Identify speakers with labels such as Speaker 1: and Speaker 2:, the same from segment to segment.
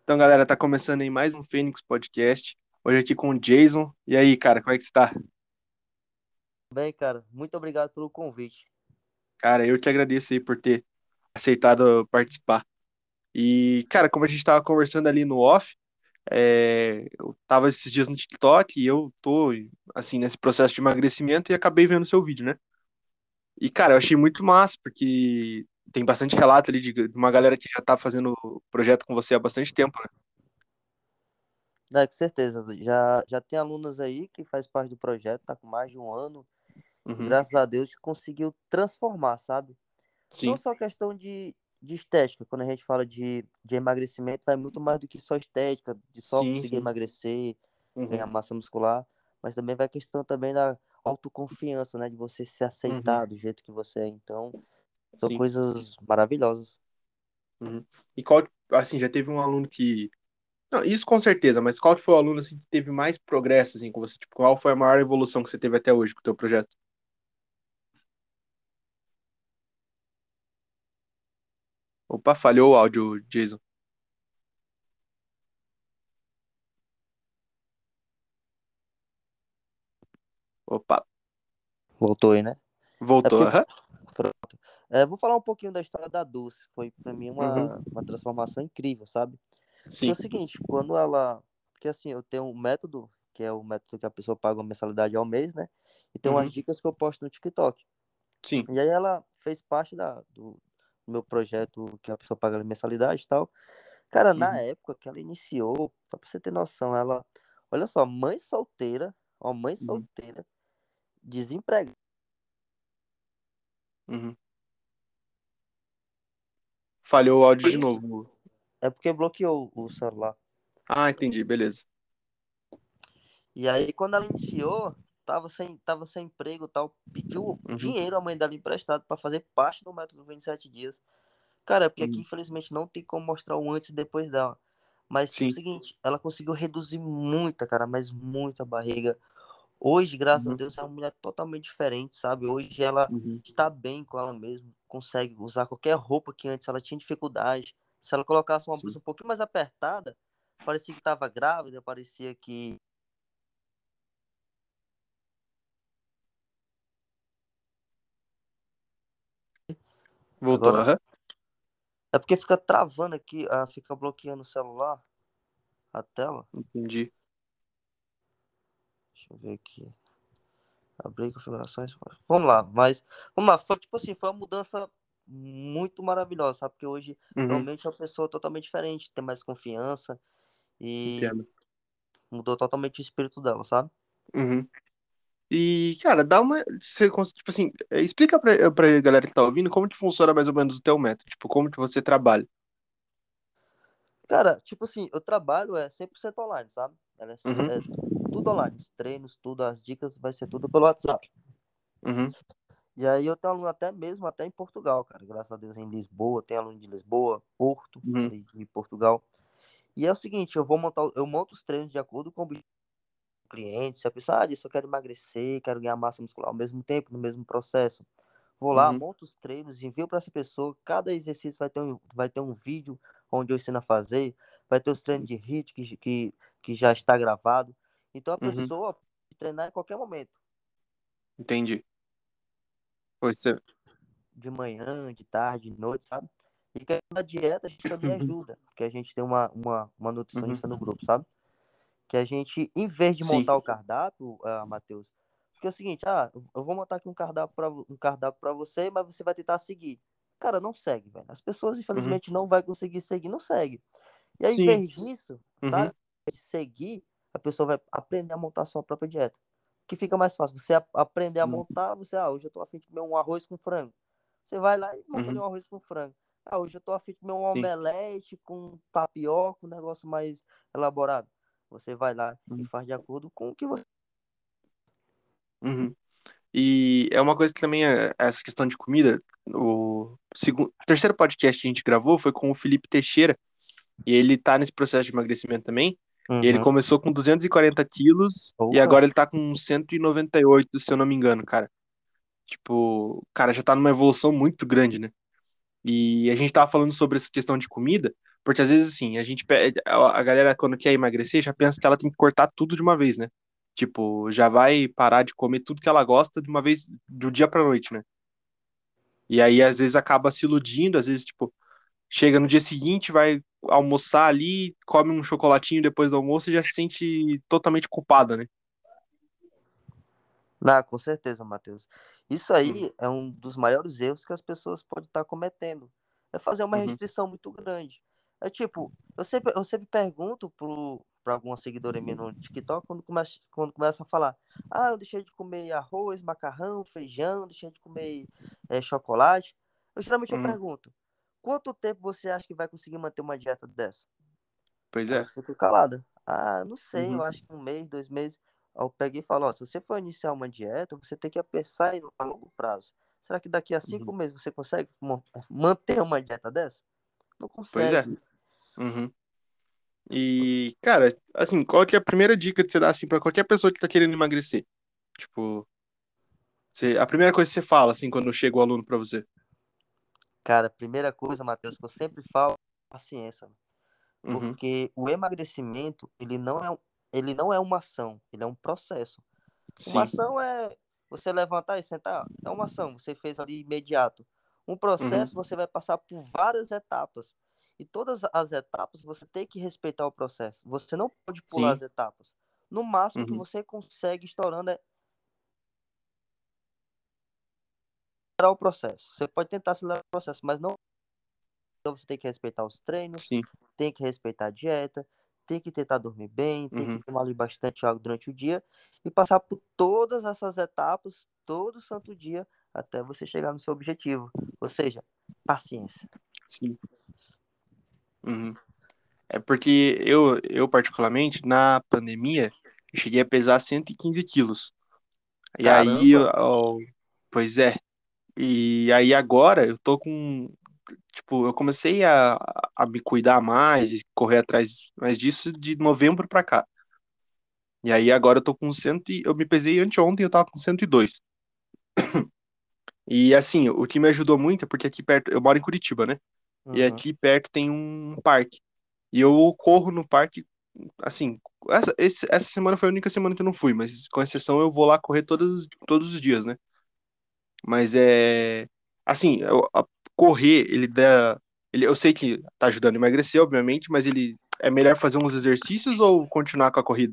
Speaker 1: Então, galera, tá começando aí mais um Fênix Podcast. Hoje aqui com o Jason. E aí, cara, como é que você tá?
Speaker 2: Bem, cara, muito obrigado pelo convite.
Speaker 1: Cara, eu te agradeço aí por ter aceitado participar. E, cara, como a gente tava conversando ali no off, eu tava esses dias no TikTok e eu tô, assim, nesse processo de emagrecimento e acabei vendo seu vídeo, né? E, cara, eu achei muito massa, porque tem bastante relato ali de uma galera que já tá fazendo projeto com você há bastante tempo, né?
Speaker 2: Com certeza, já tem alunos aí que faz parte do projeto, tá com mais de um ano, e
Speaker 1: Uhum.
Speaker 2: graças a Deus conseguiu transformar, sabe? Não
Speaker 1: Sim,
Speaker 2: só questão de estética, quando a gente fala de emagrecimento, vai muito mais do que só estética, de só
Speaker 1: sim,
Speaker 2: conseguir
Speaker 1: sim.
Speaker 2: emagrecer, ganhar
Speaker 1: Uhum.
Speaker 2: massa muscular, mas também vai questão também da autoconfiança, né? De você se
Speaker 1: Uhum.
Speaker 2: aceitar do jeito que você é. Então, são
Speaker 1: Sim.
Speaker 2: coisas maravilhosas.
Speaker 1: Uhum. E qual, assim, já teve um aluno que. Não, isso com certeza, mas qual que foi o aluno assim, que teve mais progresso assim, com você? Tipo, qual foi a maior evolução que você teve até hoje com o teu projeto? Opa, falhou o áudio, Jason. Opa,
Speaker 2: Voltou aí, né? É
Speaker 1: voltou.
Speaker 2: porque
Speaker 1: Aham.
Speaker 2: Vou falar um pouquinho da história da Dulce. Foi para mim
Speaker 1: Uhum.
Speaker 2: uma transformação incrível, sabe? Porque é
Speaker 1: Sim.
Speaker 2: o seguinte, quando ela. Porque assim, eu tenho um método, que é o método que a pessoa paga uma mensalidade ao mês, né? E tem umas
Speaker 1: Uhum.
Speaker 2: dicas que eu posto no TikTok.
Speaker 1: Sim.
Speaker 2: E aí ela fez parte do meu projeto, que a pessoa paga a mensalidade e tal. Cara, na
Speaker 1: Uhum.
Speaker 2: época que ela iniciou, só pra você ter noção, ela. Olha só, mãe solteira, ó, mãe
Speaker 1: Uhum.
Speaker 2: solteira, desempregada.
Speaker 1: Uhum. Falhou o áudio de
Speaker 2: Isso
Speaker 1: novo.
Speaker 2: é porque bloqueou o celular.
Speaker 1: Ah, entendi, beleza.
Speaker 2: E aí, quando ela iniciou, tava sem emprego e tal, pediu
Speaker 1: Uhum.
Speaker 2: dinheiro à mãe dela emprestado para fazer parte do método 27 dias. Cara, é porque aqui,
Speaker 1: Uhum.
Speaker 2: infelizmente, não tem como mostrar o antes e depois dela. Mas, tipo, o
Speaker 1: Sim.
Speaker 2: seguinte, ela conseguiu reduzir muita, cara, mas muita barriga. Hoje, graças a
Speaker 1: Uhum.
Speaker 2: Deus, é uma mulher totalmente diferente, sabe? Hoje ela
Speaker 1: Uhum.
Speaker 2: está bem com ela mesma, consegue usar qualquer roupa que antes ela tinha dificuldade. Se ela colocasse uma
Speaker 1: Sim.
Speaker 2: blusa um pouquinho mais apertada, parecia que estava grávida, parecia que.
Speaker 1: Voltou.
Speaker 2: Agora
Speaker 1: Aham.
Speaker 2: é porque fica travando aqui, fica bloqueando o celular, a tela.
Speaker 1: Entendi.
Speaker 2: Deixa eu ver aqui. Abrir configurações. Vamos lá, mas vamos lá. Foi tipo assim, foi uma mudança muito maravilhosa, sabe? Porque hoje
Speaker 1: Uhum.
Speaker 2: realmente é uma pessoa totalmente diferente, tem mais confiança e
Speaker 1: Entendo.
Speaker 2: mudou totalmente o espírito dela, sabe?
Speaker 1: Uhum. E, cara, dá uma. Tipo assim, explica pra galera que tá ouvindo como que funciona mais ou menos o teu método. Tipo, como que você trabalha.
Speaker 2: Cara, tipo assim, eu trabalho 100% online, sabe?
Speaker 1: Uhum.
Speaker 2: É tudo online, os treinos, tudo, as dicas, vai ser tudo pelo WhatsApp.
Speaker 1: Uhum.
Speaker 2: E aí eu tenho aluno até em Portugal, cara. Graças a Deus em Lisboa, tem aluno de Lisboa, Porto,
Speaker 1: Uhum.
Speaker 2: ali de Portugal. E é o seguinte, eu monto os treinos de acordo com o objetivo do cliente. Se a pessoa diz, eu quero emagrecer, quero ganhar massa muscular ao mesmo tempo, no mesmo processo. Vou lá,
Speaker 1: Uhum.
Speaker 2: monto os treinos, envio para essa pessoa. Cada exercício vai ter um vídeo onde eu ensino a fazer. Vai ter os treinos de HIIT que já está gravado. Então a
Speaker 1: Uhum.
Speaker 2: pessoa pode treinar em qualquer momento.
Speaker 1: Entendi. Pois é.
Speaker 2: De manhã, de tarde, de noite, sabe? E que na dieta a gente também
Speaker 1: Uhum.
Speaker 2: ajuda, porque a gente tem uma
Speaker 1: Uhum.
Speaker 2: nutricionista no grupo, sabe? Que a gente, em vez de
Speaker 1: Sim.
Speaker 2: montar o cardápio, Matheus, porque é o seguinte, eu vou montar aqui um cardápio para você, mas você vai tentar seguir. Cara, não segue, velho. As pessoas,
Speaker 1: Uhum.
Speaker 2: infelizmente, não vai conseguir seguir, não segue. E aí, em
Speaker 1: Sim.
Speaker 2: vez disso,
Speaker 1: Uhum.
Speaker 2: sabe, de seguir, a pessoa vai aprender a montar a sua própria dieta. Que fica mais fácil. Você aprender a
Speaker 1: Uhum.
Speaker 2: montar, hoje eu tô afim de comer um arroz com frango. Você vai lá e monta ali
Speaker 1: Uhum.
Speaker 2: um arroz com frango. Hoje eu tô afim de comer um
Speaker 1: Sim.
Speaker 2: omelete com tapioca, um negócio mais elaborado. Você vai lá e
Speaker 1: Uhum.
Speaker 2: faz de acordo com o que você.
Speaker 1: Uhum. E é uma coisa que também essa questão de comida. Terceiro podcast que a gente gravou foi com o Felipe Teixeira. E ele tá nesse processo de emagrecimento também. E ele
Speaker 2: Uhum.
Speaker 1: começou com 240 quilos e
Speaker 2: Porra.
Speaker 1: agora ele tá com 198, se eu não me engano, cara. Tipo, o cara já tá numa evolução muito grande, né? E a gente tava falando sobre essa questão de comida. Porque às vezes, assim, a galera, quando quer emagrecer, já pensa que ela tem que cortar tudo de uma vez, né? Tipo, já vai parar de comer tudo que ela gosta de uma vez, do dia pra noite, né? E aí, às vezes, acaba se iludindo, às vezes, tipo, chega no dia seguinte, vai almoçar ali, come um chocolatinho depois do almoço e já se sente totalmente culpada, né?
Speaker 2: Não, com certeza, Matheus. Isso
Speaker 1: Uhum,
Speaker 2: aí é um dos maiores erros que as pessoas podem estar cometendo. É fazer uma
Speaker 1: uhum,
Speaker 2: restrição muito grande. É tipo, eu sempre pergunto para alguma seguidora minha no TikTok quando começa a falar: ah, eu deixei de comer arroz, macarrão, feijão, deixei de comer chocolate. Eu geralmente
Speaker 1: uhum.
Speaker 2: pergunto: quanto tempo você acha que vai conseguir manter uma dieta dessa?
Speaker 1: Pois é.
Speaker 2: Elas ficam caladas. Ah, não sei, eu
Speaker 1: Uhum,
Speaker 2: acho que 1 mês, 2 meses. Aí eu peguei e falo, ó, se você for iniciar uma dieta, você tem que pensar a longo prazo. Será que daqui a cinco
Speaker 1: uhum.
Speaker 2: meses você consegue manter uma dieta dessa? Não
Speaker 1: Pois é.
Speaker 2: consegue.
Speaker 1: Uhum. E, cara, assim, qual que é a primeira dica que você dá, assim, pra qualquer pessoa que tá querendo emagrecer? Tipo, a primeira coisa que você fala, assim, quando chega o aluno pra você.
Speaker 2: Cara, a primeira coisa, Matheus, que eu sempre falo, é paciência.
Speaker 1: Uhum.
Speaker 2: Porque o emagrecimento, ele não é uma ação, ele é um processo. Uma
Speaker 1: Sim.
Speaker 2: ação é você levantar e sentar, é uma ação, você fez ali imediato. Um
Speaker 1: Uhum.
Speaker 2: processo, você vai passar por várias etapas. E todas as etapas, você tem que respeitar o processo. Você não pode pular
Speaker 1: Sim.
Speaker 2: as etapas. No máximo que
Speaker 1: Uhum.
Speaker 2: você consegue estourando é acelerar o processo. Você pode tentar acelerar o processo, mas não. Então você tem que respeitar os treinos,
Speaker 1: Sim.
Speaker 2: tem que respeitar a dieta, tem que tentar dormir bem, tem que
Speaker 1: Uhum.
Speaker 2: tomar ali bastante água durante o dia e passar por todas essas etapas, todo santo dia, até você chegar no seu objetivo. Ou seja, paciência.
Speaker 1: Sim. Uhum. É porque eu, particularmente, na pandemia, eu cheguei a pesar 115 quilos. E aí,
Speaker 2: Caramba!
Speaker 1: pois é. E aí agora eu tô com, tipo, eu comecei a me cuidar mais e correr atrás mais disso de novembro pra cá. E aí agora eu tô com eu me pesei anteontem, eu tava com 102. E assim, o que me ajudou muito é porque aqui perto, eu moro em Curitiba, né? E
Speaker 2: Uhum.
Speaker 1: aqui perto tem um parque. E eu corro no parque, assim, essa semana foi a única semana que eu não fui, mas com exceção eu vou lá correr todos os dias, né? Mas assim, correr, eu sei que tá ajudando a emagrecer, obviamente, mas ele é melhor fazer uns exercícios ou continuar com a corrida?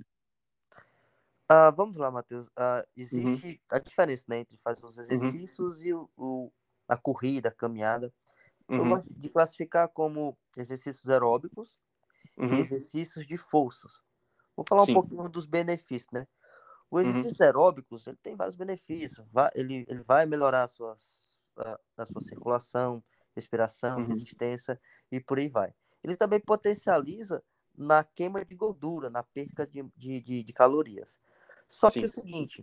Speaker 2: Vamos lá, Matheus.
Speaker 1: Uhum,
Speaker 2: Existe a diferença, né, entre fazer os
Speaker 1: uhum,
Speaker 2: exercícios e a corrida, a caminhada. Eu
Speaker 1: uhum,
Speaker 2: gosto de classificar como exercícios aeróbicos e
Speaker 1: uhum,
Speaker 2: exercícios de forças. Vou falar um
Speaker 1: sim,
Speaker 2: pouquinho dos benefícios, né? O
Speaker 1: uhum,
Speaker 2: exercício aeróbicos, ele tem vários benefícios. Ele vai melhorar a sua circulação, respiração,
Speaker 1: uhum,
Speaker 2: resistência e por aí vai. Ele também potencializa na queima de gordura, na perca de calorias. Só que é
Speaker 1: sim,
Speaker 2: o seguinte,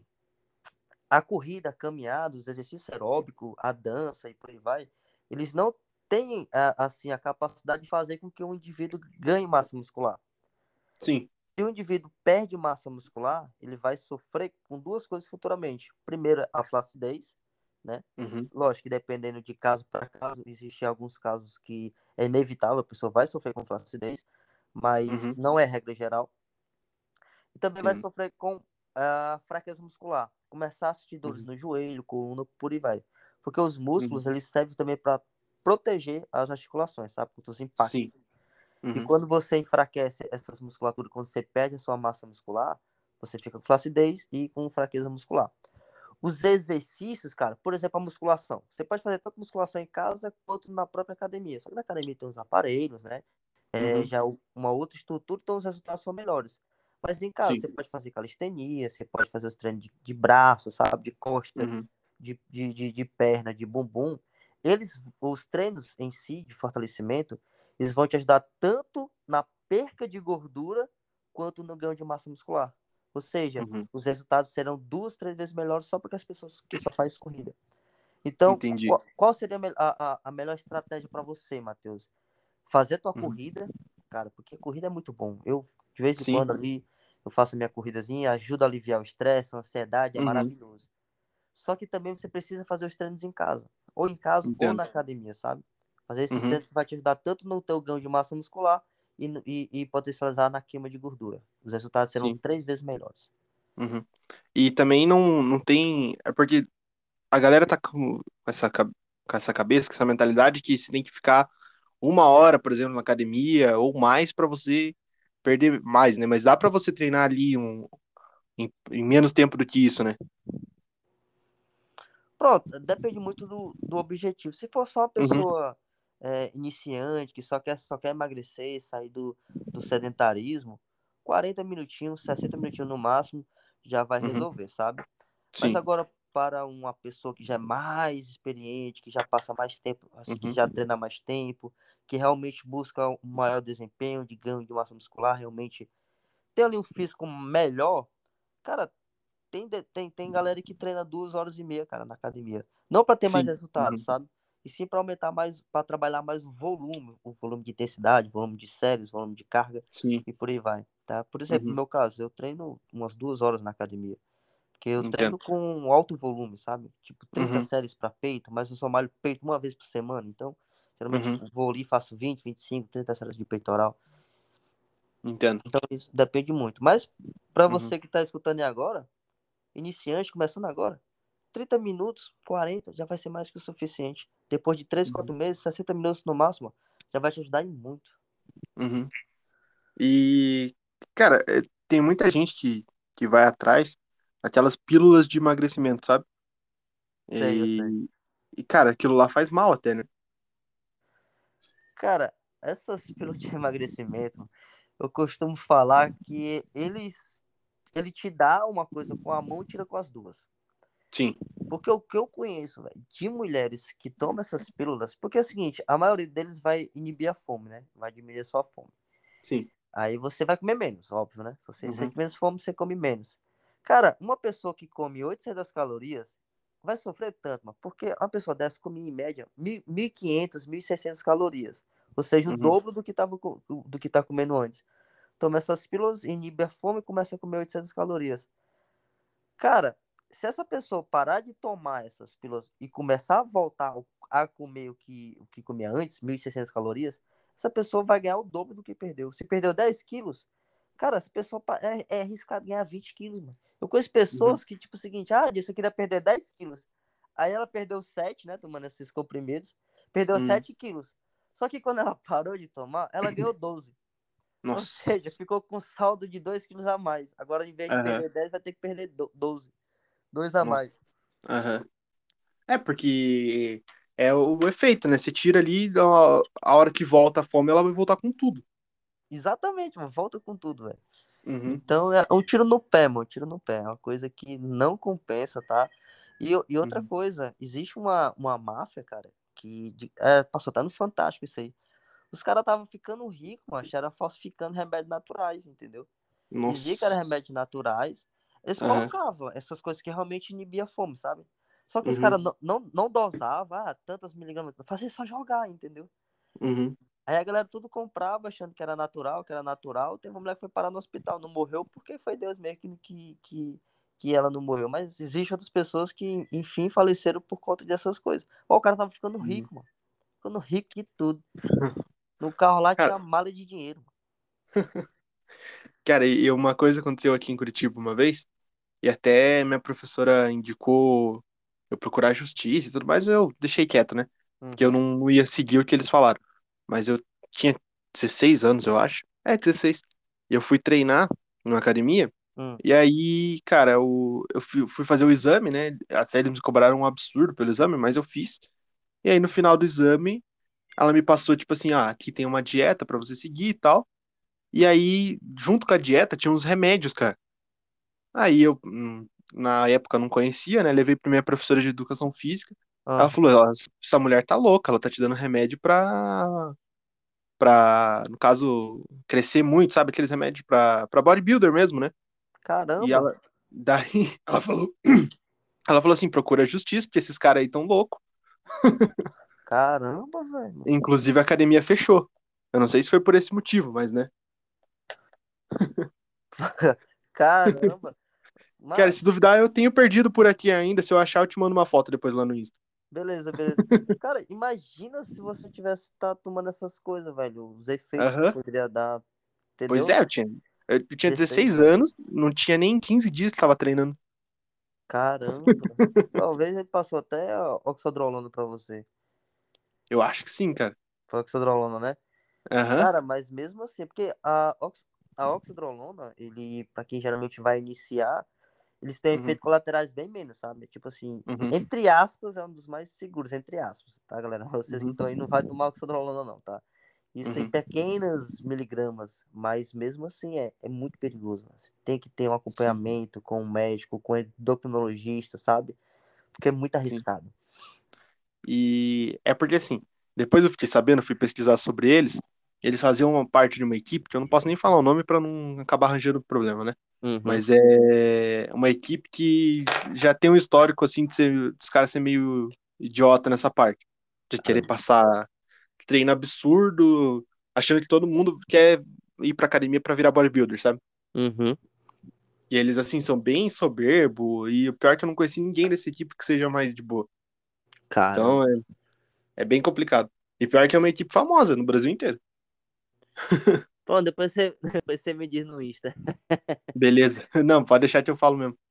Speaker 2: a corrida, a caminhada, os exercícios aeróbicos, a dança e por aí vai, eles não têm assim a capacidade de fazer com que o indivíduo ganhe massa muscular.
Speaker 1: sim,
Speaker 2: Se o indivíduo perde massa muscular, ele vai sofrer com duas coisas futuramente. Primeiro, a flacidez, né?
Speaker 1: uhum,
Speaker 2: Lógico que dependendo de caso para caso, existem alguns casos que é inevitável, a pessoa vai sofrer com flacidez, mas
Speaker 1: uhum,
Speaker 2: não é regra geral. E também vai
Speaker 1: sim,
Speaker 2: sofrer com a fraqueza muscular, começar a sentir dores
Speaker 1: uhum,
Speaker 2: no joelho, coluna, por aí vai. Porque os músculos,
Speaker 1: uhum,
Speaker 2: eles servem também para proteger as articulações, sabe? Contra os impactos.
Speaker 1: sim,
Speaker 2: E
Speaker 1: uhum,
Speaker 2: quando você enfraquece essas musculaturas, quando você perde a sua massa muscular, você fica com flacidez e com fraqueza muscular. Os exercícios, cara, por exemplo, a musculação. Você pode fazer tanto musculação em casa quanto na própria academia. Só que na academia tem os aparelhos, né?
Speaker 1: uhum,
Speaker 2: Já uma outra estrutura, então os resultados são melhores. Mas em casa,
Speaker 1: sim,
Speaker 2: você pode fazer calistenia, você pode fazer os treinos de braço, sabe? De costa,
Speaker 1: uhum,
Speaker 2: de perna, de bumbum. Os treinos em si, de fortalecimento, eles vão te ajudar tanto na perca de gordura quanto no ganho de massa muscular. Ou seja,
Speaker 1: uhum,
Speaker 2: os resultados serão 2, 3 vezes melhores só porque as pessoas que só fazem corrida. Então,
Speaker 1: entendi,
Speaker 2: qual seria a melhor estratégia para você, Matheus? Fazer tua
Speaker 1: uhum,
Speaker 2: corrida, cara, porque corrida é muito bom. Eu, de vez em
Speaker 1: sim,
Speaker 2: quando ali, eu faço a minha corridazinha, ajuda a aliviar o estresse, a ansiedade, é
Speaker 1: uhum,
Speaker 2: maravilhoso. Só que também você precisa fazer os treinos em casa. Ou em casa, ou
Speaker 1: entendo.
Speaker 2: na academia, sabe? Fazer esses
Speaker 1: Uhum.
Speaker 2: treinos que vai te ajudar tanto no teu ganho de massa muscular e potencializar na queima de gordura. Os resultados serão
Speaker 1: Sim.
Speaker 2: 3 vezes melhores.
Speaker 1: Uhum. E também não tem. É porque a galera tá com essa cabeça, com essa mentalidade que se tem que ficar uma hora, por exemplo, na academia ou mais para você perder mais, né? Mas dá para você treinar ali em menos tempo do que isso, né?
Speaker 2: Pronto, depende muito do objetivo. Se for só uma
Speaker 1: Uhum,
Speaker 2: pessoa iniciante, que só quer emagrecer, sair do sedentarismo, 40 minutinhos, 60 minutinhos no máximo, já vai
Speaker 1: uhum,
Speaker 2: resolver, sabe? Mas
Speaker 1: sim,
Speaker 2: agora, para uma pessoa que já é mais experiente, que já passa mais tempo, assim, que
Speaker 1: uhum,
Speaker 2: já treina mais tempo, que realmente busca um maior desempenho de ganho de massa muscular, realmente ter ali um físico melhor, cara, tem galera que treina 2 horas e meia, cara, na academia. Não para ter mais
Speaker 1: sim,
Speaker 2: resultado,
Speaker 1: uhum,
Speaker 2: sabe? E sim para aumentar mais, para trabalhar mais o volume de intensidade, volume de séries, volume de carga
Speaker 1: sim,
Speaker 2: e por aí vai, tá? Por exemplo, no
Speaker 1: uhum,
Speaker 2: meu caso, eu treino umas 2 horas na academia, porque eu
Speaker 1: entendo,
Speaker 2: treino com alto volume, sabe? Tipo 30
Speaker 1: uhum,
Speaker 2: séries para peito, mas eu só malho peito uma vez por semana, então geralmente
Speaker 1: uhum,
Speaker 2: vou ali e faço 20, 25, 30 séries de peitoral.
Speaker 1: entendo,
Speaker 2: Então isso depende muito. Mas para
Speaker 1: uhum,
Speaker 2: você que tá escutando aí agora, iniciante, começando agora, 30 minutos, 40, já vai ser mais que o suficiente. Depois de 3, 4
Speaker 1: uhum,
Speaker 2: meses, 60 minutos no máximo, já vai te ajudar em muito.
Speaker 1: uhum. E, cara, tem muita gente que vai atrás daquelas pílulas de emagrecimento, sabe?
Speaker 2: Sei, eu sei.
Speaker 1: E, cara, aquilo lá faz mal até, né?
Speaker 2: Cara, essas pílulas de emagrecimento, eu costumo falar que ele te dá uma coisa com a mão e tira com as duas.
Speaker 1: Sim,
Speaker 2: Porque o que eu conheço, véio, de mulheres que tomam essas pílulas, porque é o seguinte, a maioria deles vai inibir a fome, né? Vai diminuir a sua fome.
Speaker 1: sim,
Speaker 2: Aí você vai comer menos, óbvio, né? Se você
Speaker 1: uhum,
Speaker 2: sente menos fome, você come menos. Cara, uma pessoa que come 800 calorias vai sofrer tanto, mano, porque uma pessoa dessa come em média 1.500, 1.600 calorias. Ou seja, o
Speaker 1: uhum,
Speaker 2: dobro do que tá comendo antes. Toma essas pílulas, inibe a fome e começa a comer 800 calorias. Cara, se essa pessoa parar de tomar essas pílulas e começar a voltar a comer o que comia antes, 1.600 calorias, essa pessoa vai ganhar o dobro do que perdeu. Se perdeu 10 quilos, cara, essa pessoa é arriscado ganhar 20 quilos, mano. Eu conheço
Speaker 1: uhum,
Speaker 2: pessoas que, tipo, o seguinte, disse eu queria perder 10 quilos. Aí ela perdeu 7, né, tomando esses comprimidos, perdeu
Speaker 1: uhum.
Speaker 2: 7 quilos. Só que quando ela parou de tomar, ela ganhou 12. Ou
Speaker 1: Nossa,
Speaker 2: seja, ficou com saldo de 2 quilos a mais. Agora, em vez de
Speaker 1: aham,
Speaker 2: perder 10, vai ter que perder 12. Dois a
Speaker 1: nossa,
Speaker 2: mais.
Speaker 1: aham. É porque é o efeito, né? Você tira ali, a hora que volta a fome, ela vai voltar com tudo.
Speaker 2: Exatamente, mano. Volta com tudo, velho.
Speaker 1: Uhum,
Speaker 2: Então é um tiro no pé, mano. Um tiro no pé. É uma coisa que não compensa, tá? E outra
Speaker 1: uhum,
Speaker 2: coisa, existe uma máfia, cara, passou até no Fantástico isso aí. Os caras estavam ficando ricos, mano. Era falsificando remédios naturais, entendeu? Dizia que era
Speaker 1: nossa,
Speaker 2: remédios naturais. Eles
Speaker 1: aham,
Speaker 2: colocavam essas coisas que realmente inibia a fome, sabe? Só que os
Speaker 1: uhum,
Speaker 2: caras não dosavam, tantas miligramas. Fazia só jogar, entendeu?
Speaker 1: uhum,
Speaker 2: Aí a galera tudo comprava, achando que era natural, que era natural. Teve uma mulher que foi parar no hospital, não morreu porque foi Deus mesmo que ela não morreu. Mas existem outras pessoas que, enfim, faleceram por conta dessas coisas. Ó, o cara tava ficando
Speaker 1: uhum.
Speaker 2: rico, mano. Ficando rico de tudo. No carro lá
Speaker 1: Cara,
Speaker 2: tinha mala de dinheiro, mano.
Speaker 1: cara, e uma coisa aconteceu aqui em Curitiba uma vez, e até minha professora indicou eu procurar justiça e tudo mais, eu deixei quieto, né? Porque eu
Speaker 2: Uhum,
Speaker 1: não ia seguir o que eles falaram. Mas eu tinha 16 anos, eu acho. 16. E eu fui treinar numa academia.
Speaker 2: hum.
Speaker 1: E aí, cara, eu fui fazer o exame, né? Até eles me cobraram um absurdo pelo exame, mas eu fiz. E aí, no final do exame, ela me passou, tipo assim, aqui tem uma dieta pra você seguir e tal. E aí, junto com a dieta, tinha uns remédios, cara. Aí eu, na época, não conhecia, né? Levei pra minha professora de educação física. Ela
Speaker 2: Aham.
Speaker 1: falou, essa mulher tá louca, ela tá te dando remédio no caso, crescer muito, sabe? Aqueles remédios pra bodybuilder mesmo, né? E
Speaker 2: Caramba,
Speaker 1: daí, ela falou assim, procura justiça, porque esses caras aí tão loucos.
Speaker 2: caramba, velho.
Speaker 1: Inclusive a academia fechou. Eu não sei se foi por esse motivo, mas né.
Speaker 2: Caramba.
Speaker 1: Cara,
Speaker 2: Mas,
Speaker 1: se duvidar, eu tenho perdido por aqui ainda. Se eu achar, eu te mando uma foto depois lá no Insta.
Speaker 2: Beleza, beleza. Cara, imagina se você tivesse tá tomando essas coisas, velho. Os efeitos que
Speaker 1: Aham.
Speaker 2: poderia dar,
Speaker 1: Pois
Speaker 2: entendeu?
Speaker 1: é, eu tinha
Speaker 2: 16
Speaker 1: 16
Speaker 2: anos.
Speaker 1: anos, não tinha nem 15 dias que tava treinando.
Speaker 2: Caramba. Talvez ele passou até a oxandrolona pra você.
Speaker 1: Eu acho que sim, cara.
Speaker 2: Foi oxandrolona, né?
Speaker 1: Aham.
Speaker 2: Cara, mas mesmo assim, porque a oxandrolona, ele, pra quem geralmente vai iniciar, eles têm
Speaker 1: Uhum.
Speaker 2: efeitos colaterais bem menos, sabe? Tipo assim,
Speaker 1: Uhum.
Speaker 2: entre aspas, é um dos mais seguros, entre aspas, tá, galera? Vocês que
Speaker 1: Uhum.
Speaker 2: estão aí não vai tomar oxandrolona, não, tá? Isso em
Speaker 1: Uhum.
Speaker 2: pequenas miligramas, mas mesmo assim é muito perigoso. Você tem que ter um
Speaker 1: Sim,
Speaker 2: acompanhamento com o médico, com o endocrinologista, sabe? Porque é muito
Speaker 1: sim.
Speaker 2: arriscado.
Speaker 1: E é porque assim, depois eu fiquei sabendo, fui pesquisar sobre eles, eles faziam uma parte de uma equipe, que eu não posso nem falar o nome para não acabar arranjando problema, né?
Speaker 2: Uhum.
Speaker 1: Mas é uma equipe que já tem um histórico assim de dos caras ser meio idiota nessa parte, de querer passar treino absurdo, achando que todo mundo quer ir pra academia pra virar bodybuilder, sabe?
Speaker 2: Uhum.
Speaker 1: E eles assim são bem soberbo e o pior é que eu não conheci ninguém dessa equipe que seja mais de boa. Então
Speaker 2: Caramba.
Speaker 1: é bem complicado. E pior que é uma equipe famosa no Brasil inteiro.
Speaker 2: Pronto, depois você, depois você me diz no Insta.
Speaker 1: Beleza. Não, pode deixar que eu falo mesmo.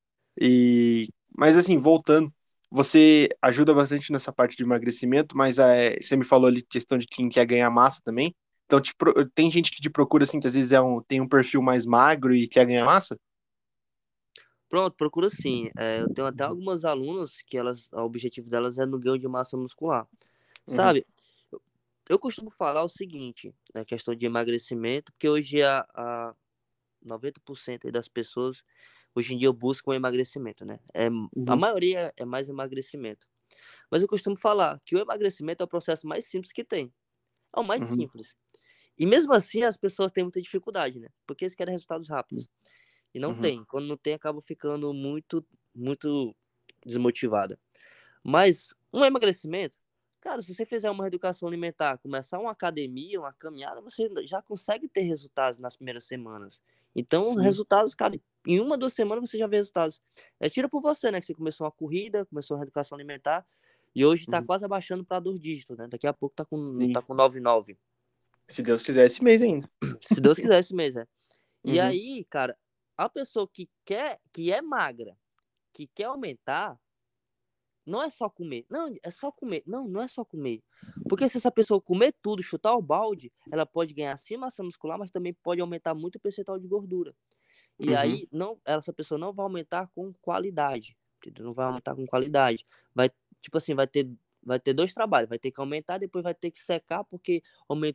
Speaker 1: Mas assim, voltando, você ajuda bastante nessa parte de emagrecimento, mas você me falou ali questão de quem quer ganhar massa também. Então, tem gente que te procura assim, que às vezes tem um perfil mais magro e quer ganhar massa?
Speaker 2: Pronto, procura sim. Eu tenho até
Speaker 1: Uhum,
Speaker 2: algumas alunas que o objetivo delas é no ganho de massa muscular.
Speaker 1: uhum,
Speaker 2: Sabe, eu costumo falar o seguinte, na questão de emagrecimento, porque hoje a 90% aí das pessoas, hoje em dia, buscam emagrecimento, né? A
Speaker 1: uhum,
Speaker 2: maioria é mais emagrecimento. Mas eu costumo falar que o emagrecimento é o processo mais simples que tem. É o mais
Speaker 1: uhum,
Speaker 2: simples. E mesmo assim, as pessoas têm muita dificuldade, né? Porque eles querem resultados rápidos. E não
Speaker 1: uhum,
Speaker 2: tem. Quando não tem, acaba ficando muito desmotivada. Mas um emagrecimento, cara, se você fizer uma reeducação alimentar, começar uma academia, uma caminhada, você já consegue ter resultados nas primeiras semanas. Então,
Speaker 1: sim,
Speaker 2: resultados, cara, em uma, 2 semanas você já vê resultados. Tira por você, né? Que você começou uma corrida, começou uma reeducação alimentar e hoje tá
Speaker 1: uhum,
Speaker 2: quase abaixando para 2 dígitos, né? Daqui a pouco
Speaker 1: sim.
Speaker 2: tá com 9,9.
Speaker 1: Se Deus quiser, esse mês ainda.
Speaker 2: Se Deus quiser, esse mês, é. E
Speaker 1: Uhum,
Speaker 2: aí, cara, a pessoa que é magra, que quer aumentar, não é só comer. Não, é só comer. Não, não é só comer. Porque se essa pessoa comer tudo, chutar o balde, ela pode ganhar sim massa muscular, mas também pode aumentar muito o percentual de gordura. E
Speaker 1: uhum,
Speaker 2: aí, não, essa pessoa não vai aumentar com qualidade. Entendeu? Não vai aumentar com qualidade. Vai, tipo assim, vai ter dois trabalhos. Vai ter que aumentar, depois vai ter que secar, porque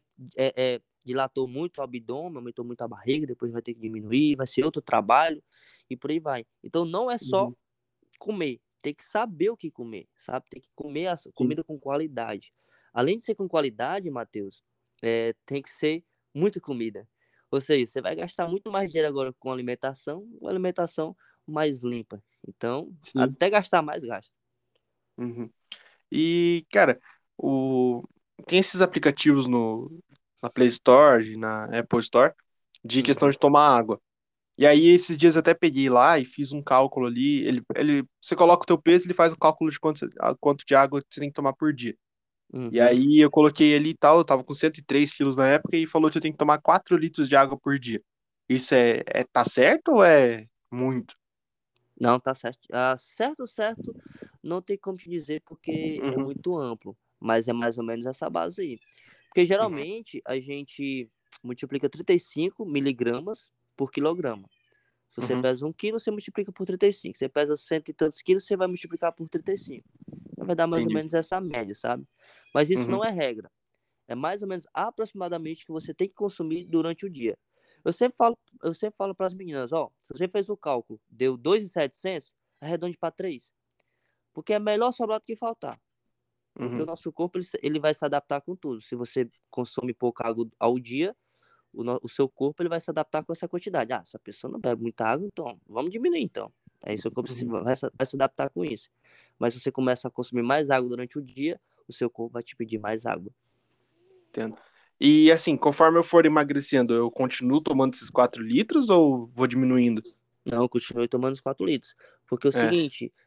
Speaker 2: dilatou muito o abdômen, aumentou muito a barriga, depois vai ter que diminuir, vai ser outro trabalho, e por aí vai. Então, não é só
Speaker 1: uhum,
Speaker 2: comer, tem que saber o que comer, sabe? Tem que comer a
Speaker 1: sim,
Speaker 2: comida com qualidade. Além de ser com qualidade, Matheus, tem que ser muita comida. Ou seja, você vai gastar muito mais dinheiro agora com alimentação, uma alimentação mais limpa. Então,
Speaker 1: sim.
Speaker 2: até gastar mais gasto.
Speaker 1: Uhum. E, cara, o... tem esses aplicativos na Play Store, na Apple Store, de questão
Speaker 2: Uhum,
Speaker 1: de tomar água. E aí, esses dias eu até peguei lá e fiz um cálculo ali. Você coloca o teu peso, ele faz o cálculo de quanto de água você tem que tomar por dia. E
Speaker 2: uhum.
Speaker 1: aí eu coloquei ali e tal, eu tava com 103 quilos na época e falou que eu tenho que tomar 4 litros de água por dia. Isso tá certo ou é muito?
Speaker 2: Não, tá certo. Certo, não tem como te dizer porque é
Speaker 1: Uhum,
Speaker 2: muito amplo, mas é mais ou menos essa base aí. Porque
Speaker 1: uhum,
Speaker 2: geralmente a gente multiplica 35 miligramas por quilograma. Se você
Speaker 1: uhum,
Speaker 2: pesa 1 quilo, você multiplica por 35. Você pesa cento e tantos quilos, você vai multiplicar por 35. Vai dar mais ou
Speaker 1: entendi.
Speaker 2: menos essa média, sabe? Mas isso
Speaker 1: Uhum,
Speaker 2: não é regra. É mais ou menos aproximadamente o que você tem que consumir durante o dia. Eu sempre falo para as meninas, ó, se você fez o cálculo, deu 2.700, arredonde para 3. Porque é melhor sobrar do que faltar. Porque o
Speaker 1: uhum,
Speaker 2: nosso corpo ele vai se adaptar com tudo. Se você consome pouca água ao dia, o seu corpo ele vai se adaptar com essa quantidade. Ah, se a pessoa não bebe muita água, então vamos diminuir então. Aí seu corpo
Speaker 1: uhum,
Speaker 2: vai se adaptar com isso. Mas se você começa a consumir mais água durante o dia, o seu corpo vai te pedir mais água.
Speaker 1: entendo. E assim, conforme eu for emagrecendo, eu continuo tomando esses 4 litros ou vou diminuindo?
Speaker 2: Não, continue tomando os 4 litros. Porque é o
Speaker 1: É.
Speaker 2: seguinte,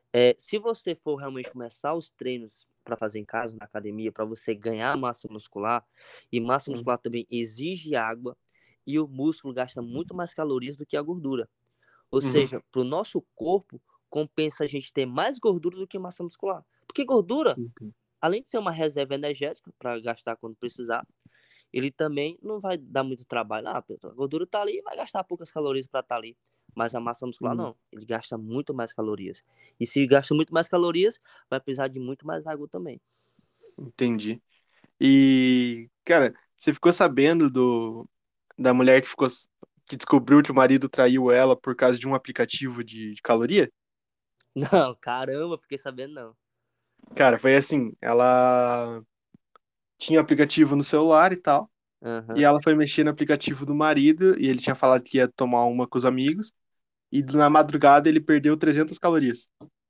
Speaker 2: Se você for realmente começar os treinos para fazer em casa, na academia, para você ganhar massa muscular, e massa
Speaker 1: Uhum,
Speaker 2: muscular também exige água, e o músculo gasta muito mais calorias do que a gordura. Ou
Speaker 1: uhum,
Speaker 2: seja, para o nosso corpo, compensa a gente ter mais gordura do que massa muscular. Porque gordura,
Speaker 1: entendi.
Speaker 2: além de ser uma reserva energética para gastar quando precisar, ele também não vai dar muito trabalho. Ah, a gordura tá ali e vai gastar poucas calorias para estar ali. Mas a massa muscular
Speaker 1: Uhum,
Speaker 2: não, ele gasta muito mais calorias. E se gasta muito mais calorias, vai precisar de muito mais água também.
Speaker 1: entendi. E, cara, você ficou sabendo da mulher que que descobriu que o marido traiu ela por causa de um aplicativo de caloria?
Speaker 2: Não, caramba, fiquei sabendo não.
Speaker 1: Cara, foi assim, ela tinha aplicativo no celular e tal, e
Speaker 2: Aham.
Speaker 1: ela foi mexer no aplicativo do marido, e ele tinha falado que ia tomar uma com os amigos, e na madrugada ele perdeu 300 calorias.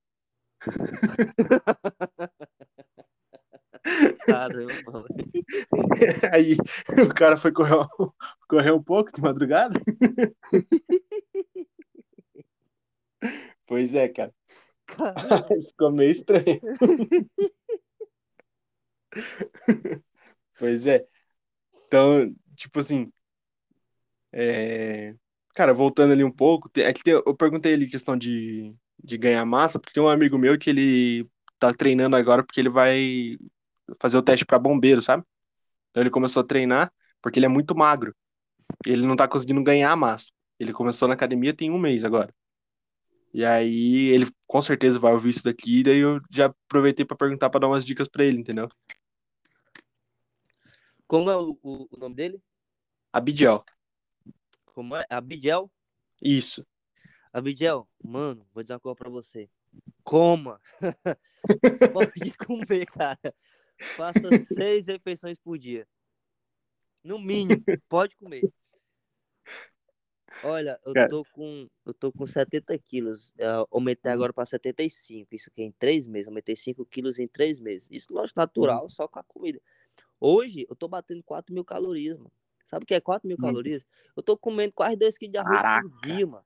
Speaker 2: Caramba, velho.
Speaker 1: Aí o cara foi correr um pouco de madrugada. Pois é, cara.
Speaker 2: Caramba.
Speaker 1: Ficou meio estranho. Pois é. Então, tipo assim, cara, voltando ali um pouco, eu perguntei ali questão de ganhar massa, porque tem um amigo meu que ele tá treinando agora porque ele vai fazer o teste pra bombeiro, sabe? Então ele começou a treinar porque ele é muito magro e ele não tá conseguindo ganhar massa. Ele começou na academia tem um mês agora. E aí ele com certeza vai ouvir isso daqui, daí eu já aproveitei pra perguntar pra dar umas dicas pra ele, entendeu?
Speaker 2: Como é o nome dele?
Speaker 1: Abidiel.
Speaker 2: Como é? Abidiel?
Speaker 1: Isso.
Speaker 2: Abidiel, mano, vou dizer uma coisa pra você. Coma. Pode comer, cara. Faça 6 refeições por dia. No mínimo, pode comer. Olha,
Speaker 1: Cara.
Speaker 2: eu tô com 70 quilos. Aumentei
Speaker 1: Uhum,
Speaker 2: agora para 75. Isso aqui em 3 meses. Aumentei 5 quilos em 3 meses. Isso, lógico,
Speaker 1: uhum,
Speaker 2: natural, só com a comida. Hoje, eu tô batendo 4.000 calorias, mano. Sabe o que é 4.000
Speaker 1: uhum.
Speaker 2: calorias? Eu tô comendo quase 2 quilos de arroz por
Speaker 1: Caraca.
Speaker 2: dia, mano.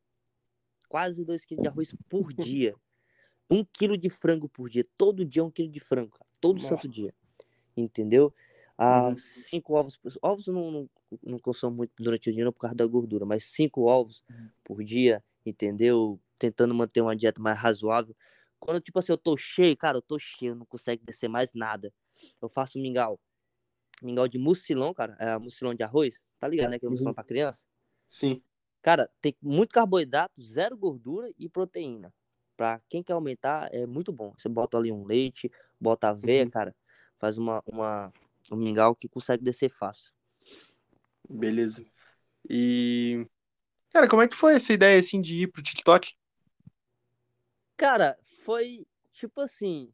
Speaker 2: Quase 2 quilos de arroz por dia. 1 quilo de frango por dia. Todo dia 1 quilo de frango, cara. Todo santo
Speaker 1: Nossa.
Speaker 2: dia. Entendeu?
Speaker 1: Uhum,
Speaker 2: 5 ovos. Ovos eu não consumo muito durante o dia, não por causa da gordura, mas 5 ovos
Speaker 1: uhum,
Speaker 2: por dia, entendeu? Tentando manter uma dieta mais razoável. Quando, tipo assim, eu tô cheio, cara, eu tô cheio, não consigo descer mais nada. Eu faço mingau. Mingau de mucilão, cara. Mucilão de arroz. Tá ligado, né? Que é mucilão
Speaker 1: uhum.
Speaker 2: pra criança.
Speaker 1: Sim.
Speaker 2: Cara, tem muito carboidrato, zero gordura e proteína. Pra quem quer aumentar, é muito bom. Você bota ali um leite, bota aveia,
Speaker 1: Uhum.
Speaker 2: cara. Faz um mingau que consegue descer fácil.
Speaker 1: Beleza. E, cara, como é que foi essa ideia assim de ir pro TikTok?
Speaker 2: Cara, foi tipo assim.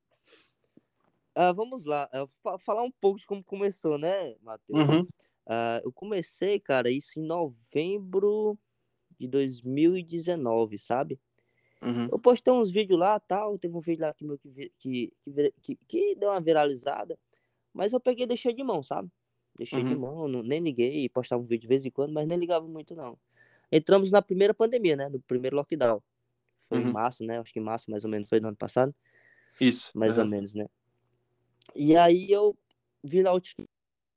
Speaker 2: Vamos lá, falar um pouco de como começou, né, Matheus?
Speaker 1: Uhum,
Speaker 2: Eu comecei, cara, isso em novembro de 2019, sabe?
Speaker 1: uhum,
Speaker 2: Eu postei uns vídeos lá, tal, teve um vídeo lá que, meu, que deu uma viralizada, mas eu peguei e deixei de mão, sabe? Deixei de
Speaker 1: uhum,
Speaker 2: mão, nem liguei, postava um vídeo de vez em quando, mas nem ligava muito, não. Entramos na primeira pandemia, né? No primeiro lockdown. Foi em
Speaker 1: uhum.
Speaker 2: março, né? Acho que em março, mais ou menos, foi do ano passado.
Speaker 1: Isso.
Speaker 2: Mais ou
Speaker 1: Uhum,
Speaker 2: menos, né? E aí eu vi lá o TikTok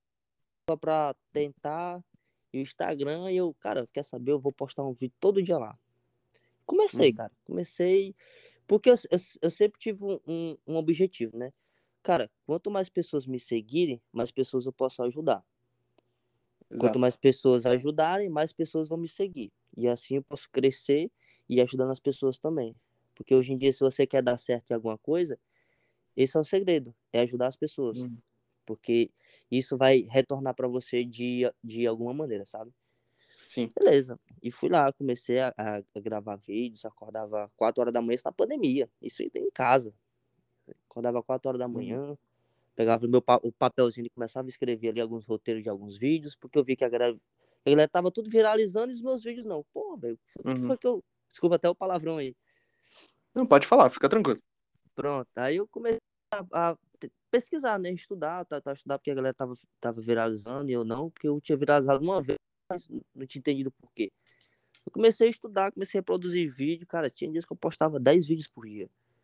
Speaker 2: pra tentar e o Instagram e eu, cara, quer saber? Eu vou postar um vídeo todo dia lá. Comecei,
Speaker 1: uhum.
Speaker 2: cara. Comecei porque eu sempre tive um objetivo, né? Cara, quanto mais pessoas me seguirem, mais pessoas eu posso ajudar. Quanto
Speaker 1: Exato.
Speaker 2: mais pessoas ajudarem, mais pessoas vão me seguir. E assim eu posso crescer e ajudando as pessoas também. Porque hoje em dia, se você quer dar certo em alguma coisa, esse é o segredo, é ajudar as pessoas.
Speaker 1: Uhum.
Speaker 2: Porque isso vai retornar para você de alguma maneira, sabe?
Speaker 1: Sim.
Speaker 2: Beleza. E fui lá, comecei a gravar vídeos, acordava 4 horas da manhã, isso na pandemia. Isso em casa. Acordava 4 horas da
Speaker 1: Uhum,
Speaker 2: manhã, pegava o papelzinho e começava a escrever ali alguns roteiros de alguns vídeos, porque eu vi que a galera tava tudo viralizando e os meus vídeos não. Pô, velho, o que
Speaker 1: uhum.
Speaker 2: foi que eu. Desculpa até o palavrão aí.
Speaker 1: Não, pode falar, fica tranquilo.
Speaker 2: Pronto. Aí eu comecei a pesquisar, né? Estudar, estudar porque a galera tava viralizando e eu não, porque eu tinha viralizado uma vez, mas não tinha entendido por quê. Eu comecei a estudar, comecei a produzir vídeo, cara. Tinha dias que eu postava 10 vídeos por dia.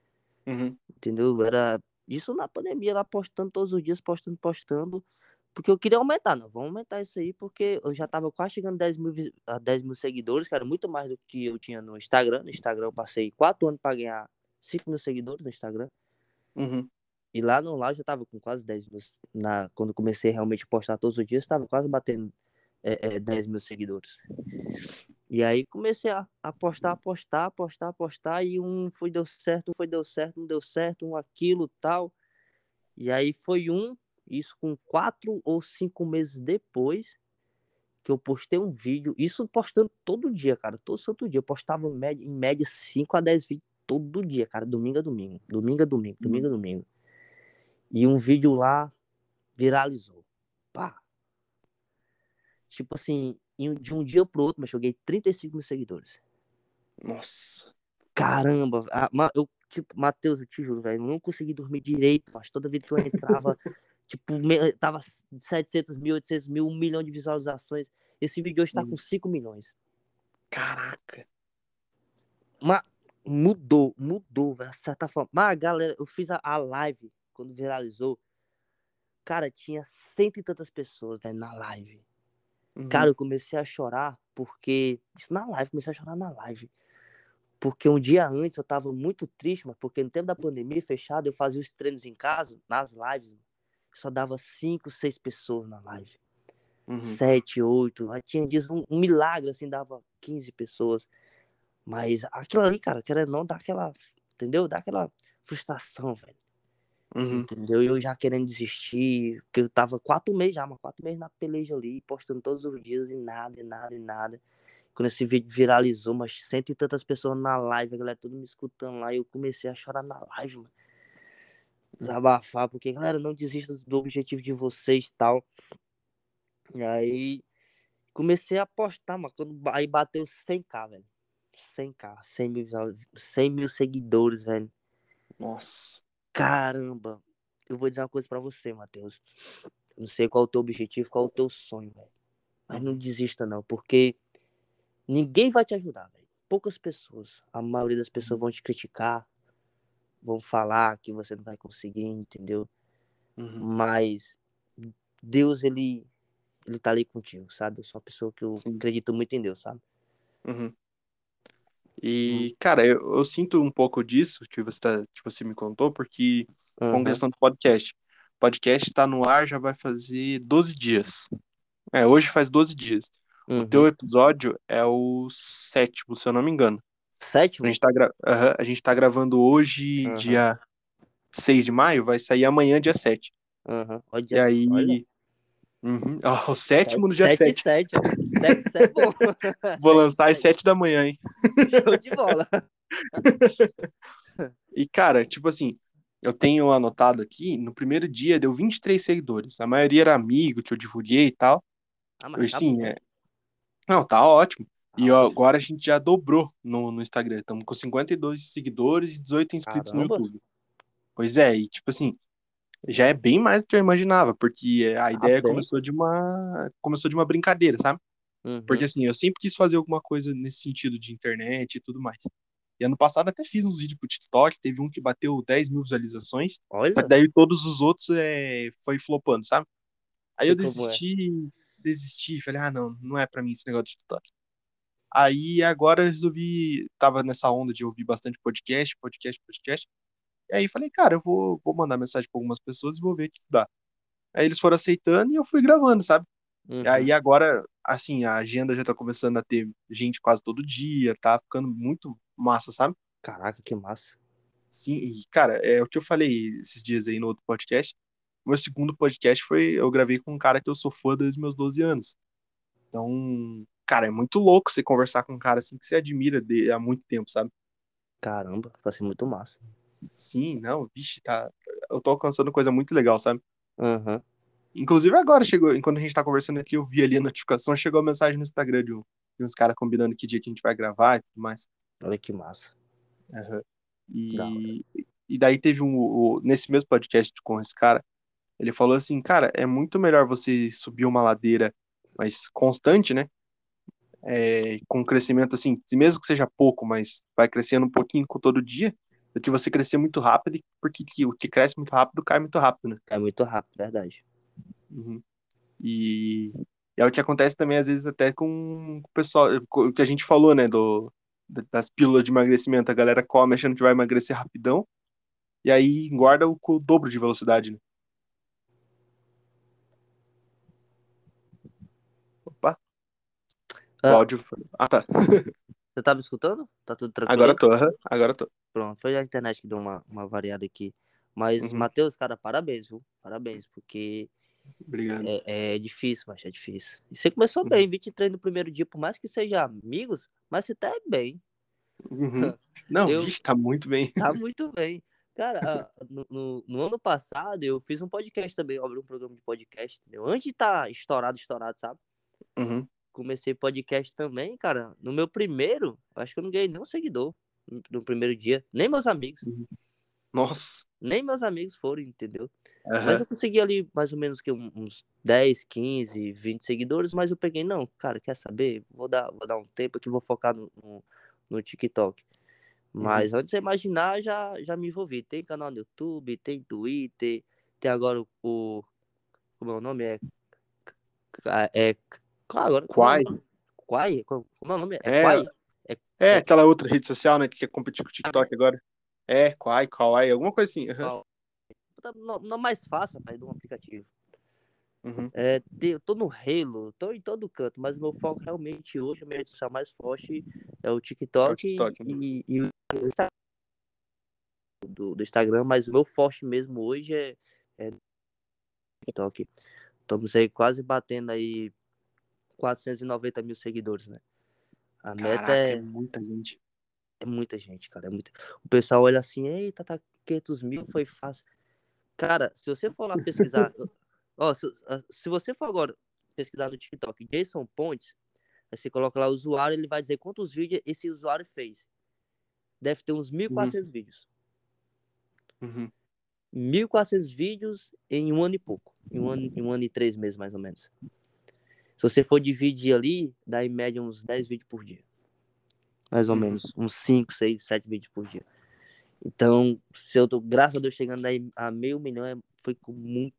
Speaker 1: Uhum.
Speaker 2: entendeu? Era isso na pandemia, lá postando todos os dias, postando, porque eu queria aumentar, não, vamos aumentar isso aí, porque eu já tava quase chegando a 10 mil seguidores, cara, muito mais do que eu tinha no Instagram. No Instagram eu passei 4 anos para ganhar 5 mil seguidores no Instagram,
Speaker 1: Uhum.
Speaker 2: e lá no lá eu já tava com quase 10 mil, quando eu comecei realmente a postar todos os dias, tava quase batendo 10 mil seguidores. E aí comecei a postar, e um foi deu certo, um foi deu certo, não deu certo, um aquilo, tal. E aí foi isso com 4 ou 5 meses depois, que eu postei um vídeo, isso postando todo dia, cara, todo santo dia. Eu postava em média 5 a 10 vídeos todo dia, cara, domingo a domingo, domingo a domingo, domingo
Speaker 1: Uhum.
Speaker 2: a domingo. E um vídeo lá viralizou. Pá. Tipo assim, de um dia pro outro, mas cheguei 35 mil seguidores.
Speaker 1: Nossa.
Speaker 2: Caramba, eu, tipo, Matheus, eu te juro, velho, eu não consegui dormir direito, mas toda vez que eu entrava, tipo, tava 700 mil, 800 mil, 1 milhão de visualizações. Esse vídeo hoje tá com
Speaker 1: Uhum.
Speaker 2: 5 milhões.
Speaker 1: Caraca.
Speaker 2: Mas mudou, velho, de certa forma. Mas a galera, eu fiz a live, quando viralizou, cara, tinha cento e tantas pessoas, velho, na live. Cara,
Speaker 1: Uhum.
Speaker 2: eu comecei a chorar, porque, isso na live, comecei a chorar na live. Porque um dia antes eu tava muito triste, mas porque no tempo da pandemia fechado, eu fazia os treinos em casa, nas lives, só dava 5, 6 pessoas na live.
Speaker 1: Uhum.
Speaker 2: 7, 8. Aí tinha dias um milagre, assim, dava 15 pessoas. Mas aquilo ali, cara, querendo ou não, dá aquela, entendeu? Dá aquela frustração, velho.
Speaker 1: Uhum.
Speaker 2: Entendeu? E eu já querendo desistir, porque eu tava 4 meses já, mas 4 meses na peleja ali, postando todos os dias e nada, e nada, e nada. Quando esse vídeo viralizou, mas cento e tantas pessoas na live, a galera tudo me escutando lá, e eu comecei a chorar na live, mano. Desabafar, porque, galera, não desista do objetivo de vocês e tal. E aí, comecei a postar, mano, aí bateu 100k, velho. 100k, 100 mil seguidores, velho.
Speaker 1: Nossa.
Speaker 2: Caramba. Eu vou dizer uma coisa pra você, Matheus. Eu não sei qual é o teu objetivo, qual é o teu sonho, velho. Mas não
Speaker 1: Uhum.
Speaker 2: desista, não, porque ninguém vai te ajudar, velho. Poucas pessoas. A maioria das pessoas
Speaker 1: Uhum.
Speaker 2: vão te criticar, vão falar que você não vai conseguir, entendeu?
Speaker 1: Uhum.
Speaker 2: Mas Deus, ele tá ali contigo, sabe? Eu sou uma pessoa que eu
Speaker 1: Sim.
Speaker 2: acredito muito em Deus, sabe?
Speaker 1: Uhum.
Speaker 2: Hum.
Speaker 1: E, cara, eu sinto um pouco disso que você me contou, porque com
Speaker 2: Aham,
Speaker 1: questão do podcast. O podcast tá no ar já vai fazer 12 dias. É, hoje faz 12 dias. O
Speaker 2: uhum.
Speaker 1: teu episódio é o sétimo, se eu não me engano.
Speaker 2: Sétimo?
Speaker 1: A gente tá gravando hoje,
Speaker 2: Aham,
Speaker 1: dia 6 de maio, vai sair amanhã, dia 7.
Speaker 2: aham.
Speaker 1: E
Speaker 2: Olha,
Speaker 1: aí. Uhum, ó, o sétimo
Speaker 2: sete,
Speaker 1: no dia
Speaker 2: sete e
Speaker 1: 7.
Speaker 2: sete, ó. 7 e 7 é bom.
Speaker 1: Vou
Speaker 2: 7 e
Speaker 1: lançar às
Speaker 2: 7.
Speaker 1: 7 da manhã, hein?
Speaker 2: Show de bola.
Speaker 1: E, cara, tipo assim, eu tenho anotado aqui, no primeiro dia deu 23 seguidores. A maioria era amigo que eu divulguei e tal.
Speaker 2: Ah, mas
Speaker 1: Eu,
Speaker 2: tá
Speaker 1: sim,
Speaker 2: bom.
Speaker 1: é. Não, tá ótimo.
Speaker 2: Tá
Speaker 1: E ó,
Speaker 2: ótimo.
Speaker 1: agora a gente já dobrou no Instagram. Estamos com 52 seguidores e 18 inscritos no
Speaker 2: Caramba,
Speaker 1: YouTube. Pois é, e tipo assim, já é bem mais do que eu imaginava, porque a
Speaker 2: tá
Speaker 1: ideia
Speaker 2: bem.
Speaker 1: começou de uma brincadeira, sabe? Porque
Speaker 2: Uhum.
Speaker 1: assim, eu sempre quis fazer alguma coisa nesse sentido de internet e tudo mais. E ano passado até fiz uns vídeos pro TikTok, teve um que bateu 10 mil visualizações, só que
Speaker 2: Olha,
Speaker 1: daí todos os outros foi flopando, sabe? Aí eu
Speaker 2: sei como é.
Speaker 1: desisti, falei, ah, não, não é pra mim esse negócio de TikTok. Aí agora eu resolvi, tava nessa onda de ouvir bastante podcast. E aí falei, cara, eu vou mandar mensagem pra algumas pessoas e vou ver o que dá. Aí eles foram aceitando e eu fui gravando, sabe? E
Speaker 2: Uhum.
Speaker 1: aí agora, assim, a agenda já tá começando a ter gente quase todo dia, tá ficando muito massa, sabe?
Speaker 2: Caraca, que massa.
Speaker 1: Sim, e cara, é o que eu falei esses dias aí no outro podcast. O meu segundo podcast eu gravei com um cara que eu sou fã desde meus 12 anos. Então, cara, é muito louco você conversar com um cara assim que você admira há muito tempo, sabe?
Speaker 2: Caramba, vai ser muito massa.
Speaker 1: Sim, não, vixe, tá. Eu tô alcançando coisa muito legal, sabe?
Speaker 2: Uhum.
Speaker 1: Inclusive agora chegou, enquanto a gente tá conversando aqui, eu vi ali a notificação, chegou a mensagem no Instagram de uns caras combinando que dia que a gente vai gravar e tudo mais.
Speaker 2: Olha que massa.
Speaker 1: Aham.
Speaker 2: Da hora.
Speaker 1: E daí teve nesse mesmo podcast com esse cara, ele falou assim, cara, é muito melhor você subir uma ladeira mais constante, né? Com um crescimento assim, mesmo que seja pouco, mas vai crescendo um pouquinho com todo dia, do que você crescer muito rápido, porque o que cresce muito rápido cai muito rápido, né?
Speaker 2: É muito rápido, verdade.
Speaker 1: Uhum. E, e é o que acontece também, às vezes, até com o pessoal, o que a gente falou, né, das pílulas de emagrecimento. A galera come achando que vai emagrecer rapidão, e aí engorda com o dobro de velocidade, né? Opa, o
Speaker 2: Ah,
Speaker 1: áudio. Ah, tá.
Speaker 2: você tá me escutando? Tá tudo tranquilo
Speaker 1: Agora
Speaker 2: aí?
Speaker 1: tô, aham, agora tô.
Speaker 2: Pronto, foi a internet que deu uma variada aqui. Mas,
Speaker 1: Uhum,
Speaker 2: Matheus, cara, parabéns, viu? Parabéns, porque
Speaker 1: obrigado.
Speaker 2: é difícil, mas é difícil. E você começou
Speaker 1: Uhum,
Speaker 2: bem, 23 no primeiro dia, por mais que seja amigos, mas você tá bem.
Speaker 1: uhum. Não,
Speaker 2: Eu,
Speaker 1: vixe, tá muito bem.
Speaker 2: tá muito bem. Cara, no ano passado eu fiz um podcast também, eu abri um programa de podcast, entendeu? Antes de estar estourado, sabe?
Speaker 1: Uhum,
Speaker 2: Comecei podcast também, cara. No meu primeiro, eu acho que eu não ganhei nenhum seguidor no primeiro dia. Nem meus amigos.
Speaker 1: uhum. Nossa,
Speaker 2: Nem meus amigos foram, entendeu? Mas
Speaker 1: aham,
Speaker 2: eu consegui ali mais ou menos que uns 10, 15, 20 seguidores, mas eu peguei, não, cara, quer saber? Vou dar um tempo aqui, vou focar no TikTok.
Speaker 1: uhum.
Speaker 2: Mas antes de imaginar, já me envolvi. Tem canal no YouTube, tem Twitter, tem agora como é o nome? Agora, como é o
Speaker 1: Quai,
Speaker 2: nome? Quai? Como é o nome? É
Speaker 1: é,
Speaker 2: Quai? É,
Speaker 1: é
Speaker 2: é,
Speaker 1: aquela outra rede social, né, que quer competir com o
Speaker 2: né?
Speaker 1: TikTok agora. É, Quai, Kawaii, alguma coisa assim. Aham,
Speaker 2: Qual? Não mais fácil, pai, de um aplicativo.
Speaker 1: uhum.
Speaker 2: Eu tô no Halo, tô em todo canto, mas o meu foco realmente hoje, a minha rede social mais forte é o
Speaker 1: É o
Speaker 2: TikTok
Speaker 1: TikTok, né?
Speaker 2: e o Instagram do Instagram, mas o meu forte mesmo hoje é TikTok. Estamos aí quase batendo aí 490 mil seguidores, né? A meta
Speaker 1: Caraca, é muita gente.
Speaker 2: é muita gente, cara. O pessoal olha assim, eita, tá 500 mil, foi fácil. Cara, se você for lá pesquisar, ó, se você for agora pesquisar no TikTok Jason Pontes, aí você coloca lá o usuário, ele vai dizer quantos vídeos esse usuário fez. Deve ter uns mil e
Speaker 1: Uhum,
Speaker 2: quatrocentos vídeos.
Speaker 1: uhum,
Speaker 2: 1.400 vídeos em um ano e pouco. Em um ano e 3 meses, mais ou menos. Se você for dividir ali, dá em média uns 10 vídeos por dia. Mais ou
Speaker 1: uhum.
Speaker 2: menos. Uns 5, 6, 7 vídeos por dia. Então, se eu tô, graças a Deus, chegando aí a 500 mil, foi com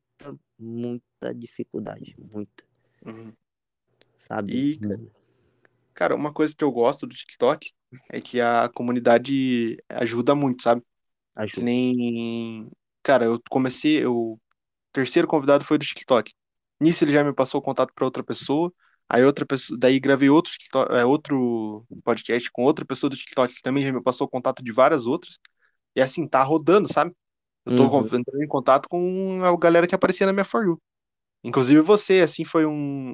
Speaker 2: muita dificuldade. Muita,
Speaker 1: Uhum.
Speaker 2: sabe?
Speaker 1: E, cara, uma coisa que eu gosto do TikTok é que a comunidade ajuda muito, sabe? Que
Speaker 2: Ajuda.
Speaker 1: nem. Cara, o terceiro convidado foi do TikTok. Nisso ele já me passou o contato para outra pessoa. Aí outra pessoa, daí gravei outro TikTok, outro podcast com outra pessoa do TikTok que também já me passou o contato de várias outras. E assim, tá rodando, sabe? Eu tô
Speaker 2: Uhum.
Speaker 1: entrando em contato com a galera que aparecia na minha For You. Inclusive você, assim, foi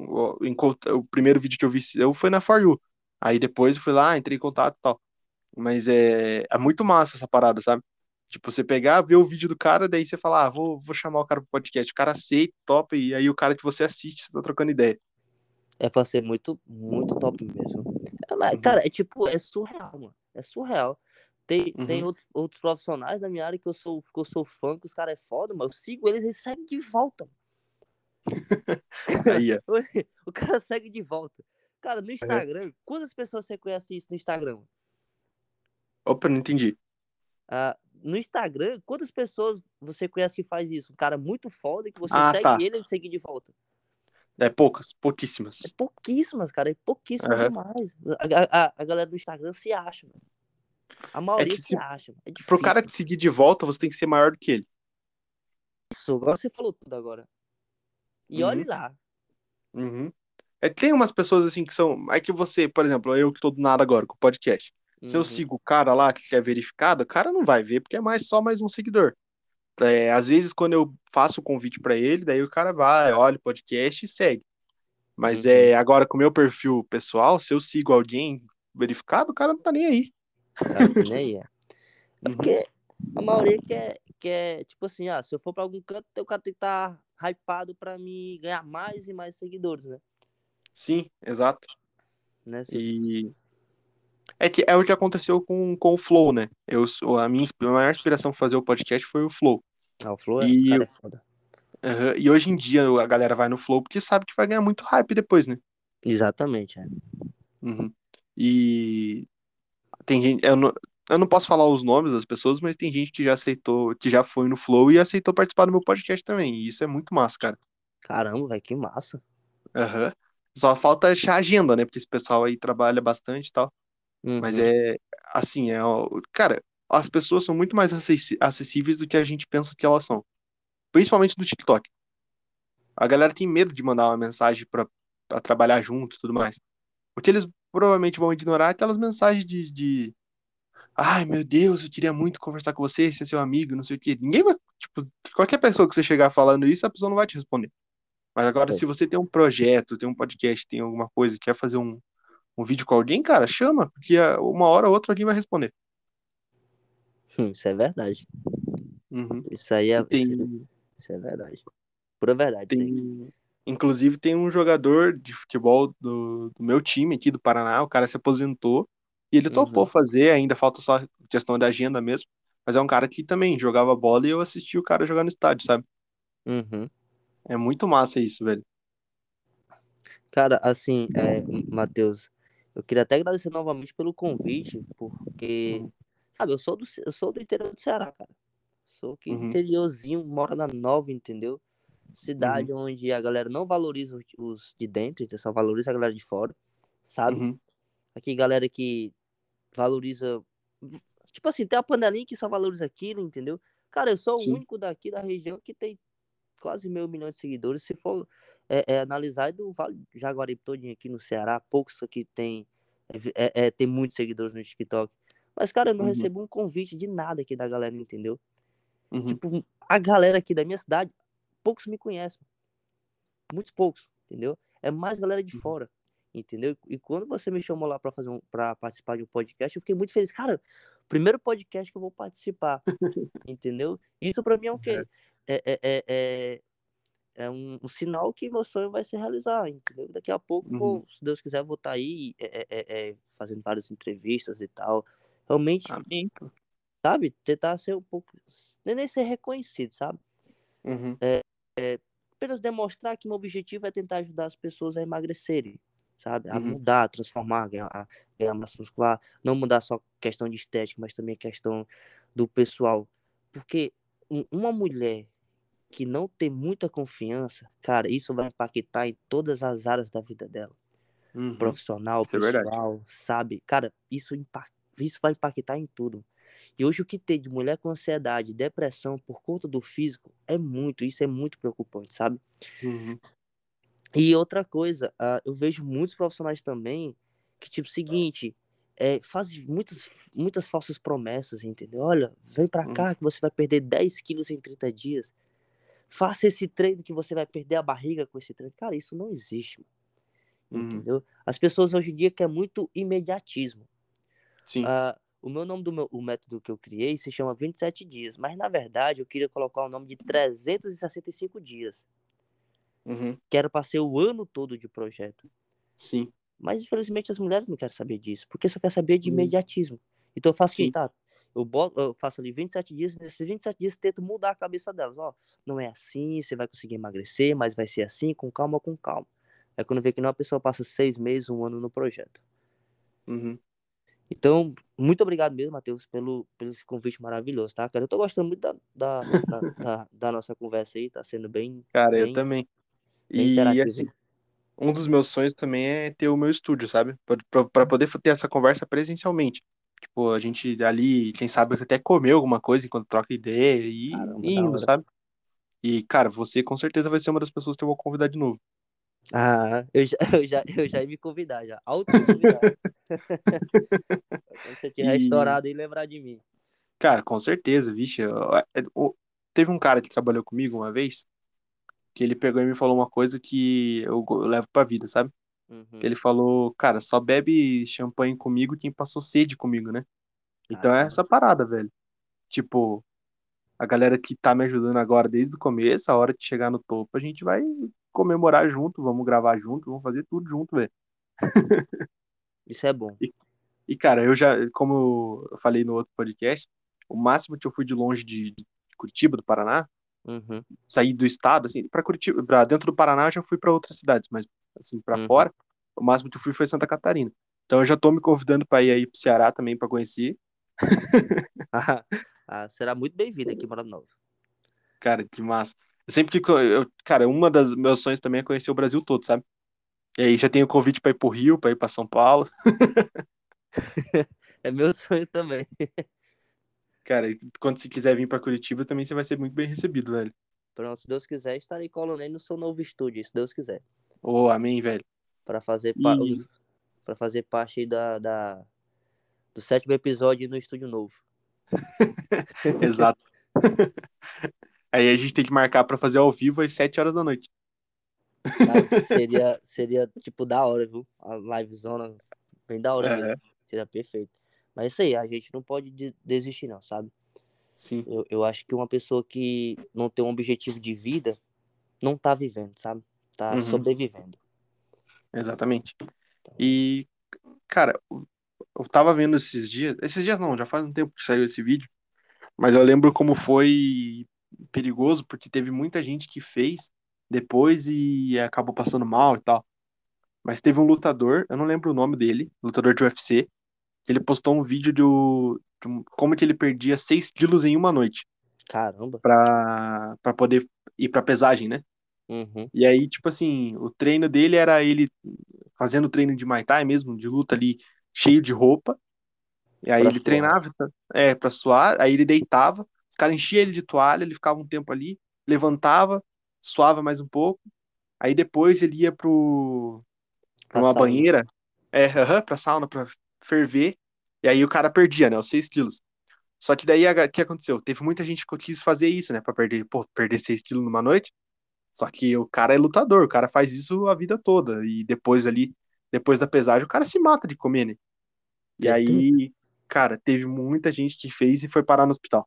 Speaker 1: o primeiro vídeo que eu vi eu foi na For You. Aí depois eu fui lá, entrei em contato e tal. Mas é muito massa essa parada, sabe? Tipo, você pegar, ver o vídeo do cara, daí você fala, vou chamar o cara pro podcast. O cara aceita, topa, e aí o cara que você assiste, você tá trocando ideia.
Speaker 2: É pra ser muito, muito top mesmo.
Speaker 1: Uhum,
Speaker 2: Cara, é tipo, é surreal, mano. É surreal. Tem
Speaker 1: uhum.
Speaker 2: outros profissionais da minha área que eu sou fã, que os caras é foda, mas eu sigo eles e seguem de volta.
Speaker 1: Aí, ó.
Speaker 2: O cara segue de volta. Cara, no
Speaker 1: Uhum.
Speaker 2: Instagram, quantas pessoas você conhece isso no Instagram?
Speaker 1: Opa, não entendi.
Speaker 2: No Instagram, quantas pessoas você conhece que faz isso? Um cara muito foda que você
Speaker 1: Ah,
Speaker 2: segue
Speaker 1: tá.
Speaker 2: ele e segue de volta.
Speaker 1: É poucas,
Speaker 2: É
Speaker 1: pouquíssimas.
Speaker 2: pouquíssimas, cara. É pouquíssimas
Speaker 1: Aham.
Speaker 2: demais. A galera do Instagram se acha, mano. A
Speaker 1: É
Speaker 2: maioria
Speaker 1: que
Speaker 2: se
Speaker 1: se,
Speaker 2: acha. É
Speaker 1: pro cara
Speaker 2: difícil.
Speaker 1: te seguir de volta, você tem que ser maior do que ele.
Speaker 2: Isso, agora você falou tudo agora. E olhe
Speaker 1: Uhum,
Speaker 2: lá.
Speaker 1: uhum. Tem umas pessoas assim que são. É que você, por exemplo, eu que tô do nada agora com o podcast. Se eu
Speaker 2: Uhum,
Speaker 1: sigo o cara lá que é verificado, o cara não vai ver, porque é só mais um seguidor. Às vezes, quando eu faço o convite pra ele, daí o cara vai, olha o podcast e segue. Mas
Speaker 2: uhum.
Speaker 1: agora com o meu perfil pessoal, se eu sigo alguém verificado, o cara não tá nem aí.
Speaker 2: Cara, que nem é. É
Speaker 1: Uhum.
Speaker 2: porque a maioria quer, tipo assim, se eu for pra algum canto, o cara tem que estar hypado pra me ganhar mais e mais seguidores, né?
Speaker 1: Sim, exato.
Speaker 2: Né?
Speaker 1: E é que é o que aconteceu com o Flow, né? A maior inspiração pra fazer o podcast foi o Flow.
Speaker 2: O Flow, os
Speaker 1: E,
Speaker 2: caras é foda.
Speaker 1: aham, e hoje em dia a galera vai no Flow porque sabe que vai ganhar muito hype depois, né?
Speaker 2: Exatamente, é.
Speaker 1: Uhum. E tem gente. eu não posso falar os nomes das pessoas, mas tem gente que já aceitou, que já foi no Flow e aceitou participar do meu podcast também. E isso é muito massa, cara.
Speaker 2: Caramba, velho, que massa.
Speaker 1: Aham. Só falta achar agenda, né? Porque esse pessoal aí trabalha bastante e tal. Mas
Speaker 2: Uhum.
Speaker 1: é assim, cara, as pessoas são muito mais acessíveis do que a gente pensa que elas são. Principalmente do TikTok. A galera tem medo de mandar uma mensagem pra trabalhar junto e tudo mais. O que eles provavelmente vão ignorar é aquelas mensagens de ai, meu Deus, eu queria muito conversar com você, ser seu amigo, não sei o quê. Ninguém vai, tipo, qualquer pessoa que você chegar falando isso, a pessoa não vai te responder. Mas agora,
Speaker 2: É.
Speaker 1: se você tem um projeto, tem um podcast, tem alguma coisa, quer fazer um vídeo com alguém, cara, chama, porque uma hora ou outra alguém vai responder.
Speaker 2: Isso é verdade.
Speaker 1: Uhum.
Speaker 2: Isso aí
Speaker 1: E
Speaker 2: é,
Speaker 1: tem,
Speaker 2: isso é verdade. Pura verdade, isso aí.
Speaker 1: tem, inclusive tem um jogador de futebol do meu time aqui do Paraná, o cara se aposentou e ele topou
Speaker 2: Uhum.
Speaker 1: fazer, ainda falta só questão da agenda mesmo, mas é um cara que também jogava bola e eu assisti o cara jogar no estádio, sabe?
Speaker 2: Uhum.
Speaker 1: É muito massa isso, velho.
Speaker 2: Cara, assim, Matheus, eu queria até agradecer novamente pelo convite, porque,
Speaker 1: Uhum,
Speaker 2: sabe, eu sou do interior do Ceará, cara. Sou aqui do
Speaker 1: uhum,
Speaker 2: interiorzinho, moro na Nova, entendeu?
Speaker 1: uhum,
Speaker 2: Cidade onde a galera não valoriza os de dentro, então só valoriza a galera de fora, sabe?
Speaker 1: uhum,
Speaker 2: Aqui, galera que valoriza. Tipo assim, tem a panelinha que só valoriza aquilo, entendeu? Cara, eu sou o
Speaker 1: sim,
Speaker 2: único daqui da região que tem quase meio milhão de seguidores. Se for analisar, é do Vale do Jaguaribe todinho aqui no Ceará, poucos aqui tem muitos seguidores no TikTok. Mas, cara, eu não
Speaker 1: uhum,
Speaker 2: recebo um convite de nada aqui da galera, entendeu?
Speaker 1: uhum,
Speaker 2: Tipo, a galera aqui da minha cidade, poucos me conhecem. Muitos poucos, entendeu? É mais galera de
Speaker 1: uhum.
Speaker 2: fora, entendeu? E quando você me chamou lá para para participar de um podcast, eu fiquei muito feliz. Cara, primeiro podcast que eu vou participar, entendeu? Isso para mim é o
Speaker 1: É,
Speaker 2: quê? É, é, é, é, é um sinal que meu sonho vai se realizar, entendeu? Daqui a pouco,
Speaker 1: uhum.
Speaker 2: se Deus quiser, eu vou estar aí fazendo várias entrevistas e tal. Realmente,
Speaker 1: Amém, pô.
Speaker 2: sabe? Tentar ser um pouco. Nem ser reconhecido, sabe?
Speaker 1: Uhum,
Speaker 2: Apenas demonstrar que meu objetivo é tentar ajudar as pessoas a emagrecerem, sabe? A
Speaker 1: uhum,
Speaker 2: mudar, a transformar, ganhar massa muscular. Não mudar só questão de estética, mas também questão do pessoal. Porque uma mulher que não tem muita confiança, cara, isso vai impactar em todas as áreas da vida dela.
Speaker 1: uhum.
Speaker 2: Profissional,
Speaker 1: Isso é verdade.
Speaker 2: pessoal, sabe? Cara, isso vai impactar em tudo. E hoje o que tem de mulher com ansiedade, depressão por conta do físico isso é muito preocupante, sabe?
Speaker 1: Uhum,
Speaker 2: E outra coisa, eu vejo muitos profissionais também que, tipo, seguinte, fazem muitas falsas promessas, entendeu? Olha, vem pra
Speaker 1: uhum,
Speaker 2: cá que você vai perder 10 quilos em 30 dias. Faça esse treino que você vai perder a barriga com esse treino. Cara, isso não existe,
Speaker 1: uhum.
Speaker 2: entendeu? As pessoas hoje em dia querem muito imediatismo.
Speaker 1: Sim.
Speaker 2: O meu nome o método que eu criei se chama 27 dias, mas na verdade eu queria colocar o nome de 365 dias,
Speaker 1: Uhum,
Speaker 2: que era para ser o ano todo de projeto.
Speaker 1: sim.
Speaker 2: Mas infelizmente as mulheres não querem saber disso, porque só quer saber de
Speaker 1: Uhum,
Speaker 2: imediatismo. Então eu faço o seguinte,
Speaker 1: sim.
Speaker 2: tá? Eu faço ali 27 dias, nesses 27 dias tento mudar a cabeça delas. Ó, não é assim, você vai conseguir emagrecer, mas vai ser assim, com calma, com calma. É quando vê que não, a pessoa passa 6 meses, um ano no projeto.
Speaker 1: Uhum.
Speaker 2: Então, muito obrigado mesmo, Matheus, pelo esse convite maravilhoso, tá, cara? Eu tô gostando muito da nossa conversa aí, tá sendo
Speaker 1: Cara, eu também.
Speaker 2: bem
Speaker 1: E
Speaker 2: interativa
Speaker 1: assim,
Speaker 2: aí.
Speaker 1: um dos meus sonhos também é ter o meu estúdio, sabe? Pra poder ter essa conversa presencialmente. Tipo, a gente ali, quem sabe até comer alguma coisa enquanto troca ideia
Speaker 2: Caramba,
Speaker 1: e
Speaker 2: da
Speaker 1: indo,
Speaker 2: hora.
Speaker 1: sabe? E, cara, você com certeza vai ser uma das pessoas que eu vou convidar de novo.
Speaker 2: Ah, eu já ia me convidar, já. Auto me convidar. Quando você tiver
Speaker 1: E,
Speaker 2: estourado aí, lembrar de mim.
Speaker 1: cara, com certeza, vixe. Teve um cara que trabalhou comigo uma vez, que ele pegou e me falou uma coisa que eu levo pra vida, sabe? Que
Speaker 2: Uhum.
Speaker 1: ele falou, cara, só bebe champanhe comigo quem passou sede comigo, né? Então é
Speaker 2: Caramba.
Speaker 1: essa parada, velho. Tipo, a galera que tá me ajudando agora desde o começo, a hora de chegar no topo, a gente vai comemorar junto, vamos gravar junto, vamos fazer tudo junto, velho.
Speaker 2: Isso é bom.
Speaker 1: E, e, cara, eu já, como eu falei no outro podcast, o máximo que eu fui de longe de Curitiba, do Paraná,
Speaker 2: Uhum.
Speaker 1: sair do estado, assim, pra Curitiba, pra dentro do Paraná eu já fui pra outras cidades, mas assim, pra
Speaker 2: Uhum.
Speaker 1: fora, o máximo que eu fui foi Santa Catarina. Então eu já tô me convidando pra ir aí pro Ceará também pra conhecer.
Speaker 2: Será muito bem-vindo aqui em Morada Nova.
Speaker 1: Cara, que massa. Eu sempre que cara, uma das meus sonhos também é conhecer o Brasil todo, sabe? E aí já tenho convite pra ir pro Rio, pra ir pra São Paulo.
Speaker 2: É meu sonho também.
Speaker 1: Cara, e quando você quiser vir pra Curitiba também você vai ser muito bem recebido, velho.
Speaker 2: Pronto, se Deus quiser, estarei colando aí no seu novo estúdio, se Deus quiser.
Speaker 1: Ô, amém, velho.
Speaker 2: Para fazer,
Speaker 1: E
Speaker 2: para fazer parte aí do 7º episódio no estúdio novo.
Speaker 1: exato. Aí a gente tem que marcar pra fazer ao vivo às 7 horas da noite.
Speaker 2: Cara, seria tipo da hora, viu? A livezona, bem da hora
Speaker 1: É,
Speaker 2: mesmo. Seria perfeito. Mas é isso aí, a gente não pode desistir, não, sabe?
Speaker 1: sim.
Speaker 2: Eu acho que uma pessoa que não tem um objetivo de vida não tá vivendo, sabe? Tá
Speaker 1: Uhum,
Speaker 2: sobrevivendo.
Speaker 1: exatamente.
Speaker 2: Então,
Speaker 1: E, cara, eu tava vendo esses dias não, já faz um tempo que saiu esse vídeo, mas eu lembro como foi perigoso, porque teve muita gente que fez depois e acabou passando mal e tal. Mas teve um lutador, eu não lembro o nome dele, lutador de UFC, ele postou um vídeo como que ele perdia 6 quilos em uma noite
Speaker 2: caramba.
Speaker 1: pra poder ir pra pesagem, né?
Speaker 2: Uhum.
Speaker 1: E aí, tipo assim, o treino dele era ele fazendo treino de Muay Thai mesmo, de luta ali, cheio de roupa. E aí
Speaker 2: Pra
Speaker 1: ele
Speaker 2: suar.
Speaker 1: treinava, tá? Pra suar, aí ele deitava, os caras enchiam ele de toalha, ele ficava um tempo ali, levantava, suava mais um pouco, aí depois ele ia pra
Speaker 2: Pra
Speaker 1: uma
Speaker 2: sauna.
Speaker 1: banheira, pra sauna, pra ferver, e aí o cara perdia, né, os 6 quilos. Só que daí, o que aconteceu? Teve muita gente que quis fazer isso, né, pra perder 6 quilos numa noite, só que o cara é lutador, o cara faz isso a vida toda, e depois ali, depois da pesagem, o cara se mata de comer, né? E
Speaker 2: Verdade.
Speaker 1: aí, cara, teve muita gente que fez e foi parar no hospital.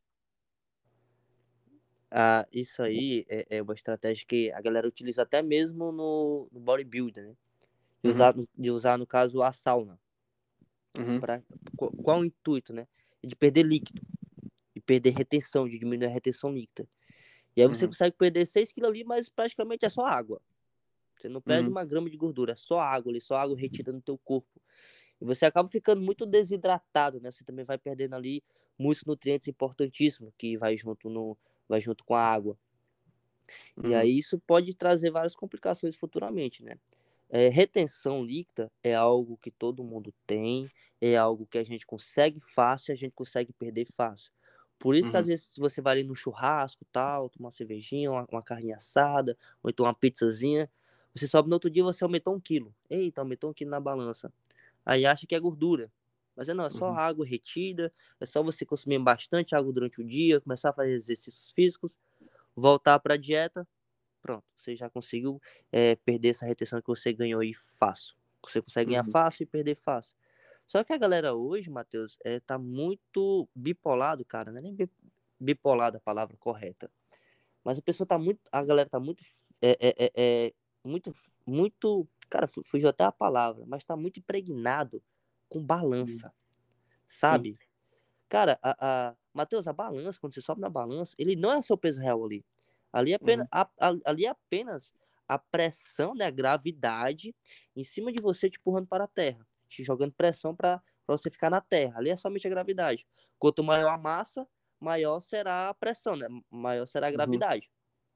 Speaker 2: Isso aí é uma estratégia que a galera utiliza até mesmo no bodybuilder, né?
Speaker 1: Uhum,
Speaker 2: De usar, no caso, a sauna.
Speaker 1: uhum,
Speaker 2: Pra, qual o intuito, né? De perder líquido. E perder retenção, de diminuir a retenção líquida. E aí você
Speaker 1: uhum,
Speaker 2: consegue perder 6 quilos ali, mas praticamente é só água. Você não perde
Speaker 1: uhum,
Speaker 2: 1 grama de gordura, é só água ali, só água retida no teu corpo. E você acaba ficando muito desidratado, né? Você também vai perdendo ali muitos nutrientes importantíssimos que vai junto com a água. E
Speaker 1: uhum,
Speaker 2: aí isso pode trazer várias complicações futuramente, né? Retenção líquida é algo que todo mundo tem, é algo que a gente consegue fácil, a gente consegue perder fácil. Por isso que às
Speaker 1: uhum,
Speaker 2: vezes se você vai ali no churrasco, tal, tomar uma cervejinha, uma carne assada, ou então uma pizzazinha, você sobe no outro dia você aumentou 1 quilo. Eita, aumentou 1 quilo na balança. Aí acha que é gordura. Mas não, é só
Speaker 1: uhum,
Speaker 2: água retida, é só você consumir bastante água durante o dia, começar a fazer exercícios físicos, voltar para a dieta, pronto, você já conseguiu perder essa retenção que você ganhou aí fácil. Você consegue ganhar
Speaker 1: uhum,
Speaker 2: fácil e perder fácil. Só que a galera hoje, Matheus, tá muito bipolado, cara. Não é nem bipolado a palavra correta. Mas a pessoa tá muito. A galera tá muito. É, é, é, é, muito. Muito. Cara, fugiu até a palavra, mas tá muito impregnado com
Speaker 1: uhum.
Speaker 2: balança,
Speaker 1: Sim.
Speaker 2: sabe? Cara, Matheus, a balança, quando você sobe na balança, ele não é seu peso real ali. Ali é apenas,
Speaker 1: Uhum,
Speaker 2: ali é apenas a pressão, né, a gravidade em cima de você te empurrando para a terra, te jogando pressão para você ficar na terra. Ali é somente a gravidade. Quanto maior a massa, maior será a pressão, né? Maior será a
Speaker 1: uhum,
Speaker 2: gravidade.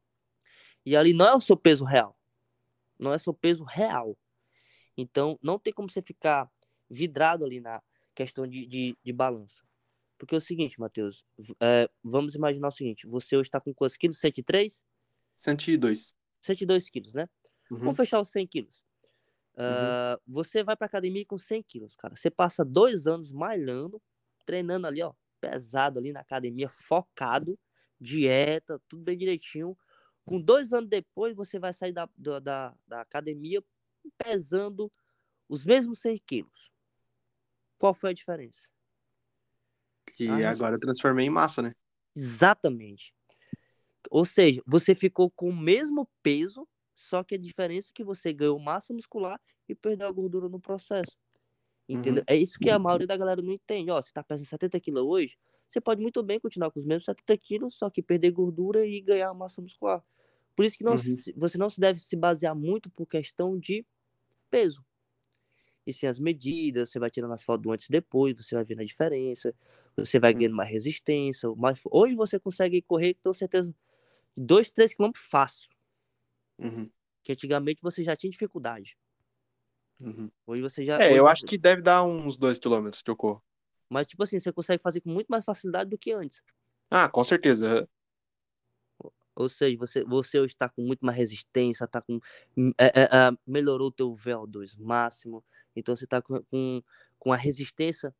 Speaker 2: E ali não é o seu peso real. Não é seu peso real. Então, não tem como você ficar vidrado ali na questão de balança. Porque é o seguinte, Matheus, vamos imaginar o seguinte, você hoje está com quantos quilos? 103?
Speaker 1: 102.
Speaker 2: 102 quilos, né? Vamos
Speaker 1: Uhum,
Speaker 2: fechar os 100 quilos.
Speaker 1: uhum,
Speaker 2: Você vai para academia com 100 quilos, cara. Você passa 2 anos malhando, treinando ali, ó, pesado ali na academia, focado, dieta, tudo bem direitinho. Com 2 anos depois, você vai sair da academia pesando os mesmos 100 quilos. Qual foi a diferença? A
Speaker 1: que
Speaker 2: res-
Speaker 1: agora eu transformei em massa, né?
Speaker 2: Exatamente. Ou seja, você ficou com o mesmo peso, só que a diferença é que você ganhou massa muscular e perdeu a gordura no processo. Entendeu?
Speaker 1: Uhum,
Speaker 2: É isso que a maioria da galera não entende. Ó, você tá pesando 70 quilos hoje, você pode muito bem continuar com os mesmos 70 quilos, só que perder gordura e ganhar massa muscular. Por isso que
Speaker 1: uhum,
Speaker 2: você não se deve se basear muito por questão de peso. e sim as medidas, você vai tirando as fotos do antes e depois, você vai vendo a diferença, você vai ganhando
Speaker 1: Uhum.
Speaker 2: mais resistência, mais... Hoje você consegue correr, com certeza, 2, 3 quilômetros fácil,
Speaker 1: Uhum.
Speaker 2: que antigamente você já tinha dificuldade.
Speaker 1: Uhum.
Speaker 2: Hoje você já...
Speaker 1: É,
Speaker 2: Hoje
Speaker 1: eu acho
Speaker 2: você...
Speaker 1: que deve dar uns 2 quilômetros que eu corro.
Speaker 2: Mas, tipo assim, você consegue fazer com muito mais facilidade do que antes.
Speaker 1: Ah, com certeza.
Speaker 2: Ou seja, você está com muito mais resistência, tá com, melhorou o teu VO2 máximo, então você está com a resistência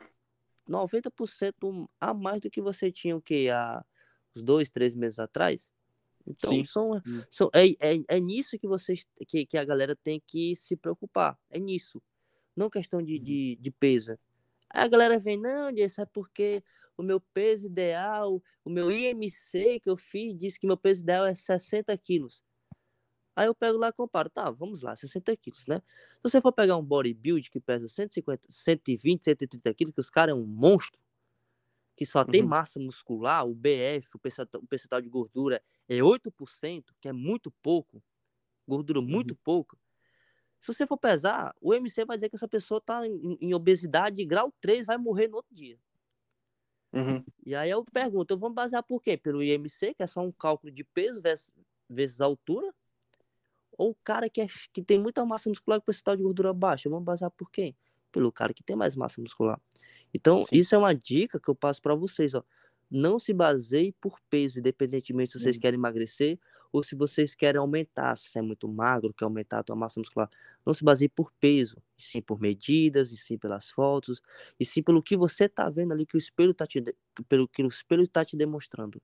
Speaker 2: 90% a mais do que você tinha o que há uns 2, 3 meses atrás. Então
Speaker 1: Sim. Hum.
Speaker 2: é nisso que vocês que a galera tem que se preocupar. É nisso. Não questão de peso. Aí a galera vem, não, isso é porque o meu peso ideal, o meu IMC que eu fiz, disse que meu peso ideal é 60 quilos. Aí eu pego lá e comparo, tá, vamos lá, 60 quilos, né? Se você for pegar um bodybuild que pesa 150, 120, 130 quilos, que os caras é um monstro, que só tem
Speaker 1: Uhum.
Speaker 2: massa muscular, o BF, o percentual de gordura é 8%, que é muito pouco, gordura muito
Speaker 1: Uhum.
Speaker 2: pouca. Se você for pesar, o MC vai dizer que essa pessoa tá em obesidade grau 3, vai morrer no outro dia.
Speaker 1: Uhum.
Speaker 2: E aí eu pergunto, eu vou me basear por quê? Pelo IMC, que é só um cálculo de peso vezes altura, ou o cara que tem muita massa muscular com percentual de gordura baixa? Eu vou me basear por quê? Pelo cara que tem mais massa muscular. Então,
Speaker 1: Sim.
Speaker 2: isso é uma dica que eu passo para vocês, ó. Não se baseie por peso, independentemente se vocês
Speaker 1: Uhum.
Speaker 2: querem emagrecer ou se vocês querem aumentar. Se você é muito magro, quer aumentar a tua massa muscular. Não se baseie por peso, e sim por medidas, e sim pelas fotos, e sim pelo que você tá vendo ali que o espelho tá pelo que o espelho tá te demonstrando.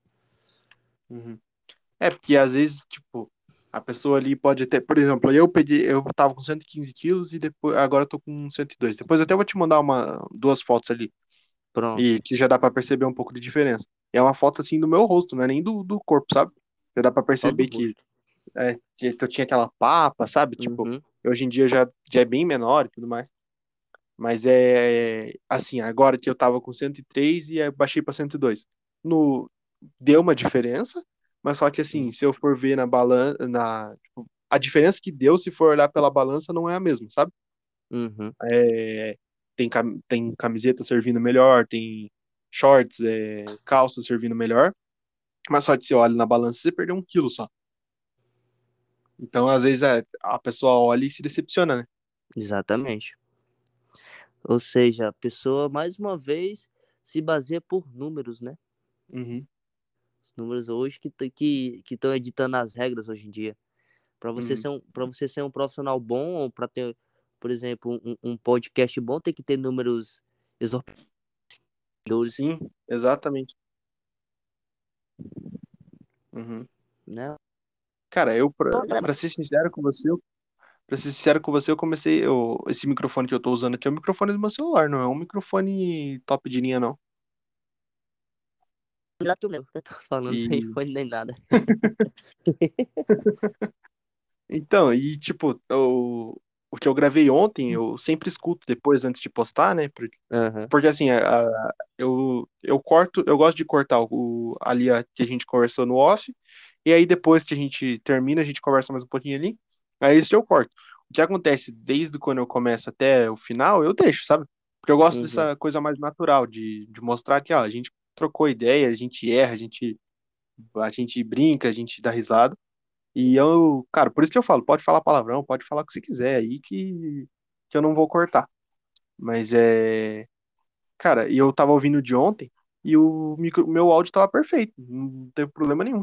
Speaker 1: Uhum. É, porque às vezes, tipo, a pessoa ali pode ter, por exemplo, eu tava com 115 quilos e depois, agora eu tô com 102. Depois eu até vou te mandar duas fotos ali,
Speaker 2: Pronto.
Speaker 1: e que já dá pra perceber um pouco de diferença. É uma foto assim do meu rosto, não é nem do corpo, sabe? Já dá pra
Speaker 2: Só do
Speaker 1: perceber
Speaker 2: rosto.
Speaker 1: que eu tinha aquela papa, sabe? Tipo,
Speaker 2: Uhum,
Speaker 1: hoje em dia já é bem menor e tudo mais. Mas assim, agora que eu tava com 103 e aí eu baixei pra 102. No, deu uma diferença, mas só que assim, se eu for ver na balança, tipo, a diferença que deu se for olhar pela balança não é a mesma, sabe?
Speaker 2: uhum.
Speaker 1: É, tem camiseta servindo melhor, tem shorts, calça servindo melhor, mas só que você olha na balança você perdeu 1 quilo só. Então, às vezes, a pessoa olha e se decepciona, né?
Speaker 2: Exatamente. Ou seja, a pessoa, mais uma vez, se baseia por números, né?
Speaker 1: Uhum,
Speaker 2: Os números hoje que estão editando as regras hoje em dia.
Speaker 1: uhum.
Speaker 2: Para você ser um profissional bom, ou para ter, por exemplo, um podcast bom, tem que ter números exorbitadores,
Speaker 1: Sim, exatamente. Uhum.
Speaker 2: né?
Speaker 1: Cara, pra ser sincero com você, eu comecei, esse microfone que eu tô usando aqui é o microfone do meu celular, não é um microfone top de linha, não.
Speaker 2: Lá tu mesmo, eu tô falando sem
Speaker 1: E,
Speaker 2: fone nem nada.
Speaker 1: então, e tipo, o que eu gravei ontem, eu sempre escuto depois, antes de postar, né?
Speaker 2: Aham.
Speaker 1: Porque assim, eu corto, eu gosto de cortar ali que a gente conversou no off, e aí depois que a gente termina, a gente conversa mais um pouquinho ali, aí isso eu corto. O que acontece desde quando eu começo até o final, eu deixo, sabe? Porque eu gosto
Speaker 2: Uhum.
Speaker 1: dessa coisa mais natural, de mostrar que, ó, a gente trocou ideia, a gente erra, a gente brinca, a gente dá risada. E eu, cara, por isso que eu falo, pode falar palavrão, pode falar o que você quiser aí que eu não vou cortar. Mas cara, e eu tava ouvindo de ontem e meu áudio tava perfeito, não teve problema nenhum.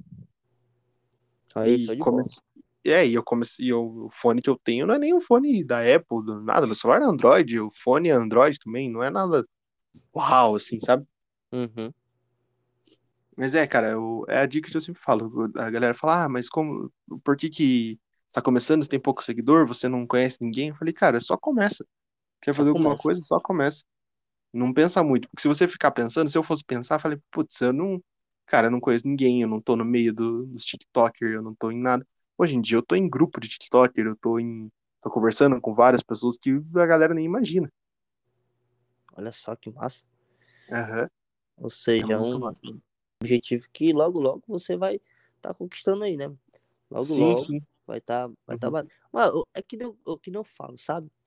Speaker 2: Aí,
Speaker 1: E
Speaker 2: show de bola.
Speaker 1: comecei. E eu comecei, o fone que eu tenho não é nem um fone da Apple, nada, meu celular é Android, o fone é Android também, não é nada uau, assim, sabe?
Speaker 2: Uhum.
Speaker 1: Mas cara, é a dica que eu sempre falo. A galera fala, mas por que você tá começando, você tem pouco seguidor, você não conhece ninguém? Eu falei, cara, só começa. Quer
Speaker 2: Só
Speaker 1: fazer alguma
Speaker 2: começa.
Speaker 1: coisa? Só começa. Não pensa muito, porque se você ficar pensando, se eu fosse pensar, eu falei, putz, cara, eu não conheço ninguém, eu não tô no meio dos TikTokers, eu não tô em nada. Hoje em dia eu tô em grupo de TikToker, tô conversando com várias pessoas que a galera nem imagina.
Speaker 2: Olha só que massa.
Speaker 1: Aham,
Speaker 2: Ou
Speaker 1: é
Speaker 2: seja,
Speaker 1: muito
Speaker 2: um
Speaker 1: massa, mano.
Speaker 2: objetivo que logo, logo você vai estar conquistando aí, né? Logo,
Speaker 1: Sim,
Speaker 2: logo
Speaker 1: sim.
Speaker 2: vai estar
Speaker 1: Uhum,
Speaker 2: batendo. Mas é que nem eu falo, sabe?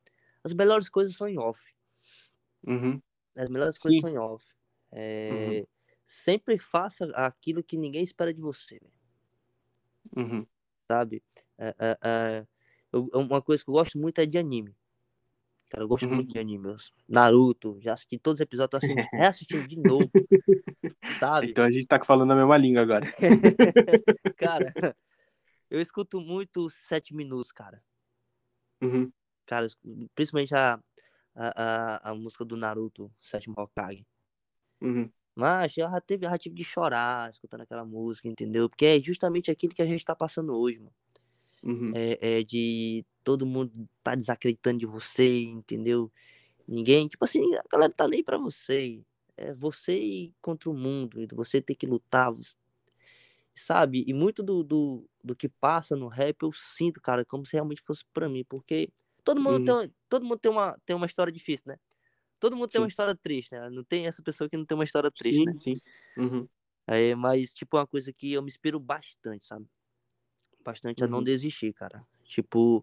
Speaker 2: As melhores coisas são em off.
Speaker 1: Uhum.
Speaker 2: As melhores coisas
Speaker 1: Sim.
Speaker 2: são em off.
Speaker 1: Uhum.
Speaker 2: Sempre faça aquilo que ninguém espera de você,
Speaker 1: Uhum.
Speaker 2: sabe? É, é, é, uma coisa que eu gosto muito é de anime. Cara, eu gosto
Speaker 1: Uhum.
Speaker 2: muito de anime. Naruto, já assisti todos os episódios, tô assistindo, reassistindo de novo, sabe?
Speaker 1: Então a gente tá falando a mesma língua agora.
Speaker 2: Cara, eu escuto muito 7 minutos, cara.
Speaker 1: Uhum.
Speaker 2: Cara, principalmente a música do Naruto, Sétimo Hokage.
Speaker 1: Uhum.
Speaker 2: Mas eu já tive de chorar escutando aquela música, entendeu? Porque é justamente aquilo que a gente tá passando hoje, mano.
Speaker 1: Uhum.
Speaker 2: É de todo mundo tá desacreditando de você, entendeu? Ninguém, tipo assim, a galera tá nem pra você. É você ir contra o mundo, e você ter que lutar, sabe? E muito do que passa no rap eu sinto, cara, como se realmente fosse pra mim, porque
Speaker 1: Uhum.
Speaker 2: todo mundo tem uma história difícil, né? Todo mundo tem uma
Speaker 1: Sim.
Speaker 2: história triste, né? Não tem essa pessoa que não tem uma história triste, né?
Speaker 1: Sim, sim. Uhum.
Speaker 2: Mas, tipo, é uma coisa que eu me inspiro bastante, sabe? Bastante a não
Speaker 1: Uhum.
Speaker 2: desistir, cara. Tipo,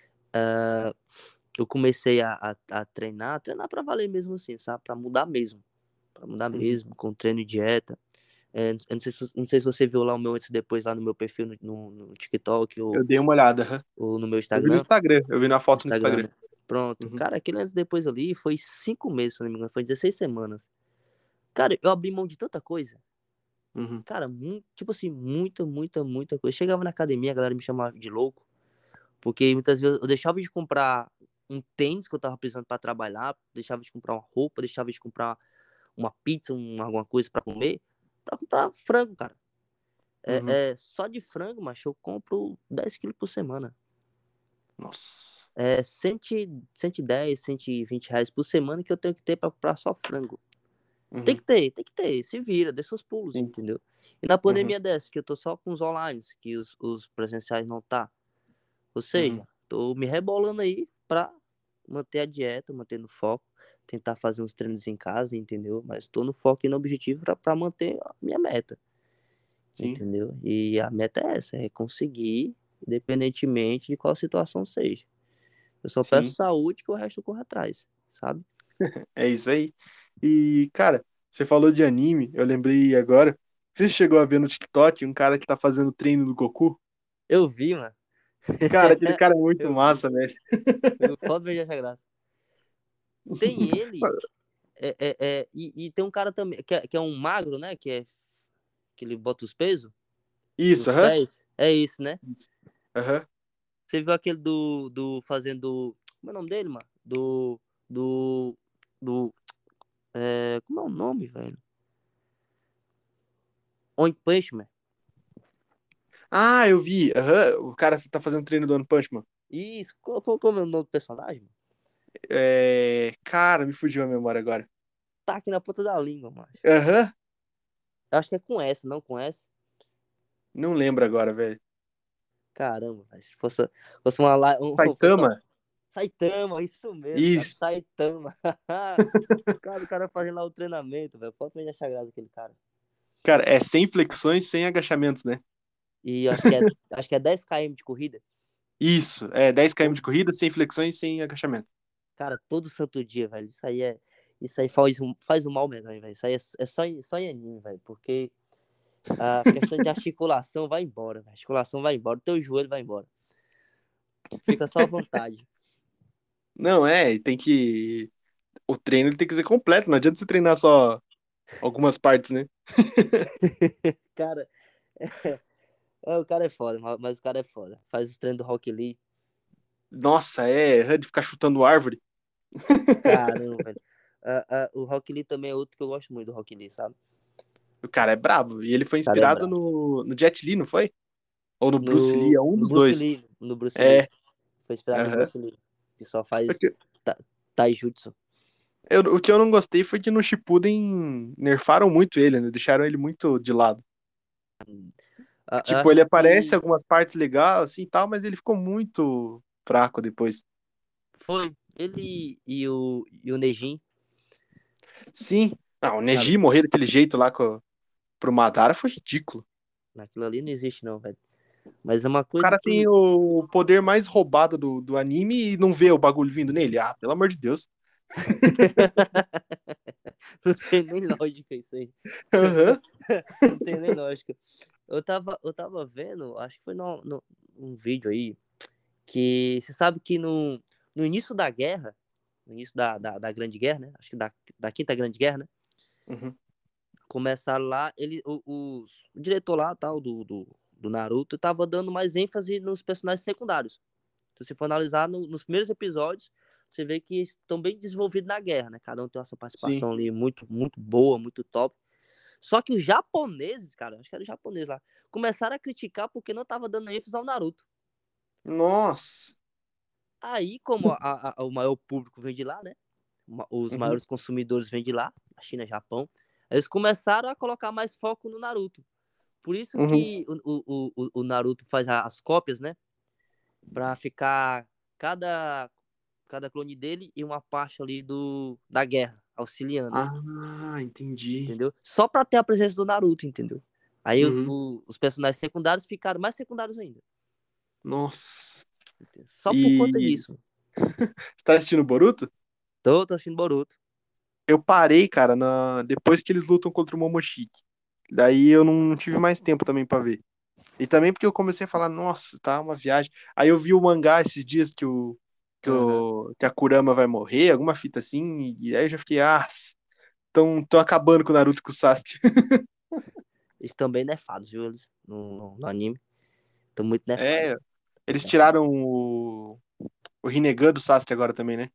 Speaker 2: eu comecei a treinar pra valer mesmo assim, sabe? Pra mudar mesmo. Pra mudar
Speaker 1: Uhum.
Speaker 2: mesmo, com treino e dieta. Eu não sei se você viu lá o meu antes e depois lá no meu perfil no TikTok
Speaker 1: Eu dei uma olhada. Aham.
Speaker 2: ou no meu
Speaker 1: Eu vi no
Speaker 2: Instagram.
Speaker 1: Instagram. Eu vi na
Speaker 2: No
Speaker 1: foto no
Speaker 2: Instagram,
Speaker 1: Instagram.
Speaker 2: né? Pronto.
Speaker 1: Uhum.
Speaker 2: Cara, aquele antes e depois ali foi 5 meses, se não me engano. Foi 16 semanas. Cara, eu abri mão de tanta coisa.
Speaker 1: Uhum.
Speaker 2: Cara, tipo assim, muita, muita, muita coisa. Chegava na academia, a galera me chamava de louco. Porque muitas vezes eu deixava de comprar um tênis que eu tava precisando pra trabalhar, deixava de comprar uma roupa, deixava de comprar uma pizza, alguma coisa pra comer, pra comprar frango, cara.
Speaker 1: Uhum.
Speaker 2: Só de frango, mas eu compro 10 quilos por semana.
Speaker 1: Nossa.
Speaker 2: É 110, R$ 120 por semana que eu tenho que ter pra comprar só frango.
Speaker 1: Uhum.
Speaker 2: Tem que ter, se vira, dê seus pulos,
Speaker 1: Sim.
Speaker 2: entendeu? E na
Speaker 1: Uhum.
Speaker 2: pandemia dessa, que eu tô só com os online, que os presenciais não tá. Ou
Speaker 1: Uhum.
Speaker 2: seja, tô me rebolando aí pra manter a dieta, manter no foco, tentar fazer uns treinos em casa, entendeu? Mas tô no foco e no objetivo pra manter a minha meta,
Speaker 1: Sim.
Speaker 2: entendeu? E a meta é essa, é conseguir, independentemente de qual situação seja. Eu só peço
Speaker 1: Sim.
Speaker 2: saúde que o resto corre atrás, sabe?
Speaker 1: É isso aí. E, cara, você falou de anime. Eu lembrei agora. Você chegou a ver no TikTok um cara que tá fazendo treino do Goku?
Speaker 2: Eu vi, mano.
Speaker 1: Cara, aquele cara é muito
Speaker 2: Eu vi.
Speaker 1: massa, velho.
Speaker 2: Eu foto vejo essa graça. Tem ele, e tem um cara também, que é um magro, né? Que ele bota os pesos
Speaker 1: Isso,
Speaker 2: nos
Speaker 1: aham.
Speaker 2: pés. É isso, né?
Speaker 1: Isso. Aham.
Speaker 2: Você viu aquele do fazendo. Como é o nome dele, mano? Do. Do. Como é o nome, velho? One Punch Man.
Speaker 1: Ah, eu vi. Aham. O cara tá fazendo treino do One Punch Man.
Speaker 2: Isso, como é o nome do personagem, mano?
Speaker 1: Cara, me fugiu a memória agora.
Speaker 2: Tá aqui na ponta da língua, mano.
Speaker 1: Aham.
Speaker 2: Eu acho que é com S, não com S.
Speaker 1: Não lembro agora, velho.
Speaker 2: Caramba, velho. Se fosse uma live. Fosse
Speaker 1: Saitama?
Speaker 2: Saitama, isso mesmo, cara.
Speaker 1: Isso.
Speaker 2: Saitama. Cara, o cara fazendo lá o treinamento, velho. Falta me achar graça aquele cara.
Speaker 1: Cara, é sem flexões, sem agachamentos, né?
Speaker 2: E eu acho que é 10 km de corrida.
Speaker 1: Isso. É 10 km de
Speaker 2: Todo,
Speaker 1: corrida, sem flexões, sem agachamento.
Speaker 2: cara, todo santo dia, velho. Isso aí faz um mal mesmo, velho. Isso aí é só em anime, velho. Porque a questão de articulação vai embora, velho. A articulação vai embora, o teu joelho vai embora. Fica só à vontade.
Speaker 1: Não, tem que. O treino ele tem que ser completo, não adianta você treinar só algumas partes, né?
Speaker 2: Cara, o cara é foda, mas o cara é foda. Faz os treinos do Rock Lee.
Speaker 1: Nossa, de ficar chutando árvore.
Speaker 2: Caramba, velho. O Rock Lee também é outro que eu gosto muito do Rock Lee, sabe?
Speaker 1: O cara é brabo. E ele foi
Speaker 2: O cara é
Speaker 1: inspirado
Speaker 2: brabo.
Speaker 1: no Jet Li, não foi? Ou no Bruce Lee, é
Speaker 2: No,
Speaker 1: um
Speaker 2: no
Speaker 1: dos
Speaker 2: Bruce
Speaker 1: dois.
Speaker 2: Lee. No Bruce Lee.
Speaker 1: É,
Speaker 2: Foi inspirado no
Speaker 1: aham.
Speaker 2: Bruce Lee. Que só faz
Speaker 1: Porque
Speaker 2: taijutsu.
Speaker 1: o que eu não gostei foi que no Shippuden nerfaram muito ele, né? Deixaram ele muito de lado.
Speaker 2: Eu
Speaker 1: Tipo,
Speaker 2: acho
Speaker 1: ele
Speaker 2: que
Speaker 1: aparece em
Speaker 2: foi.
Speaker 1: algumas partes legais, assim, e tal, mas ele ficou muito fraco depois.
Speaker 2: Foi. Ele e o Nejin.
Speaker 1: Sim. Ah, o
Speaker 2: Cara,
Speaker 1: Neji morrer daquele jeito lá pro Madara foi ridículo.
Speaker 2: naquilo ali não existe, não, velho. Mas é uma
Speaker 1: O
Speaker 2: coisa
Speaker 1: cara tem
Speaker 2: que
Speaker 1: o poder mais roubado do anime e não vê o bagulho vindo nele. Ah, pelo amor de Deus.
Speaker 2: não tem nem lógica isso aí.
Speaker 1: Aham.
Speaker 2: Não tem nem lógica. Eu tava vendo, acho que foi num vídeo aí, que você sabe que no início da guerra, no início da Grande Guerra, né? Acho que da Quinta Grande Guerra, né?
Speaker 1: Uhum.
Speaker 2: Começaram lá, o diretor lá, tal, do Naruto, tava dando mais ênfase nos personagens secundários. Então, se for analisar nos primeiros episódios, você vê que estão bem desenvolvidos na guerra, né? Cada um tem uma sua
Speaker 1: Sim.
Speaker 2: participação ali muito, muito boa, muito top. Só que os japoneses, cara, acho que era japonês lá, começaram a criticar porque não tava dando ênfase ao Naruto.
Speaker 1: Nossa.
Speaker 2: Aí, como o maior público vem de lá, né? Os
Speaker 1: Uhum.
Speaker 2: maiores consumidores vêm de lá, a China, Japão, eles começaram a colocar mais foco no Naruto. Por isso
Speaker 1: Uhum.
Speaker 2: que o Naruto faz as cópias, né? Pra ficar cada, cada clone dele e uma parte ali da guerra, auxiliando,
Speaker 1: Ah, entendi.
Speaker 2: entendeu? Só pra ter a presença do Naruto, entendeu? Aí
Speaker 1: Uhum.
Speaker 2: os personagens secundários ficaram mais secundários ainda.
Speaker 1: Nossa.
Speaker 2: Entendeu? Só por conta
Speaker 1: E
Speaker 2: disso.
Speaker 1: você tá assistindo Boruto?
Speaker 2: Tô assistindo Boruto.
Speaker 1: Eu parei, cara, depois que eles lutam contra o Momoshiki. Daí eu não tive mais tempo também pra ver. E também porque eu comecei a falar, nossa, tá uma viagem. Aí eu vi o mangá esses dias
Speaker 2: Aham.
Speaker 1: que a Kurama vai morrer, alguma fita assim, e aí eu já fiquei, tão acabando com o Naruto e com o Sasuke.
Speaker 2: Eles estão bem nefados, viu? Eles, no anime. Estão muito nefados.
Speaker 1: É, eles
Speaker 2: Nefado.
Speaker 1: tiraram o Rinnegan do Sasuke agora também, né?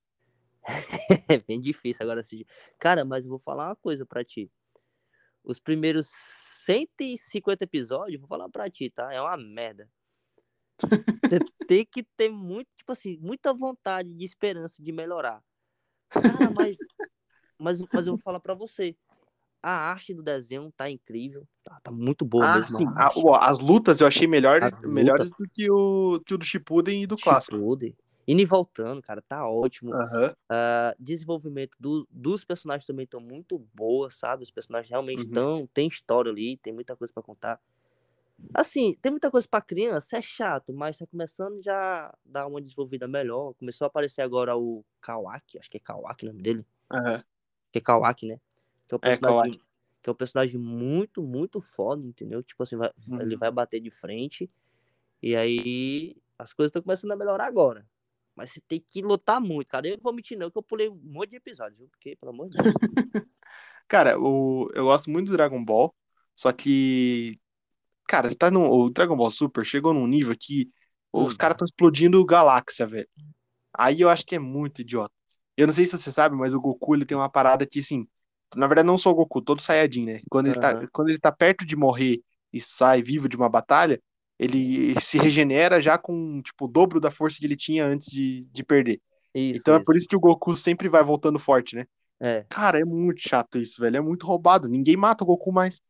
Speaker 2: É bem difícil agora assistir. Cara, mas eu vou falar uma coisa pra ti. Os primeiros 150 episódios, vou falar pra ti, tá? É uma merda. Você tem que ter muito, tipo assim, muita vontade de esperança de melhorar. Cara, mas eu vou falar pra você. A arte do desenho tá incrível. Tá muito boa
Speaker 1: Ah,
Speaker 2: mesmo
Speaker 1: sim.
Speaker 2: a arte.
Speaker 1: As lutas eu achei
Speaker 2: As lutas,
Speaker 1: melhores do que o do Shippuden e do clássico.
Speaker 2: Shippuden. Indo e voltando, cara, tá ótimo.
Speaker 1: Aham.
Speaker 2: Desenvolvimento dos personagens também estão muito boas, sabe? Os personagens realmente
Speaker 1: Uhum.
Speaker 2: tem história ali, tem muita coisa pra contar. Assim, tem muita coisa pra criança, é chato, mas tá começando já a dar uma desenvolvida melhor. Começou a aparecer agora o Kawaki, acho que é Kawaki o nome dele,
Speaker 1: Aham.
Speaker 2: que é Kawaki, né? Que é um
Speaker 1: É,
Speaker 2: personagem,
Speaker 1: Kawaki.
Speaker 2: que é um personagem muito, muito foda, entendeu? Tipo assim, ele
Speaker 1: Uhum.
Speaker 2: vai bater de frente e aí as coisas estão começando a melhorar agora. Mas você tem que lutar muito, cara. Eu não vou mentir, não, que eu pulei um monte de episódios, viu? Porque, pelo amor de Deus.
Speaker 1: Cara, eu gosto muito do Dragon Ball, só que, cara, o Dragon Ball Super chegou num nível que os
Speaker 2: Hum,
Speaker 1: caras estão explodindo galáxia, velho. Aí eu acho que é muito idiota. Eu não sei se você sabe, mas o Goku, ele tem uma parada que, assim, na verdade não só o Goku, todo Saiyajin, né?
Speaker 2: aham.
Speaker 1: Quando ele tá perto de morrer e sai vivo de uma batalha, ele se regenera já com, tipo, o dobro da força que ele tinha antes de perder.
Speaker 2: Isso,
Speaker 1: Então é por
Speaker 2: isso.
Speaker 1: isso que o Goku sempre vai voltando forte, né?
Speaker 2: É.
Speaker 1: Cara, é muito chato isso, velho. É muito roubado. Ninguém mata o Goku mais.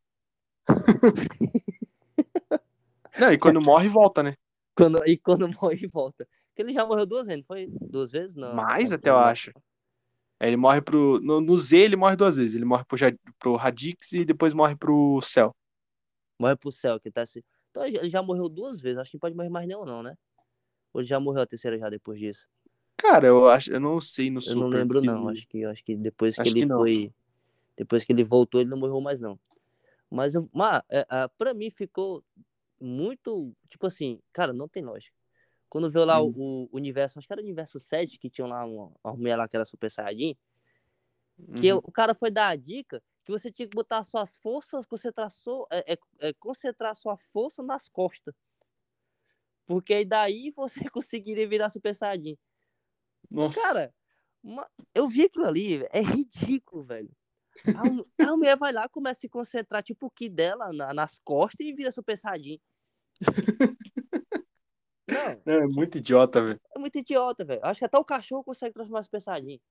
Speaker 1: Não, e quando morre, volta, né?
Speaker 2: Quando morre, volta. Porque ele já morreu duas vezes, não foi? Duas vezes na
Speaker 1: Mais até eu acho.
Speaker 2: animação.
Speaker 1: Aí ele morre no Z ele morre duas vezes. Ele morre pro Radix e depois morre pro Cell.
Speaker 2: Morre pro céu, que tá assim. Então ele já morreu duas vezes. Acho que não pode morrer mais nenhum, não, né? Ou ele já morreu a terceira já depois disso?
Speaker 1: Cara, eu não sei no
Speaker 2: Eu não
Speaker 1: Super
Speaker 2: lembro, não. Acho que depois que
Speaker 1: acho
Speaker 2: ele
Speaker 1: que não.
Speaker 2: foi. Depois que ele voltou, ele não morreu mais, não. Mas pra mim ficou muito. Tipo assim, cara, não tem lógica. Quando veio lá
Speaker 1: Uhum,
Speaker 2: o universo, acho que era o universo 7 que tinha lá uma mulher lá que era Super Saiyajin, que
Speaker 1: uhum.
Speaker 2: o cara foi dar a dica que você tinha que botar suas forças, concentrar sua força nas costas. Porque aí daí você conseguiria virar Super Saiyajin.
Speaker 1: Nossa.
Speaker 2: Cara, eu vi aquilo ali, é ridículo, velho. A mulher vai lá, começa a se concentrar, tipo, o ki dela nas costas e vira Super Saiyajin. Não,
Speaker 1: É muito idiota, velho.
Speaker 2: é muito idiota, velho. Acho que até o cachorro consegue transformar Super Saiyajin.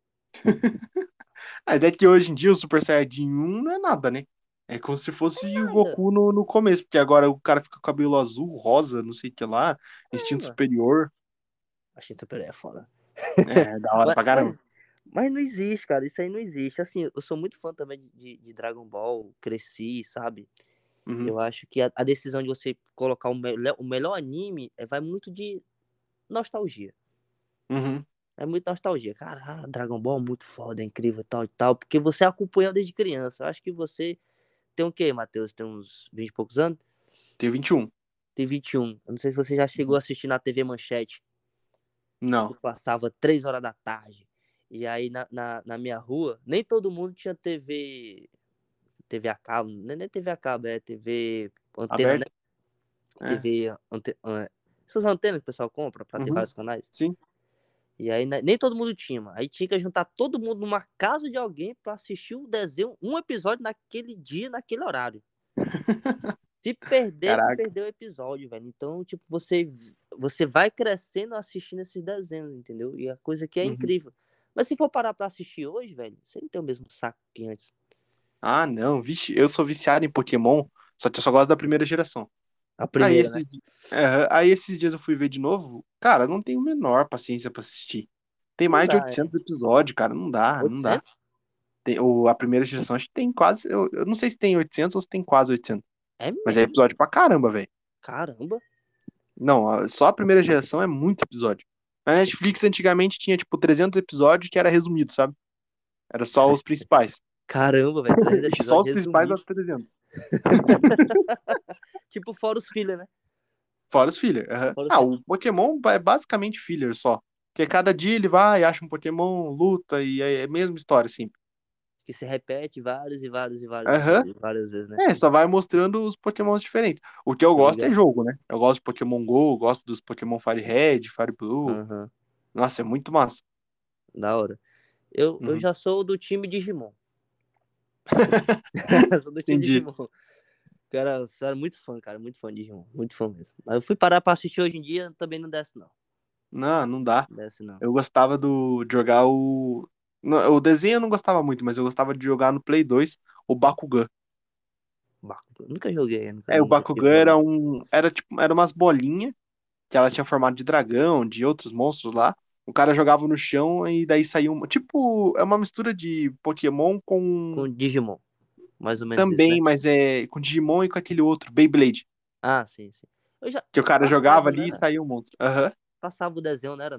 Speaker 1: Mas é que hoje em dia o Super Saiyajin 1 não é nada, né? É como se fosse o
Speaker 2: Nada.
Speaker 1: Goku no começo, porque agora o cara fica com cabelo azul, rosa, não sei o que lá,
Speaker 2: É,
Speaker 1: instinto
Speaker 2: mano.
Speaker 1: superior.
Speaker 2: Achei Super é foda.
Speaker 1: É, da hora
Speaker 2: Mas,
Speaker 1: pra caramba.
Speaker 2: mas, mas não existe, cara. Isso aí não existe. Assim, eu sou muito fã também de Dragon Ball. Cresci, sabe?
Speaker 1: Uhum.
Speaker 2: Eu acho que a decisão de você colocar o melhor anime vai muito de nostalgia.
Speaker 1: Uhum.
Speaker 2: É muito nostalgia. Cara, Dragon Ball é muito foda, é incrível, tal e tal. Porque você acompanhou desde criança. Eu acho que você tem o quê, Matheus? Tem uns 20 e poucos anos?
Speaker 1: Tenho 21.
Speaker 2: Tem 21. Eu não sei se você já chegou a assistir na TV Manchete, que
Speaker 1: Não.
Speaker 2: passava 3 horas da tarde. E aí na minha rua, nem todo mundo tinha TV a cabo. Nem TV a cabo, é TV antena, né?
Speaker 1: Aberto? É.
Speaker 2: TV. Essas antenas que o pessoal compra pra ter
Speaker 1: Uhum.
Speaker 2: vários canais.
Speaker 1: Sim.
Speaker 2: E aí nem todo mundo tinha, mano. Aí tinha que juntar todo mundo numa casa de alguém pra assistir o desenho, um episódio naquele dia, naquele horário. Se perdesse,
Speaker 1: Caraca.
Speaker 2: perdeu o episódio, velho. Então, tipo, você vai crescendo assistindo esses desenhos, entendeu? E a coisa que é
Speaker 1: Uhum.
Speaker 2: incrível. Mas se for parar pra assistir hoje, velho, você não tem o mesmo saco que antes.
Speaker 1: Ah, não. Vixe, eu sou viciado em Pokémon, só que eu só gosto da primeira geração.
Speaker 2: A
Speaker 1: Aí
Speaker 2: primeira, né?
Speaker 1: esses, aí esses dias eu fui ver de novo. Cara, não tenho a menor paciência pra assistir. Tem
Speaker 2: Não
Speaker 1: mais de
Speaker 2: dá, é.
Speaker 1: 800 episódios, cara. Não dá, não dá.
Speaker 2: 800?
Speaker 1: A primeira geração acho que tem quase. Eu não sei se tem 800 ou se tem quase 800.
Speaker 2: É
Speaker 1: Mas é
Speaker 2: mesmo?
Speaker 1: episódio pra caramba, velho.
Speaker 2: Caramba.
Speaker 1: Não, só a primeira geração é muito episódio. Na Netflix antigamente tinha tipo 300 episódios que era resumido, sabe? Era só os principais.
Speaker 2: Caramba, velho. 300
Speaker 1: E só
Speaker 2: episódios
Speaker 1: os principais dá
Speaker 2: resumidos.
Speaker 1: 300.
Speaker 2: Tipo, fora os filler, né?
Speaker 1: Fora os filler. Aham.
Speaker 2: Fora os
Speaker 1: Ah,
Speaker 2: filler.
Speaker 1: o Pokémon é basicamente filler só. Porque cada dia ele vai, acha um Pokémon, luta e é a mesma história, assim.
Speaker 2: Que se repete várias e várias e várias e
Speaker 1: Aham.
Speaker 2: várias, várias vezes, né?
Speaker 1: É, só vai mostrando os Pokémons diferentes. O que eu
Speaker 2: Tô
Speaker 1: gosto é
Speaker 2: ligado.
Speaker 1: jogo, né? Eu gosto de Pokémon Go, gosto dos Pokémon Fire Red, Fire Blue.
Speaker 2: Aham.
Speaker 1: Nossa, é muito massa.
Speaker 2: Da hora. Eu
Speaker 1: Uhum.
Speaker 2: já sou do time Digimon. Sou do time
Speaker 1: Entendi.
Speaker 2: Digimon. Cara, eu era muito fã, cara. Muito fã de Digimon. Muito fã mesmo. Mas eu fui parar pra assistir hoje em dia, também não desce, não.
Speaker 1: Não, não dá.
Speaker 2: Não desce, não.
Speaker 1: Eu gostava de jogar o. O desenho eu não gostava muito, mas eu gostava de jogar no Play 2 o Bakugan.
Speaker 2: Bakugan. Nunca joguei, nunca,
Speaker 1: É, o
Speaker 2: nunca tive
Speaker 1: Bakugan era
Speaker 2: coragem.
Speaker 1: um. Era tipo, era umas bolinhas que ela tinha formato de dragão, de outros monstros lá. O cara jogava no chão e daí saiu uma. Tipo, é uma mistura de Pokémon com.
Speaker 2: Com Digimon. Mais ou menos isso,
Speaker 1: Também,
Speaker 2: né?
Speaker 1: mas é com Digimon e com aquele outro, Beyblade.
Speaker 2: Ah, sim, sim. Eu já
Speaker 1: Que o cara jogava
Speaker 2: passava,
Speaker 1: ali e
Speaker 2: né?
Speaker 1: saiu um monstro. Aham,
Speaker 2: Passava o desenho, né? Era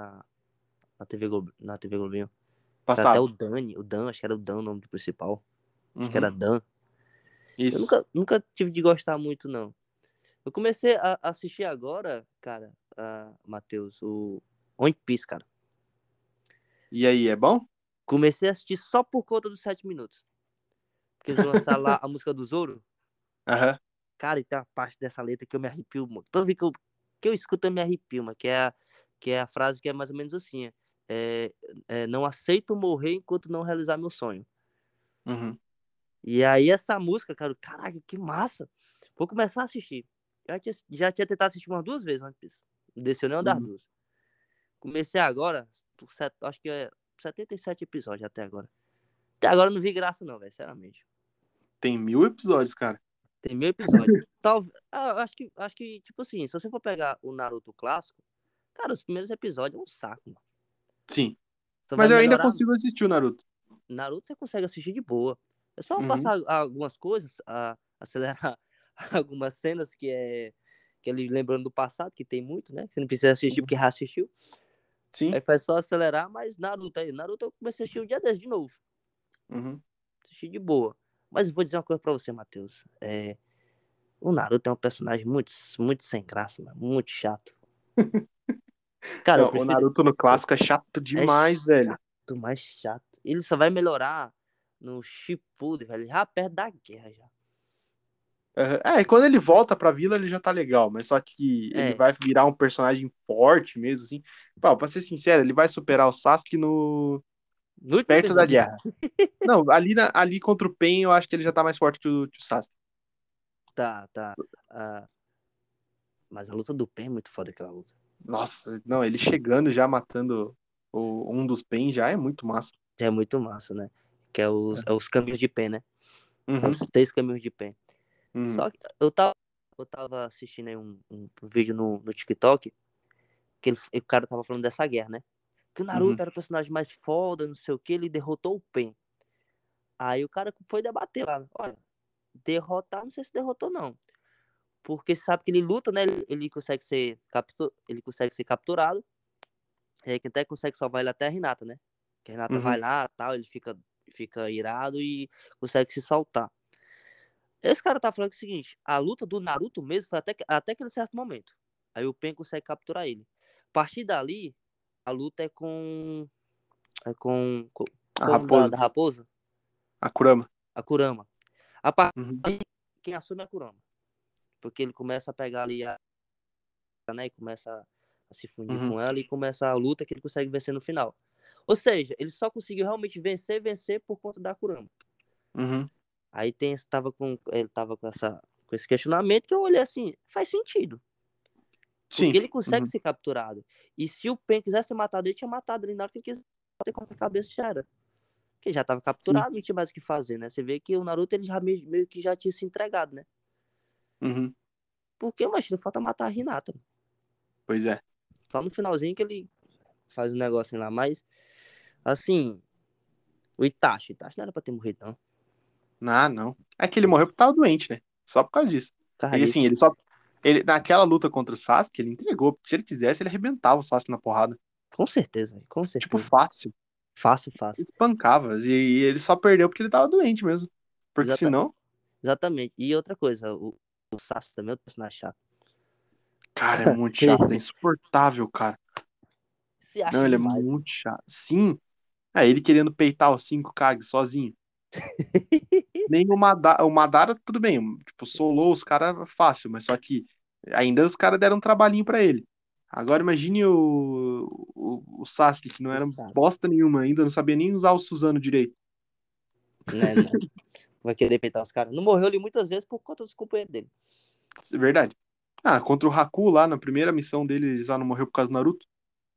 Speaker 2: na TV Globo, na TV Globinho. Que era até
Speaker 1: passava.
Speaker 2: O Dan, acho que era o Dan o nome do principal. Acho que era
Speaker 1: Uhum,
Speaker 2: Dan. Eu
Speaker 1: isso.
Speaker 2: nunca tive de gostar muito, não. Eu comecei a assistir agora, cara, Matheus, o One Piece, cara.
Speaker 1: E aí, é bom?
Speaker 2: Comecei a assistir só por conta dos 7 minutos. Porque eles lançaram lá a música do Zoro.
Speaker 1: Aham.
Speaker 2: Cara, e tem uma parte dessa letra que eu me arrepio, mano. Toda vez que eu escuto, eu me arrepio, mano. Que é a frase que é mais ou menos assim: não aceito morrer enquanto não realizar meu sonho.
Speaker 1: Uhum,
Speaker 2: E aí, essa música, cara, caraca, que massa. Vou começar a assistir. Já tinha tentado assistir umas 2 vezes One Piece. Não desceu nem uma das
Speaker 1: uhum.
Speaker 2: duas. Comecei agora, acho que é 77 episódios até agora. Até agora eu não vi graça, não, velho, sinceramente.
Speaker 1: Tem 1000 episódios, cara.
Speaker 2: Tem 1000 episódios. Acho que, tipo assim, se você for pegar o Naruto clássico, cara, os primeiros episódios é um saco, mano.
Speaker 1: Sim.
Speaker 2: Você vai
Speaker 1: Mas eu ainda
Speaker 2: melhorar.
Speaker 1: consigo assistir o Naruto.
Speaker 2: Naruto você consegue assistir de boa. É só
Speaker 1: Uhum,
Speaker 2: passar algumas coisas, acelerar algumas cenas que ele lembrando do passado, que tem muito, né? Que você não precisa assistir
Speaker 1: uhum.
Speaker 2: porque já assistiu.
Speaker 1: Sim.
Speaker 2: Aí faz só acelerar, mas Naruto eu comecei a assistir um dia desse de novo.
Speaker 1: Uhum.
Speaker 2: Assisti de boa. Mas eu vou dizer uma coisa pra você, Matheus. O Naruto é um personagem muito, muito sem graça, mano. Muito chato. Cara, eu
Speaker 1: Não, o
Speaker 2: prefiro.
Speaker 1: Naruto no
Speaker 2: eu-
Speaker 1: clássico é chato
Speaker 2: É
Speaker 1: demais, velho.
Speaker 2: chato, mais chato. Ele só vai melhorar no Shippuden, velho. Já perto da guerra já.
Speaker 1: E quando ele volta pra vila, ele já tá legal, mas só que ele
Speaker 2: É,
Speaker 1: vai virar um personagem forte mesmo, assim. Pô, pra ser sincero, ele vai superar o Sasuke no...
Speaker 2: no último
Speaker 1: perto da
Speaker 2: episódio.
Speaker 1: guerra. Não, ali contra o Pain, eu acho que ele já tá mais forte que o Sasuke.
Speaker 2: Tá, tá. Ah, mas a luta do Pen é muito foda aquela luta.
Speaker 1: Nossa, não, ele chegando já matando um dos Pain já é muito massa.
Speaker 2: É muito massa, né? Que é os caminhos de Pen, né? É os
Speaker 1: Uhum,
Speaker 2: 6 caminhos de Pen.
Speaker 1: uhum,
Speaker 2: Só que eu tava assistindo aí um vídeo no TikTok que o cara tava falando dessa guerra, né? Que o
Speaker 1: uhum,
Speaker 2: Naruto era o personagem mais foda, não sei o que, ele derrotou o Pen. Aí o cara foi debater lá, olha, derrotar, não sei se derrotou, não. Porque sabe que ele luta, né? Ele consegue ser capturado. Que até consegue salvar ele até a Hinata, né? Que a Hinata vai
Speaker 1: Uhum.
Speaker 2: lá, tal, ele fica irado e consegue se saltar. Esse cara tá falando o seguinte, a luta do Naruto mesmo foi até aquele certo momento. Aí o Pen consegue capturar ele. A partir dali, a luta é com
Speaker 1: A
Speaker 2: qual é o nome da
Speaker 1: raposa,
Speaker 2: raposa?
Speaker 1: a Kurama.
Speaker 2: A Kurama. A partir
Speaker 1: Uhum.
Speaker 2: daí, quem assume é a Kurama. Porque ele começa a pegar ali né, e começa a se fundir
Speaker 1: Uhum.
Speaker 2: com ela e começa a luta que ele consegue vencer no final. Ou seja, ele só conseguiu realmente vencer por conta da Kurama.
Speaker 1: Uhum.
Speaker 2: Aí ele tava com esse questionamento que eu olhei assim, faz sentido. Porque
Speaker 1: Sim.
Speaker 2: ele consegue
Speaker 1: Uhum.
Speaker 2: ser capturado. E se o Pen quisesse matar ele tinha matado ele na hora que ele quis bater com a cabeça já era. Porque já tava
Speaker 1: Sim.
Speaker 2: capturado, não tinha mais o que fazer, né? Você vê que o Naruto ele já meio que já tinha se entregado, né?
Speaker 1: Uhum.
Speaker 2: Porque, mas não falta matar a Hinata.
Speaker 1: Pois é.
Speaker 2: Só no finalzinho que ele faz um negocinho lá. Mas, assim, o Itachi não era pra ter morrido, não.
Speaker 1: Ah, não. É que ele morreu porque tava doente, né? Só por causa disso.
Speaker 2: Por
Speaker 1: Ele, assim,
Speaker 2: disso.
Speaker 1: ele só. Ele, naquela luta contra o Sasuke, ele entregou. Se ele quisesse, ele arrebentava o Sasuke na porrada.
Speaker 2: Com certeza, com
Speaker 1: Tipo,
Speaker 2: certeza.
Speaker 1: fácil.
Speaker 2: Fácil, fácil.
Speaker 1: Espancava. E ele só perdeu porque ele tava doente mesmo. Porque
Speaker 2: Exata,
Speaker 1: senão,
Speaker 2: exatamente. E outra coisa, o Sasuke também é outro personagem chato.
Speaker 1: cara, é muito chato. É insuportável, cara.
Speaker 2: Se
Speaker 1: Não,
Speaker 2: acha
Speaker 1: ele é
Speaker 2: demais.
Speaker 1: muito chato. Sim. É, ele querendo peitar os 5 Kage sozinho. Nem o Madara, tudo bem. Tipo, solou os caras fácil, mas só que ainda os caras deram um trabalhinho pra ele. Agora imagine o Sasuke, que não
Speaker 2: O
Speaker 1: era
Speaker 2: Sasuke.
Speaker 1: bosta nenhuma ainda, não sabia nem usar o Suzano direito.
Speaker 2: Né, né? Vai querer peitar os caras. Não morreu ali muitas vezes por conta dos companheiros dele.
Speaker 1: É verdade. Ah, contra o Haku lá, na primeira missão dele, ele já não morreu por causa do Naruto.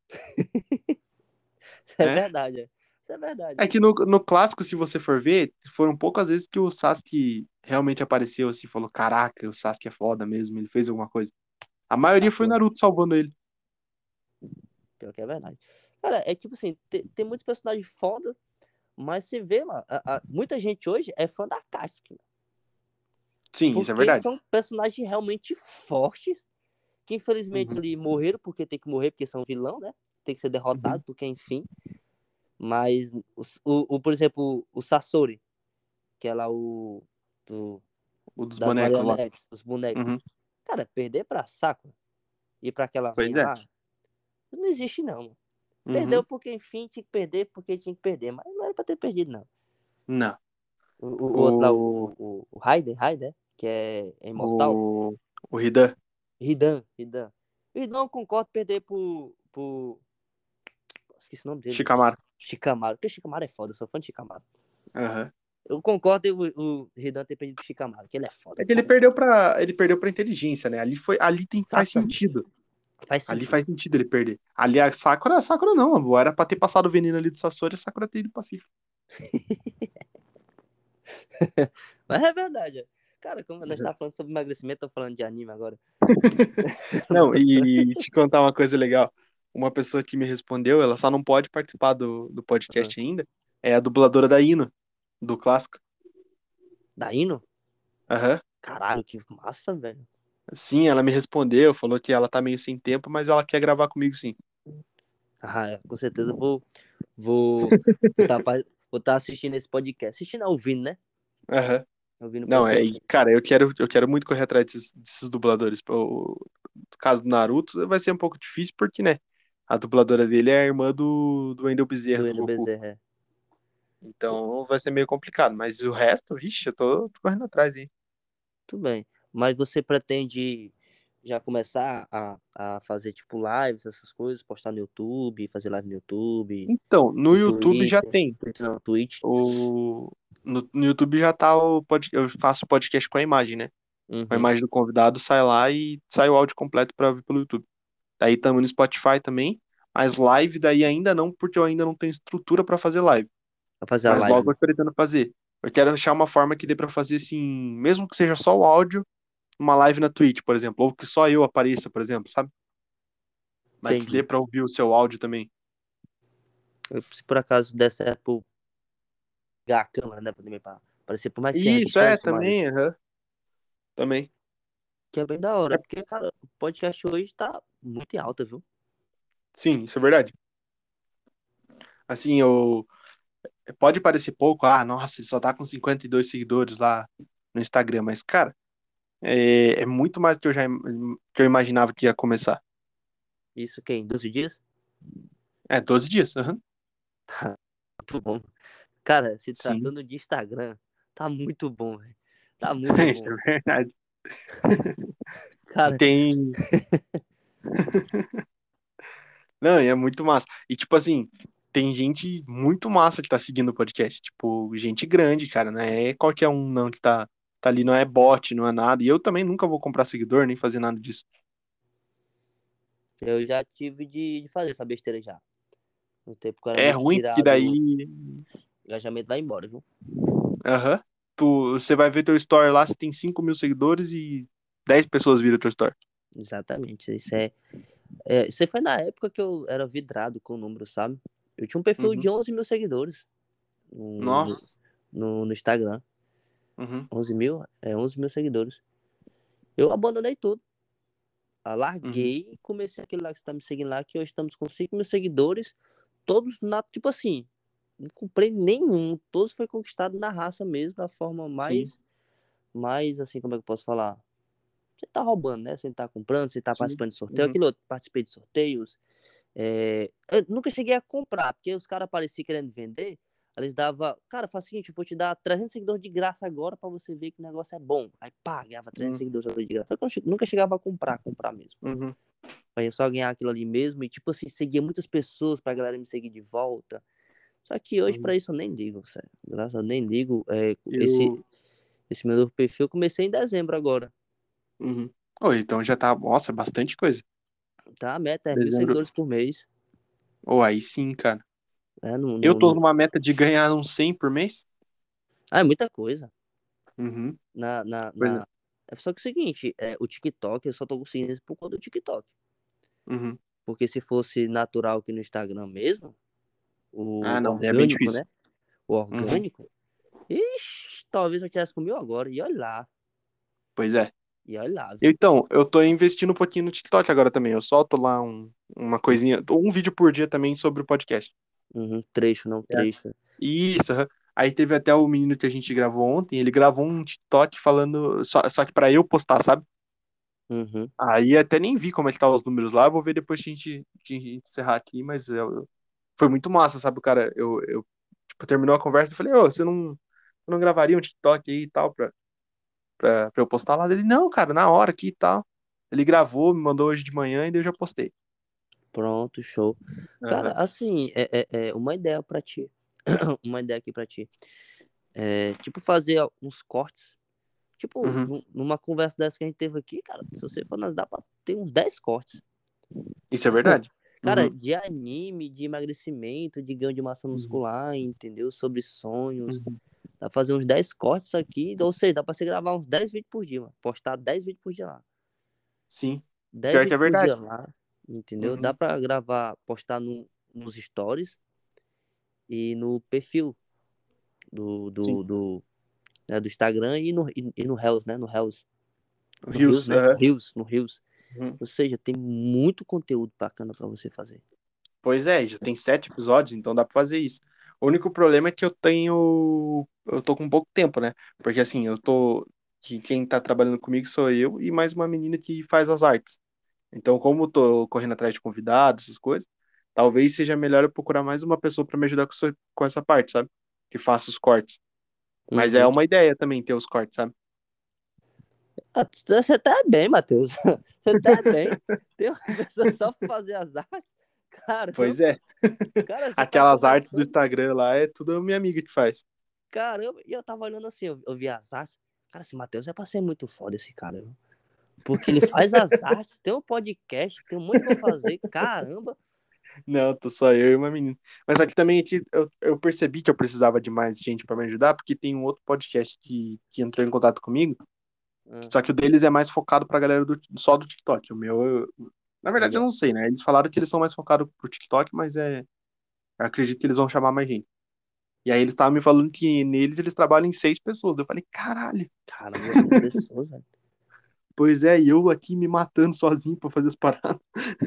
Speaker 2: Isso é
Speaker 1: É.
Speaker 2: verdade, é. Isso é verdade.
Speaker 1: É que no clássico, se você for ver, foram poucas vezes que o Sasuke realmente apareceu assim, falou: Caraca, o Sasuke é foda mesmo, ele fez alguma coisa. A
Speaker 2: O
Speaker 1: maioria foi o
Speaker 2: Sasuke,
Speaker 1: Naruto salvando ele.
Speaker 2: pior que é verdade. Cara, é tipo assim, tem muitos personagens foda, mas você vê, mano, muita gente hoje é fã da Casca.
Speaker 1: Sim, isso é
Speaker 2: Porque
Speaker 1: verdade.
Speaker 2: são personagens realmente fortes, que infelizmente
Speaker 1: Uhum,
Speaker 2: ali morreram porque tem que morrer, porque são vilão, né? Tem que ser derrotado,
Speaker 1: uhum.
Speaker 2: porque enfim. Mas, por exemplo, o Sasori, que é lá do,
Speaker 1: O dos
Speaker 2: das
Speaker 1: bonecos lá.
Speaker 2: marionetes, os bonecos.
Speaker 1: Uhum.
Speaker 2: Cara, perder pra Sakura e pra aquela
Speaker 1: Pois
Speaker 2: rainha
Speaker 1: é.
Speaker 2: lá, não existe não, mano. Perdeu
Speaker 1: Uhum.
Speaker 2: porque, enfim, tinha que perder porque tinha que perder. Mas não era pra ter perdido, não.
Speaker 1: Não.
Speaker 2: O outro lá,
Speaker 1: O,
Speaker 2: o Raiden, que é imortal.
Speaker 1: o, o Hidan.
Speaker 2: Hidan. Hidan eu concordo perder esqueci o nome dele.
Speaker 1: Shikamaru.
Speaker 2: Shikamaru. Porque Shikamaru é foda, eu sou fã de Shikamaru.
Speaker 1: Aham.
Speaker 2: Eu concordo o Hidan ter perdido pro Shikamaru, que ele é foda,
Speaker 1: É que
Speaker 2: pô.
Speaker 1: ele perdeu pra inteligência, né? Faz
Speaker 2: Exatamente.
Speaker 1: sentido.
Speaker 2: Faz
Speaker 1: Ali
Speaker 2: sentido.
Speaker 1: faz sentido ele perder. Ali a Sakura não, amor. Era pra ter passado o veneno ali do Sasori, a Sakura ter ido pra FIFA.
Speaker 2: Mas é verdade. Cara, como nós estávamos falando sobre emagrecimento, tô falando de anime agora.
Speaker 1: Não, e te contar uma coisa legal. Uma pessoa que me respondeu, ela só não pode participar do podcast ainda, é a dubladora da Ino, do clássico.
Speaker 2: Da Ino?
Speaker 1: Aham.
Speaker 2: Caralho, que massa, velho.
Speaker 1: Sim, ela me respondeu, falou que ela tá meio sem tempo, mas ela quer gravar comigo sim.
Speaker 2: Ah, com certeza eu vou estar vou tá assistindo esse podcast. Assistindo, ouvindo, né?
Speaker 1: Aham.
Speaker 2: Ouvindo o
Speaker 1: Não,
Speaker 2: podcast.
Speaker 1: cara, eu quero muito correr atrás desses dubladores. No caso do Naruto, vai ser um pouco difícil porque, né, a dubladora dele é a irmã do Wendel Bezerra,
Speaker 2: Do
Speaker 1: do
Speaker 2: Eno
Speaker 1: Goku.
Speaker 2: Bezerra. É.
Speaker 1: Então vai ser meio complicado, mas o resto, vixe, eu tô correndo atrás, hein.
Speaker 2: Tudo bem. Mas você pretende já começar a fazer, tipo, lives, essas coisas, postar no YouTube, fazer live no YouTube,
Speaker 1: Então, no
Speaker 2: no
Speaker 1: YouTube já
Speaker 2: Twitter,
Speaker 1: tem.
Speaker 2: Twitter não, Twitch.
Speaker 1: No YouTube já tá eu faço podcast com a imagem, né? Com a
Speaker 2: Uhum.
Speaker 1: imagem do convidado, sai lá e sai o áudio completo pra ouvir pelo YouTube. Daí estamos no Spotify também, mas live daí ainda não, porque eu ainda não tenho estrutura pra fazer live.
Speaker 2: Vai fazer a
Speaker 1: Mas
Speaker 2: live,
Speaker 1: logo
Speaker 2: né?
Speaker 1: eu pretendo fazer. Eu quero achar uma forma que dê pra fazer assim, mesmo que seja só o áudio, uma live na Twitch, por exemplo, ou que só eu apareça, por exemplo, sabe? Mas que dê
Speaker 2: Entendi.
Speaker 1: pra ouvir o seu áudio também.
Speaker 2: Se por acaso der certo, pegar a câmera, né, pra Parecer por mais que seja
Speaker 1: Isso, é,
Speaker 2: distante, mas
Speaker 1: também, aham, também.
Speaker 2: que é bem da hora.
Speaker 1: É,
Speaker 2: Porque, cara, o podcast hoje tá muito em alta, viu?
Speaker 1: sim, isso é verdade. Assim, pode parecer pouco, nossa, ele só tá com 52 seguidores lá no Instagram, mas, cara, é muito mais do que que eu imaginava que ia começar.
Speaker 2: Isso que em 12 dias?
Speaker 1: É, 12 dias, aham.
Speaker 2: Muito bom. Cara, se
Speaker 1: Sim,
Speaker 2: tratando de Instagram, tá muito bom, velho. Tá muito
Speaker 1: isso
Speaker 2: bom.
Speaker 1: é verdade. E
Speaker 2: Cara,
Speaker 1: tem. Não, e é muito massa. E, tipo assim, tem gente muito massa que tá seguindo o podcast. Tipo, gente grande, cara, não é qualquer um não que tá ali, não é bot, não é nada. E eu também nunca vou comprar seguidor, nem fazer nada disso.
Speaker 2: eu já tive de fazer essa besteira já. No tempo que eu era
Speaker 1: É
Speaker 2: muito
Speaker 1: ruim porque daí.
Speaker 2: tirado, o engajamento vai embora, viu?
Speaker 1: Aham. Você vai ver teu story lá, você tem 5.000 seguidores e 10 pessoas viram teu story.
Speaker 2: Exatamente. Isso aí foi na época que eu era vidrado com o número, sabe? Eu tinha um perfil de
Speaker 1: Uhum.
Speaker 2: 11 mil seguidores no, no,
Speaker 1: Nossa.
Speaker 2: no Instagram.
Speaker 1: Uhum.
Speaker 2: 11 mil? 11 mil seguidores. Eu abandonei tudo.
Speaker 1: Uhum.
Speaker 2: Larguei e comecei aquele lá que você tá me seguindo lá, que hoje estamos com 5 mil seguidores, todos tipo assim, não comprei nenhum, todos foi conquistado na raça mesmo, da forma
Speaker 1: Sim.
Speaker 2: mais assim, como é que eu posso falar? Você tá roubando, né? Você tá comprando, você tá
Speaker 1: Sim.
Speaker 2: participando de sorteio,
Speaker 1: Uhum.
Speaker 2: aquele outro, participei de sorteios. Eu nunca cheguei a comprar, porque os caras apareciam querendo vender, eles davam, cara, faz o seguinte, eu vou te dar 300 seguidores de graça agora pra você ver que o negócio é bom. Aí pagava 300
Speaker 1: Uhum.
Speaker 2: seguidores de graça. Só que eu nunca chegava a comprar mesmo.
Speaker 1: Uhum.
Speaker 2: Aí eu só ganhar aquilo ali mesmo e, tipo assim, seguia muitas pessoas pra galera me seguir de volta. Só que hoje
Speaker 1: Uhum.
Speaker 2: pra isso eu nem ligo, sério. Graças a Deus, nem ligo.
Speaker 1: Eu.
Speaker 2: Esse meu novo perfil eu comecei em dezembro agora.
Speaker 1: Uhum. Oh, então já tá. Nossa, bastante coisa.
Speaker 2: Tá? A meta é 1.000
Speaker 1: Dezembro.
Speaker 2: seguidores por mês.
Speaker 1: Oh, aí sim, cara.
Speaker 2: É,
Speaker 1: Eu tô numa meta de ganhar uns 100 por mês.
Speaker 2: É muita coisa.
Speaker 1: Uhum.
Speaker 2: Na, na,
Speaker 1: Pois é.
Speaker 2: na... É só que é o seguinte, o TikTok, eu só tô conseguindo isso por conta do TikTok.
Speaker 1: Uhum.
Speaker 2: Porque se fosse natural aqui no Instagram mesmo,
Speaker 1: Ah,
Speaker 2: o
Speaker 1: não, daí é bem
Speaker 2: orgânico,
Speaker 1: difícil.
Speaker 2: né? O
Speaker 1: Uhum.
Speaker 2: orgânico, ixi, talvez eu tivesse comigo agora. E olha lá,
Speaker 1: Pois é.
Speaker 2: viu?
Speaker 1: Então, eu tô investindo um pouquinho no TikTok agora também. Eu solto lá uma coisinha, um vídeo por dia também sobre o podcast.
Speaker 2: Trecho, não
Speaker 1: É.
Speaker 2: trecho.
Speaker 1: Isso, aham. Aí teve até o menino que a gente gravou ontem, ele gravou um TikTok falando, só que pra eu postar, sabe?
Speaker 2: Uhum.
Speaker 1: Aí até nem vi como é que tá os números lá, vou ver depois que a gente encerrar aqui, mas foi muito massa, sabe, cara? Tipo, terminou a conversa e falei, ô, você não gravaria um TikTok aí e tal pra eu postar lá? Ele, não, cara, na hora aqui e tal. Ele gravou, me mandou hoje de manhã e daí eu já postei.
Speaker 2: Pronto, show. Cara,
Speaker 1: Aham.
Speaker 2: assim, uma ideia pra ti. Uma ideia aqui pra ti. Tipo, fazer uns cortes. Tipo,
Speaker 1: Uhum.
Speaker 2: numa conversa dessa que a gente teve aqui, cara, se você for, nós dá pra ter uns 10 cortes.
Speaker 1: Isso é verdade.
Speaker 2: Cara,
Speaker 1: Uhum.
Speaker 2: de anime, de emagrecimento, de ganho de massa
Speaker 1: Uhum.
Speaker 2: muscular, entendeu? Sobre sonhos.
Speaker 1: Uhum.
Speaker 2: Dá pra fazer uns 10 cortes aqui, ou seja, dá pra você gravar uns 10 vídeos por dia, mano. Postar 10 vídeos por dia lá.
Speaker 1: Sim.
Speaker 2: 10
Speaker 1: Pior que é
Speaker 2: vídeos por dia
Speaker 1: verdade.
Speaker 2: lá, entendeu? Dá
Speaker 1: Uhum.
Speaker 2: pra gravar, postar nos stories e no perfil do,
Speaker 1: Sim.
Speaker 2: do, do, do Instagram e no Reels, né? No Reels. No Reels,
Speaker 1: Rios,
Speaker 2: né?
Speaker 1: aham.
Speaker 2: No Reels.
Speaker 1: Uhum.
Speaker 2: Ou seja, tem muito conteúdo bacana pra você fazer.
Speaker 1: Pois é, já tem 7 episódios, então dá pra fazer isso. O único problema é que eu tô com pouco tempo, né? Porque assim, que quem tá trabalhando comigo sou eu e mais uma menina que faz as artes. Então, como eu tô correndo atrás de convidados, essas coisas, talvez seja melhor eu procurar mais uma pessoa pra me ajudar com essa parte, sabe? Que faça os cortes. Mas é
Speaker 2: Uhum.
Speaker 1: uma ideia também ter os cortes, sabe?
Speaker 2: Você tá bem, Matheus. Você tá bem. Tem uma pessoa só pra fazer as artes.
Speaker 1: Pois
Speaker 2: Caramba,
Speaker 1: é.
Speaker 2: cara, você tá
Speaker 1: Aquelas artes do
Speaker 2: começando.
Speaker 1: Instagram lá é tudo a minha amiga que faz.
Speaker 2: Caramba, e eu tava olhando assim, eu vi as artes. Cara, esse Matheus é pra ser muito foda, esse cara, viu? Porque ele faz as artes, tem um podcast, tem um monte pra fazer. Caramba.
Speaker 1: Não, tô só eu e uma menina. Mas aqui também eu percebi que eu precisava de mais gente pra me ajudar, porque tem um outro podcast que entrou em contato comigo,
Speaker 2: Ah,
Speaker 1: só que o deles é mais focado pra galera só do TikTok. O meu, na
Speaker 2: mas
Speaker 1: verdade, eu
Speaker 2: é,
Speaker 1: não sei, né? Eles falaram que eles são mais focados pro TikTok, mas eu acredito que eles vão chamar mais gente. E aí eles estavam me falando que neles eles trabalham em 6 pessoas. Eu falei, caralho.
Speaker 2: Caramba, 6 pessoas, velho.
Speaker 1: Pois é, e eu aqui me matando sozinho pra fazer as paradas.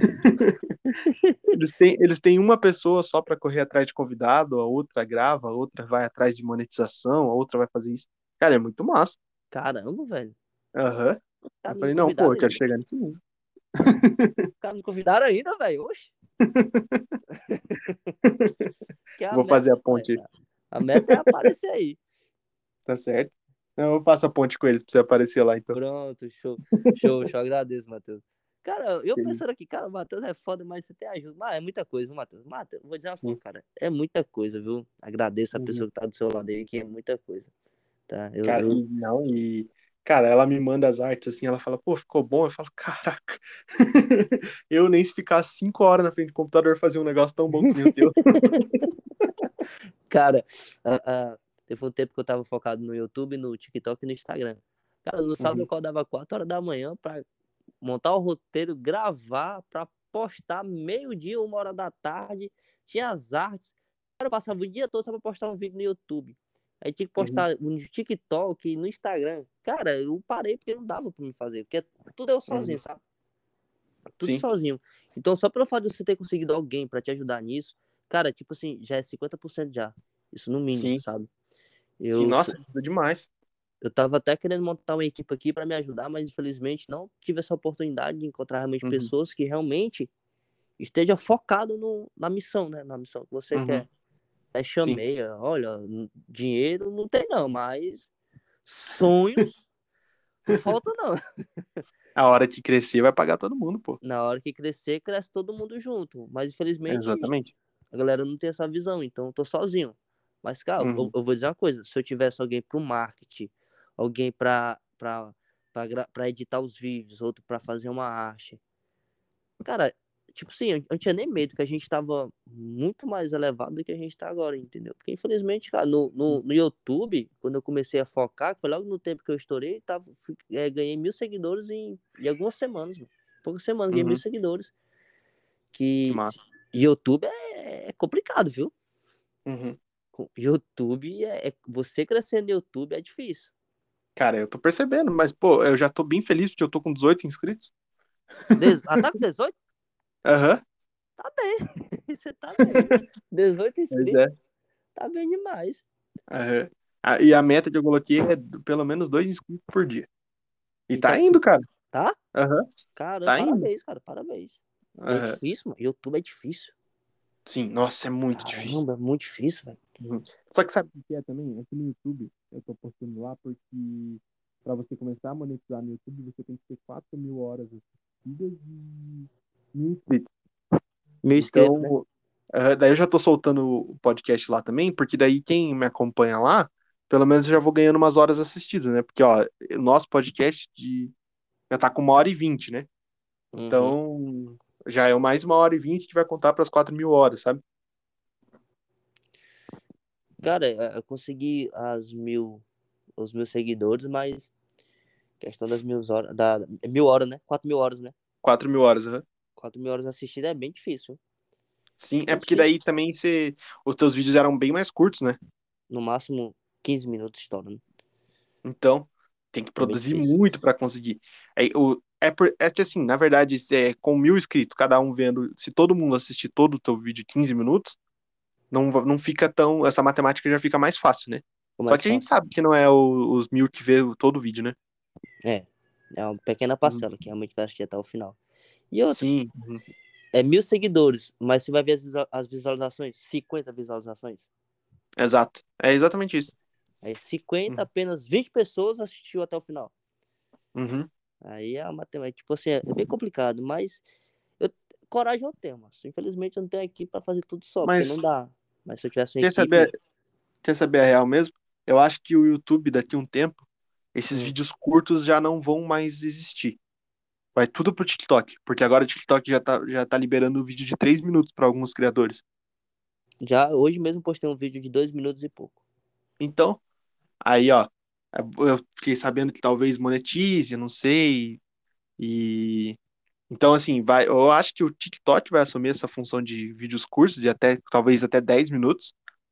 Speaker 1: Eles têm uma pessoa só pra correr atrás de convidado, a outra grava, a outra vai atrás de monetização, a outra vai fazer isso. Cara, é muito massa.
Speaker 2: Caramba, velho.
Speaker 1: Aham.
Speaker 2: Os
Speaker 1: Eu
Speaker 2: caras não me
Speaker 1: falei, não, pô,
Speaker 2: convidaram
Speaker 1: eu quero
Speaker 2: ainda.
Speaker 1: chegar nesse nível.
Speaker 2: Os caras não me convidaram ainda, velho. Oxe. Que é a
Speaker 1: Vou fazer a
Speaker 2: meta,
Speaker 1: ponte aí,
Speaker 2: moleque. A meta é aparecer aí.
Speaker 1: tá certo? Então, eu faço a ponte com eles pra você aparecer lá, então.
Speaker 2: Pronto, show. Show, show. Agradeço, Matheus. Cara, eu
Speaker 1: Sim.
Speaker 2: pensando aqui, cara, o Matheus é foda, mas você tem ajuda. Mas é muita coisa, viu, Matheus? Matheus, vou dizer uma coisa,
Speaker 1: Sim.
Speaker 2: cara. É muita coisa, viu? Agradeço a
Speaker 1: Uhum.
Speaker 2: pessoa que tá do seu lado aí, que é muita coisa. Tá?
Speaker 1: Cara, e não, cara, ela me manda as artes assim, ela fala, pô, ficou bom. Eu falo, caraca, eu nem se ficar 5 horas na frente do computador fazer um negócio tão bom que nem o teu.
Speaker 2: Cara, teve um tempo que eu tava focado no YouTube, no TikTok e no Instagram. Cara, no sábado eu
Speaker 1: Uhum,
Speaker 2: acordava 4 horas da manhã pra montar o roteiro, gravar, pra postar meio-dia, 1 hora da tarde. Tinha as artes. Cara, eu passava o dia todo só pra postar um vídeo no YouTube. Aí tinha que
Speaker 1: uhum,
Speaker 2: postar no TikTok, no Instagram. Cara, eu parei porque não dava pra me fazer. Porque tudo eu sozinho,
Speaker 1: uhum.
Speaker 2: sabe? Tudo
Speaker 1: Sim,
Speaker 2: sozinho. Então, só pelo fato de você ter conseguido alguém pra te ajudar nisso, cara, tipo assim, já é 50% já. Isso no mínimo,
Speaker 1: sim,
Speaker 2: sabe?
Speaker 1: sim,
Speaker 2: Eu,
Speaker 1: nossa, ajuda demais.
Speaker 2: eu tava até querendo montar uma equipe aqui pra me ajudar, mas infelizmente não tive essa oportunidade de encontrar realmente
Speaker 1: Uhum,
Speaker 2: pessoas que realmente esteja focado na missão, né? Na missão que você
Speaker 1: uhum,
Speaker 2: quer. Aí
Speaker 1: sim.
Speaker 2: chamei, olha, dinheiro não tem não, mas sonhos não falta não.
Speaker 1: A hora que crescer vai pagar todo mundo, pô.
Speaker 2: Na hora que crescer, cresce todo mundo junto. Mas infelizmente
Speaker 1: Exatamente.
Speaker 2: a galera não tem essa visão, então eu tô sozinho. Mas, cara, eu,
Speaker 1: Uhum,
Speaker 2: eu vou dizer uma coisa: se eu tivesse alguém pro marketing, alguém pra editar os vídeos, outro pra fazer uma arte, cara, tipo assim, eu não tinha nem medo, que a gente tava muito mais elevado do que a gente tá agora, entendeu? Porque infelizmente, cara, no,
Speaker 1: sim.
Speaker 2: no, no YouTube, quando eu comecei a focar, foi logo no tempo que eu estourei, ganhei 1.000 seguidores em algumas semanas, mano. Poucas semanas, ganhei mil
Speaker 1: Uhum,
Speaker 2: seguidores.
Speaker 1: que
Speaker 2: Que
Speaker 1: massa.
Speaker 2: YouTube é complicado, viu?
Speaker 1: Uhum.
Speaker 2: YouTube você crescer no YouTube é difícil.
Speaker 1: Cara, eu tô percebendo, mas, pô, eu já tô bem feliz porque eu tô com 18 inscritos.
Speaker 2: Tá com 18?
Speaker 1: Aham,
Speaker 2: Tá bem. Você tá bem. 18
Speaker 1: pois
Speaker 2: inscritos,
Speaker 1: é.
Speaker 2: tá bem demais.
Speaker 1: Aham. E a meta que eu coloquei é pelo menos 2 inscritos por dia. E
Speaker 2: E tá
Speaker 1: tá
Speaker 2: conseguindo.
Speaker 1: indo, cara.
Speaker 2: Tá?
Speaker 1: Aham,
Speaker 2: Caramba,
Speaker 1: tá indo.
Speaker 2: parabéns, cara, parabéns. E é
Speaker 1: Aham.
Speaker 2: difícil, mano. YouTube é difícil.
Speaker 1: Sim, nossa, é muito difícil.
Speaker 2: Caramba, é muito difícil, velho.
Speaker 1: Uhum. Só que sabe o que é também? Aqui no YouTube, eu tô postando lá porque para você começar a monetizar no YouTube, você tem que ter 4.000 horas assistidas e 1.000 inscritos.
Speaker 2: 1.000 inscritos, né?
Speaker 1: Então, daí eu já tô soltando o podcast lá também, porque daí quem me acompanha lá, pelo menos eu já vou ganhando umas horas assistidas, né? Porque, ó, o nosso podcast já tá com 1h20, né?
Speaker 2: Uhum.
Speaker 1: Então, já é mais 1h20 que vai contar para as 4.000 horas, sabe?
Speaker 2: Cara, eu consegui os 1.000 seguidores, mas questão das 1.000 horas, 1.000 horas, né? 4.000 horas, né?
Speaker 1: 4.000 horas, aham.
Speaker 2: 4.000 horas assistidas é bem difícil.
Speaker 1: Sim, é
Speaker 2: Bem
Speaker 1: porque daí
Speaker 2: difícil.
Speaker 1: também os teus vídeos eram bem mais curtos, né?
Speaker 2: No máximo 15 minutos estourando.
Speaker 1: Então, tem que
Speaker 2: É bem
Speaker 1: produzir
Speaker 2: difícil.
Speaker 1: muito para conseguir. É que assim, na verdade, com 1.000 inscritos, cada um vendo, se todo mundo assistir todo o teu vídeo 15 minutos, não fica tão. Essa matemática já fica mais fácil, né?
Speaker 2: Ficou
Speaker 1: Só
Speaker 2: mais
Speaker 1: que a gente
Speaker 2: fácil.
Speaker 1: sabe que não é os 1.000 que vê todo o vídeo, né?
Speaker 2: É. É uma pequena
Speaker 1: Uhum.
Speaker 2: parcela que realmente vai assistir até o final. E outro,
Speaker 1: Sim. Uhum.
Speaker 2: é 1.000 seguidores, mas você vai ver as visualizações, 50 visualizações.
Speaker 1: Exato. É exatamente isso.
Speaker 2: Aí 50,
Speaker 1: Uhum.
Speaker 2: apenas 20 pessoas assistiu até o final.
Speaker 1: Uhum.
Speaker 2: Aí a matemática, tipo assim, é bem complicado, mas eu, coragem eu tenho, mas infelizmente eu não tenho equipe para fazer tudo só, porque não
Speaker 1: Mas
Speaker 2: dá. Mas se eu tivesse uma
Speaker 1: quer saber,
Speaker 2: equipe,
Speaker 1: quer saber a real mesmo? Eu acho que o YouTube, daqui a um tempo, esses
Speaker 2: hum,
Speaker 1: vídeos curtos já não vão mais existir. Vai tudo pro TikTok, porque agora o TikTok já tá liberando vídeo de 3 minutos para alguns criadores.
Speaker 2: já hoje mesmo postei um vídeo de 2 minutos e pouco.
Speaker 1: Então, aí, ó, eu fiquei sabendo que talvez monetize, não sei. E então, assim, eu acho que o TikTok vai assumir essa função de vídeos curtos, de talvez até 10 minutos.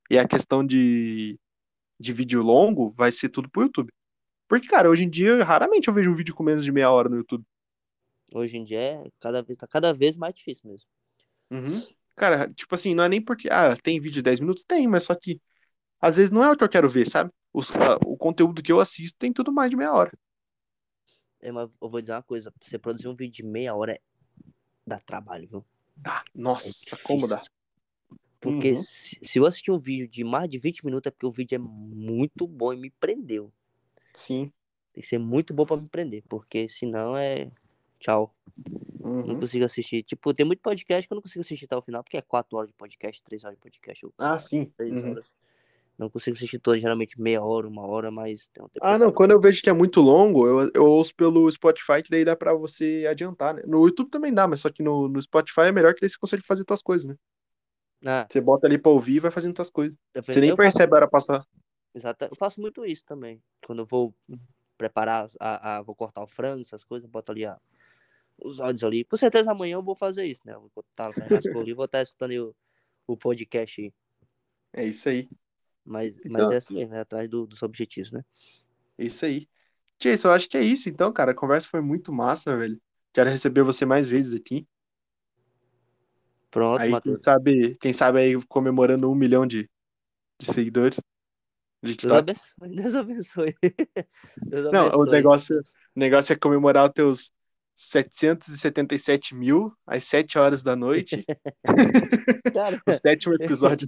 Speaker 1: e a questão de vídeo longo vai ser tudo pro YouTube. Porque, cara, hoje em dia, raramente eu vejo um vídeo com menos de meia hora no YouTube.
Speaker 2: Hoje em dia tá cada vez mais difícil mesmo.
Speaker 1: Uhum. Cara, tipo assim, não é nem porque, tem vídeo de 10 minutos? Tem, mas só que às vezes não é o que eu quero ver, sabe? O conteúdo que eu assisto tem tudo mais de meia hora.
Speaker 2: Mas eu vou dizer uma coisa, pra você produzir um vídeo de meia hora dá trabalho, viu?
Speaker 1: Ah,
Speaker 2: É
Speaker 1: nossa, como dá.
Speaker 2: difícil. Porque
Speaker 1: Uhum.
Speaker 2: se eu assistir um vídeo de mais de 20 minutos é porque o vídeo é muito bom e me prendeu.
Speaker 1: Sim.
Speaker 2: Tem que ser muito bom pra me prender, porque senão é tchau. Não
Speaker 1: Uhum.
Speaker 2: consigo assistir. Tipo, tem muito podcast que eu não consigo assistir até o final, porque é 4 horas de podcast, 3 horas de podcast, ou
Speaker 1: Ah, sim.
Speaker 2: 3
Speaker 1: Uhum.
Speaker 2: horas. Não consigo assistir todo, geralmente meia hora, uma hora, mas tem um tempo que eu
Speaker 1: Ah, não,
Speaker 2: quero.
Speaker 1: quando eu vejo que é muito longo, eu ouço pelo Spotify, que daí dá pra você adiantar, né? No YouTube também dá, mas só que no Spotify é melhor que daí você consegue fazer tuas coisas, né?
Speaker 2: Ah,
Speaker 1: Você bota ali pra ouvir e vai fazendo tuas coisas. Você nem
Speaker 2: eu faço,
Speaker 1: percebe a hora passar.
Speaker 2: eu faço muito isso também. Quando eu vou preparar, vou cortar o frango, essas coisas, eu boto ali os áudios ali. Com certeza amanhã eu vou fazer isso, né? Eu vou estar fazendo as coisas ali, vou estar escutando aí o podcast.
Speaker 1: É isso aí.
Speaker 2: Mas
Speaker 1: Então,
Speaker 2: é assim mesmo, é atrás dos objetivos, né?
Speaker 1: é isso aí. Jason, eu acho que é isso então, cara. A conversa foi muito massa, velho. Quero receber você mais vezes aqui.
Speaker 2: Pronto,
Speaker 1: Aí,
Speaker 2: Matheus.
Speaker 1: quem sabe aí comemorando 1 milhão de seguidores de
Speaker 2: Deus
Speaker 1: TikTok.
Speaker 2: abençoe, Deus abençoe. Deus
Speaker 1: Não,
Speaker 2: abençoe.
Speaker 1: o negócio é comemorar os teus 777 mil às 7 horas da noite,
Speaker 2: Cara,
Speaker 1: o sétimo episódio.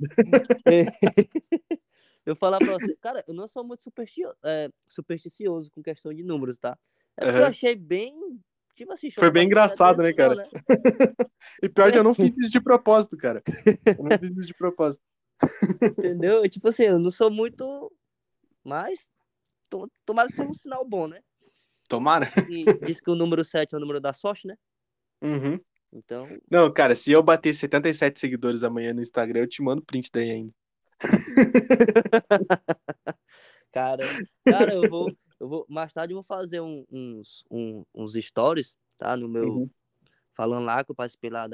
Speaker 2: eu falar pra você, cara, eu não sou muito supersticioso com questão de números, tá? É porque eu
Speaker 1: Aham.
Speaker 2: achei bem, tipo assim,
Speaker 1: Foi
Speaker 2: chamou
Speaker 1: bem
Speaker 2: bastante
Speaker 1: engraçado, né,
Speaker 2: atenção,
Speaker 1: cara?
Speaker 2: né?
Speaker 1: E pior que eu não fiz isso de propósito, cara. Eu não fiz isso de propósito.
Speaker 2: Entendeu? Tipo assim, eu não sou muito, mas tomara que seja um sinal bom, né?
Speaker 1: Tomara.
Speaker 2: Diz que o número 7 é o número da sorte, né?
Speaker 1: Uhum.
Speaker 2: Então,
Speaker 1: Não, cara, se eu bater 77 seguidores amanhã no Instagram, eu te mando print daí ainda.
Speaker 2: cara, cara, mais tarde eu vou fazer uns stories, tá? No meu,
Speaker 1: Uhum.
Speaker 2: falando lá que eu participei lá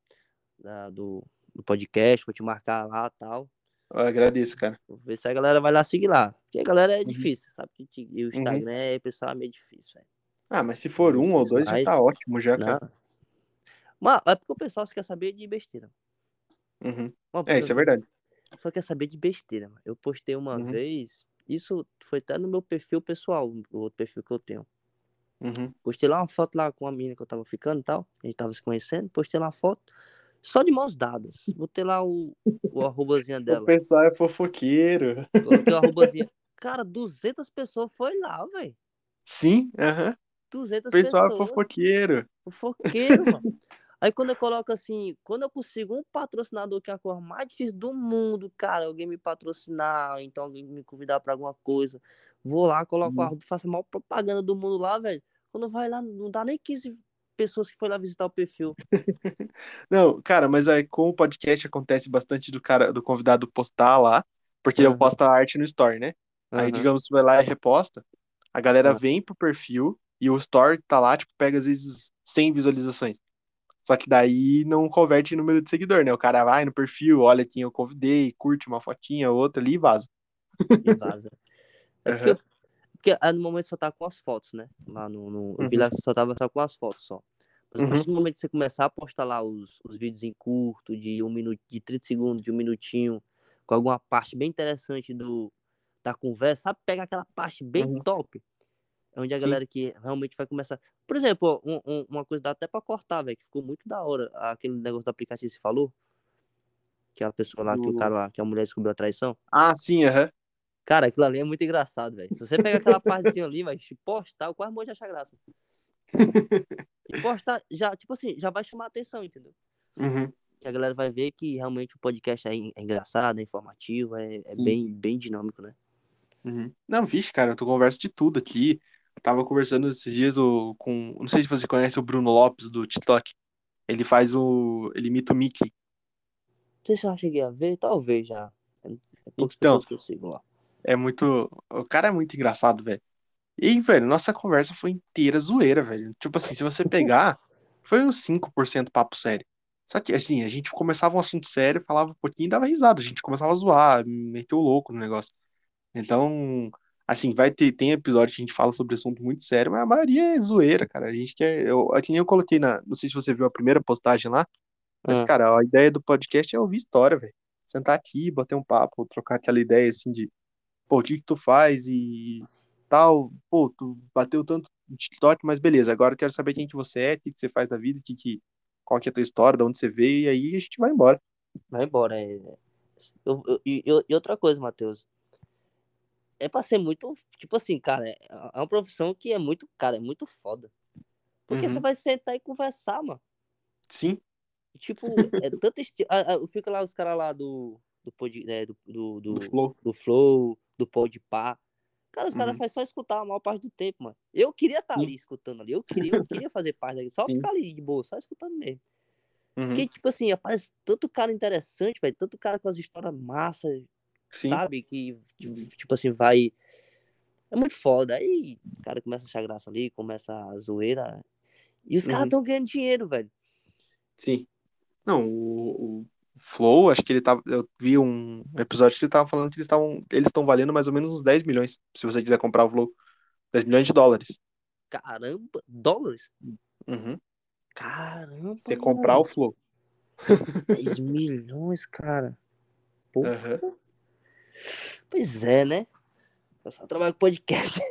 Speaker 2: do podcast, vou te marcar lá e tal.
Speaker 1: Eu agradeço, cara.
Speaker 2: Vou ver se a galera vai lá seguir lá. Porque a galera é
Speaker 1: Uhum.
Speaker 2: difícil, sabe? E o
Speaker 1: Uhum.
Speaker 2: Instagram é, pessoal, é meio difícil, velho.
Speaker 1: Ah, mas se
Speaker 2: É
Speaker 1: for
Speaker 2: meio
Speaker 1: um ou
Speaker 2: difícil,
Speaker 1: dois já
Speaker 2: mas,
Speaker 1: tá ótimo já,
Speaker 2: não.
Speaker 1: cara.
Speaker 2: Mas é porque o pessoal só quer saber de besteira.
Speaker 1: Uhum.
Speaker 2: Mano, o
Speaker 1: É,
Speaker 2: pessoal
Speaker 1: isso é verdade.
Speaker 2: só quer saber de besteira, mano. Eu postei uma
Speaker 1: Uhum.
Speaker 2: vez, isso foi até no meu perfil pessoal, o outro perfil que eu tenho.
Speaker 1: Uhum.
Speaker 2: Postei lá uma foto lá com a menina que eu tava ficando e tal. A gente tava se conhecendo. Postei lá uma foto. Só de mãos dadas. Botei lá o arrobazinha
Speaker 1: O
Speaker 2: dela.
Speaker 1: pessoal é fofoqueiro.
Speaker 2: Coloquei o arrobazinha. Cara, 200 pessoas foi lá, velho.
Speaker 1: Sim, aham. O
Speaker 2: 200
Speaker 1: pessoal é
Speaker 2: pessoas.
Speaker 1: fofoqueiro.
Speaker 2: Fofoqueiro, mano. Aí quando eu coloco assim, quando eu consigo um patrocinador que é a coisa mais difícil do mundo, cara, alguém me patrocinar, então alguém me convidar pra alguma coisa, vou lá, coloco a
Speaker 1: Uhum.
Speaker 2: arroba, faço a maior propaganda do mundo lá, velho. Quando vai lá, não dá nem 15 pessoas que foi lá visitar o perfil.
Speaker 1: Não, cara, mas aí com o podcast acontece bastante do convidado postar lá, porque eu
Speaker 2: Aham,
Speaker 1: posto a arte no story, né? Aí,
Speaker 2: aham,
Speaker 1: digamos, você vai lá e reposta, a galera
Speaker 2: aham.
Speaker 1: vem pro perfil e o story tá lá, tipo, pega às vezes 100 visualizações. Só que daí não converte em número de seguidor, né? O cara vai no perfil, olha quem eu convidei, curte uma fotinha, outra ali e vaza.
Speaker 2: E vaza. É
Speaker 1: Aham.
Speaker 2: porque no momento só tá com as fotos, né? Lá eu vi
Speaker 1: Uhum.
Speaker 2: lá que só tava só com as fotos só. Mas a partir
Speaker 1: Uhum.
Speaker 2: do momento que você começar a postar lá os vídeos em curto, de 1 minuto, de 30 segundos, de 1 minutinho, com alguma parte bem interessante da conversa, sabe? Pega aquela parte bem
Speaker 1: Uhum.
Speaker 2: top, é onde a
Speaker 1: Sim.
Speaker 2: galera que realmente vai começar. Por exemplo, ó, uma coisa dá até pra cortar, velho, que ficou muito da hora. Aquele negócio do aplicativo que você falou, que a pessoa lá, que o
Speaker 1: Do...
Speaker 2: cara lá, que a mulher descobriu a traição.
Speaker 1: Ah, sim, aham.
Speaker 2: Cara, aquilo ali é muito engraçado, velho. Se você pegar aquela partezinha ali, vai postar, eu quase morro de achar graça. E postar, já, tipo assim, já vai chamar a atenção, entendeu?
Speaker 1: Uhum.
Speaker 2: Que a galera vai ver que realmente o podcast é engraçado, é informativo, é
Speaker 1: Sim.
Speaker 2: bem dinâmico, né?
Speaker 1: Uhum. Não, vixe, cara, eu converso de tudo aqui. Eu tava conversando esses dias com. Não sei se você conhece o Bruno Lopes do TikTok. Ele faz o. Ele imita o Mickey.
Speaker 2: Não sei se eu já cheguei a ver, talvez já. É poucas
Speaker 1: Então,
Speaker 2: pessoas que eu sigo lá.
Speaker 1: é muito. O cara é muito engraçado, velho. E, velho, nossa conversa foi inteira zoeira, velho. Tipo assim, se você pegar, foi uns 5% papo sério. Só que, assim, a gente começava um assunto sério, falava um pouquinho e dava risada. A gente começava a zoar, meter o louco no negócio. Então, assim, tem episódio que a gente fala sobre assunto muito sério, mas a maioria é zoeira, cara. A gente quer. É que nem eu coloquei não sei se você viu a primeira postagem lá, mas,
Speaker 2: Ah,
Speaker 1: cara, a ideia do podcast é ouvir história, velho. Sentar aqui, bater um papo, trocar aquela ideia, assim, de, pô, o que que tu faz e tal. Pô, tu bateu tanto no TikTok, mas beleza, agora eu quero saber quem que você é, o que que você faz da vida, qual que é a tua história, de onde você veio, e aí a gente vai embora.
Speaker 2: vai embora. E outra coisa, Matheus. É pra ser muito. Tipo assim, cara, é uma profissão que é muito, cara, é muito foda. Porque você
Speaker 1: Uhum.
Speaker 2: vai sentar e conversar, mano.
Speaker 1: Sim,
Speaker 2: Tipo, é tanto estilo. Fica lá os caras lá
Speaker 1: do Flow.
Speaker 2: do Flow, do Podpah. Cara, os caras
Speaker 1: Uhum.
Speaker 2: fazem só escutar a maior parte do tempo, mano. Eu queria estar ali
Speaker 1: Sim,
Speaker 2: escutando ali. Eu queria fazer parte daqui. Só
Speaker 1: sim.
Speaker 2: ficar ali de boa, só escutando mesmo. Porque,
Speaker 1: Uhum.
Speaker 2: tipo assim, aparece tanto cara interessante, velho. Tanto cara com as histórias massas,
Speaker 1: Sim.
Speaker 2: sabe? Que, tipo assim, vai. É muito foda. Aí o cara começa a achar graça ali, começa a zoeira. E os caras
Speaker 1: Uhum.
Speaker 2: tão ganhando dinheiro, velho.
Speaker 1: Sim. Não, o Flow, acho que ele tava. Eu vi um episódio que ele tava falando que eles estão valendo mais ou menos uns 10 milhões. Se você quiser comprar o Flow. 10 milhões de dólares.
Speaker 2: Caramba, dólares?
Speaker 1: Uhum.
Speaker 2: Caramba,
Speaker 1: Você comprar o
Speaker 2: mano.
Speaker 1: Flow.
Speaker 2: 10 milhões, cara. Porra.
Speaker 1: Aham.
Speaker 2: Pois é, né? Eu só trabalho com podcast.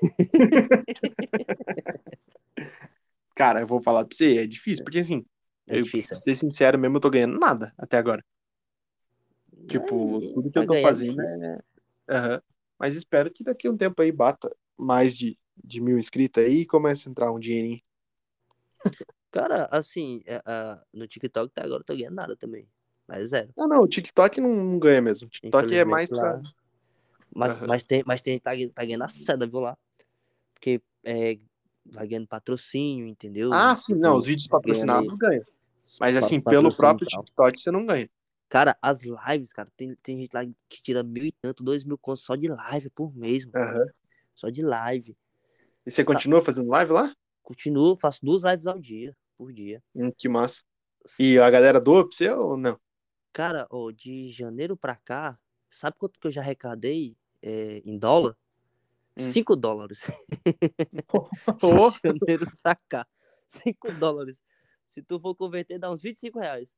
Speaker 1: Cara, eu vou falar pra você, é difícil, porque assim,
Speaker 2: É
Speaker 1: eu, pra
Speaker 2: difícil.
Speaker 1: ser sincero mesmo, eu tô ganhando nada até agora. Tipo, tudo que eu
Speaker 2: Pra
Speaker 1: tô
Speaker 2: ganhar é
Speaker 1: fazendo
Speaker 2: difícil.
Speaker 1: é. Aham. Mas espero que daqui a um tempo aí bata mais de 1.000 inscritos aí e comece a entrar um dinheirinho.
Speaker 2: Cara, assim, no TikTok até agora eu tô ganhando nada também. Mas zero.
Speaker 1: Não, não, o TikTok não ganha mesmo. O TikTok é
Speaker 2: Infelizmente
Speaker 1: mais pra.
Speaker 2: lá. Mas,
Speaker 1: Aham.
Speaker 2: mas tem gente que tá ganhando a seda, viu lá? Porque vai ganhando patrocínio, entendeu?
Speaker 1: Ah, sim, não,
Speaker 2: Tipo,
Speaker 1: os vídeos
Speaker 2: ganha ali
Speaker 1: patrocinados ganham. Mas
Speaker 2: os
Speaker 1: assim, pelo
Speaker 2: patrocínios e
Speaker 1: próprio
Speaker 2: tal.
Speaker 1: TikTok você não ganha.
Speaker 2: Cara, as lives, cara, tem gente lá que tira mil e tanto, 2.000 contos só de live por mês, mano.
Speaker 1: Aham.
Speaker 2: Só de live.
Speaker 1: E você
Speaker 2: Você tá,
Speaker 1: continua fazendo live lá?
Speaker 2: continuo, faço 2 lives ao dia, por dia.
Speaker 1: Que massa. E a galera doa pra você ou não?
Speaker 2: Cara, ó, de janeiro pra cá, sabe quanto que eu já arrecadei em dólar?
Speaker 1: Hum.
Speaker 2: $5.
Speaker 1: Ô,
Speaker 2: De janeiro pra cá. $5. Se tu for converter, dá uns R$ 25.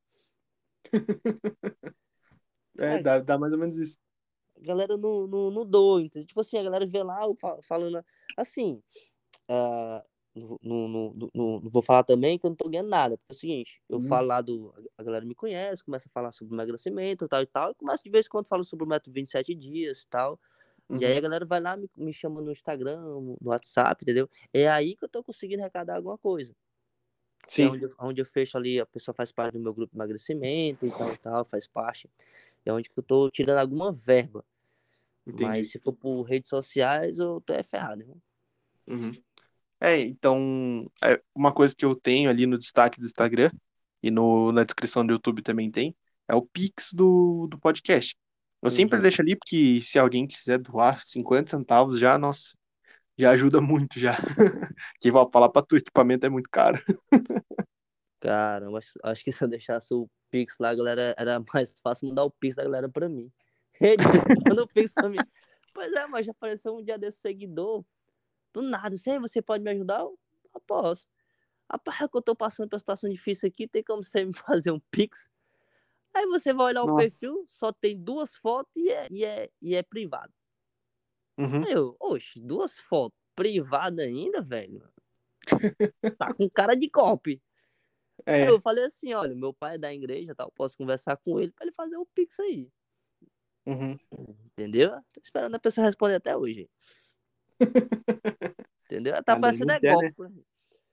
Speaker 1: é,
Speaker 2: Cara,
Speaker 1: dá mais ou menos isso.
Speaker 2: a galera não doa, entendeu? Tipo assim, a galera vê lá falando assim. ah, não vou falar também que eu não tô ganhando nada. Porque é o seguinte, eu
Speaker 1: Hum.
Speaker 2: falo lá a galera me conhece, começa a falar sobre emagrecimento tal e tal. E começa de vez em quando falo sobre o método 27 dias e tal. E aí
Speaker 1: Uhum.
Speaker 2: a galera vai lá, me chama no Instagram, no WhatsApp, entendeu? É aí que eu tô conseguindo arrecadar alguma coisa. Que é
Speaker 1: Sim,
Speaker 2: onde eu fecho ali, a pessoa faz parte do meu grupo de emagrecimento e tal, faz parte. É onde que eu tô tirando alguma verba. Mas
Speaker 1: entendi.
Speaker 2: se for por redes sociais, eu tô ferrado, né?
Speaker 1: Uhum. Então, uma coisa que eu tenho ali no destaque do Instagram e na descrição do YouTube também tem, é o Pix do podcast. Eu sempre
Speaker 2: Uhum.
Speaker 1: deixo ali porque se alguém quiser doar 50 centavos já, nossa, já ajuda muito já. Quem vai falar pra tu, equipamento é muito caro.
Speaker 2: Cara, eu acho que se eu deixasse o Pix lá, galera, era mais fácil mandar o Pix da galera pra mim. Ei, Deus, manda o Pix pra mim. Pois é, mas já apareceu um dia desse seguidor. Do nada, você pode me ajudar? Eu posso. Rapaz, é que eu tô passando por uma situação difícil aqui, tem como você me fazer um Pix? Aí você vai olhar o
Speaker 1: Nossa.
Speaker 2: perfil, só tem 2 fotos e é privado.
Speaker 1: Uhum.
Speaker 2: Aí eu, oxe, 2 fotos privadas ainda, velho? Tá com cara de golpe. Aí eu
Speaker 1: É.
Speaker 2: falei assim, olha, meu pai é da igreja, tal, posso conversar com ele pra ele fazer o Pix aí.
Speaker 1: Uhum.
Speaker 2: Entendeu? Tô esperando a pessoa responder até hoje. Entendeu? Tá
Speaker 1: Ah, daí
Speaker 2: parecendo
Speaker 1: não
Speaker 2: é
Speaker 1: quer,
Speaker 2: golpe
Speaker 1: né?
Speaker 2: pra mim.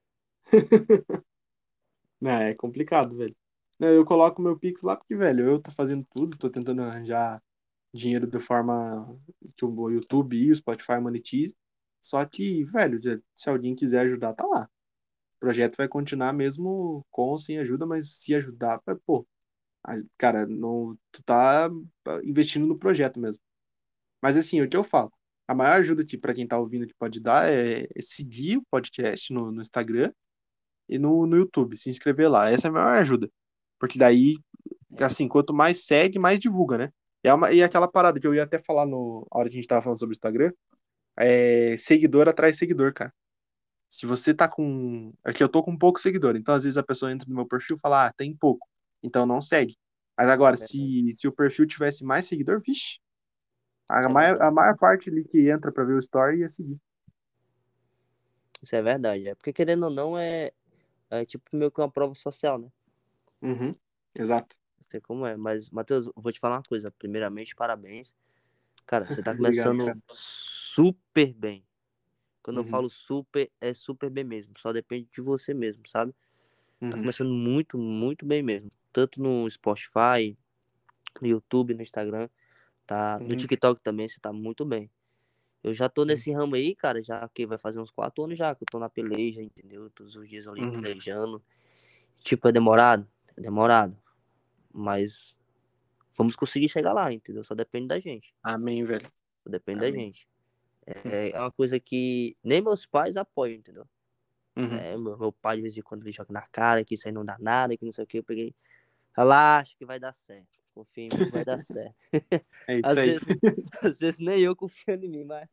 Speaker 1: Não, é complicado, velho. Não, eu coloco meu Pix lá porque, velho, eu tô fazendo tudo, tô tentando arranjar dinheiro de forma que o YouTube e o Spotify monetize. Só que, velho, se alguém quiser ajudar, tá lá. O projeto vai continuar mesmo com ou sem ajuda, mas se ajudar, pô, cara, não, tu tá investindo no projeto mesmo. Mas assim, o que eu falo, a maior ajuda que para quem tá ouvindo que pode dar é seguir o podcast no Instagram e no YouTube, se inscrever lá. Essa é a maior ajuda. Porque daí, assim, quanto mais segue, mais divulga, né? E aquela parada que eu ia até falar a hora que a gente tava falando sobre o Instagram, seguidor atrai seguidor, cara. Se você tá com. É que eu tô com pouco seguidor, então às vezes a pessoa entra no meu perfil e fala, tem pouco, então não segue. Mas agora,
Speaker 2: É verdade.
Speaker 1: se o perfil tivesse mais seguidor, vixe,
Speaker 2: Isso é
Speaker 1: a
Speaker 2: verdade.
Speaker 1: maior parte ali que entra pra ver o story ia seguir.
Speaker 2: Isso é verdade. É porque, querendo ou não, é tipo meio que uma prova social, né?
Speaker 1: Uhum, exato.
Speaker 2: Não sei como é. Mas, Matheus, eu vou te falar uma coisa. Primeiramente, parabéns. Cara, você tá
Speaker 1: Obrigado,
Speaker 2: começando
Speaker 1: cara.
Speaker 2: super bem. Quando eu
Speaker 1: Uhum,
Speaker 2: falo super, é super bem mesmo. Só depende de você mesmo, sabe? Tá
Speaker 1: uhum,
Speaker 2: começando muito, muito bem mesmo. Tanto no Spotify, no YouTube, no Instagram, tá? No
Speaker 1: uhum,
Speaker 2: TikTok também, você tá muito bem. Eu já tô
Speaker 1: uhum,
Speaker 2: nesse ramo aí, cara, já que vai fazer uns 4 anos já que eu tô na peleja, entendeu? Todos os dias ali
Speaker 1: uhum.
Speaker 2: pelejando. Tipo, é demorado? É demorado. Mas vamos conseguir chegar lá, entendeu? Só depende da gente.
Speaker 1: Amém, velho.
Speaker 2: Só depende da
Speaker 1: Amém.
Speaker 2: gente. É uma coisa que nem meus pais apoiam, entendeu?
Speaker 1: Uhum.
Speaker 2: Meu pai, de vez em quando, ele joga na cara que isso aí não dá nada, que não sei o que. Eu peguei, relaxa que vai dar certo. Confia em mim que vai dar certo.
Speaker 1: É isso
Speaker 2: Às
Speaker 1: aí.
Speaker 2: vezes, às vezes nem eu confio em mim, mas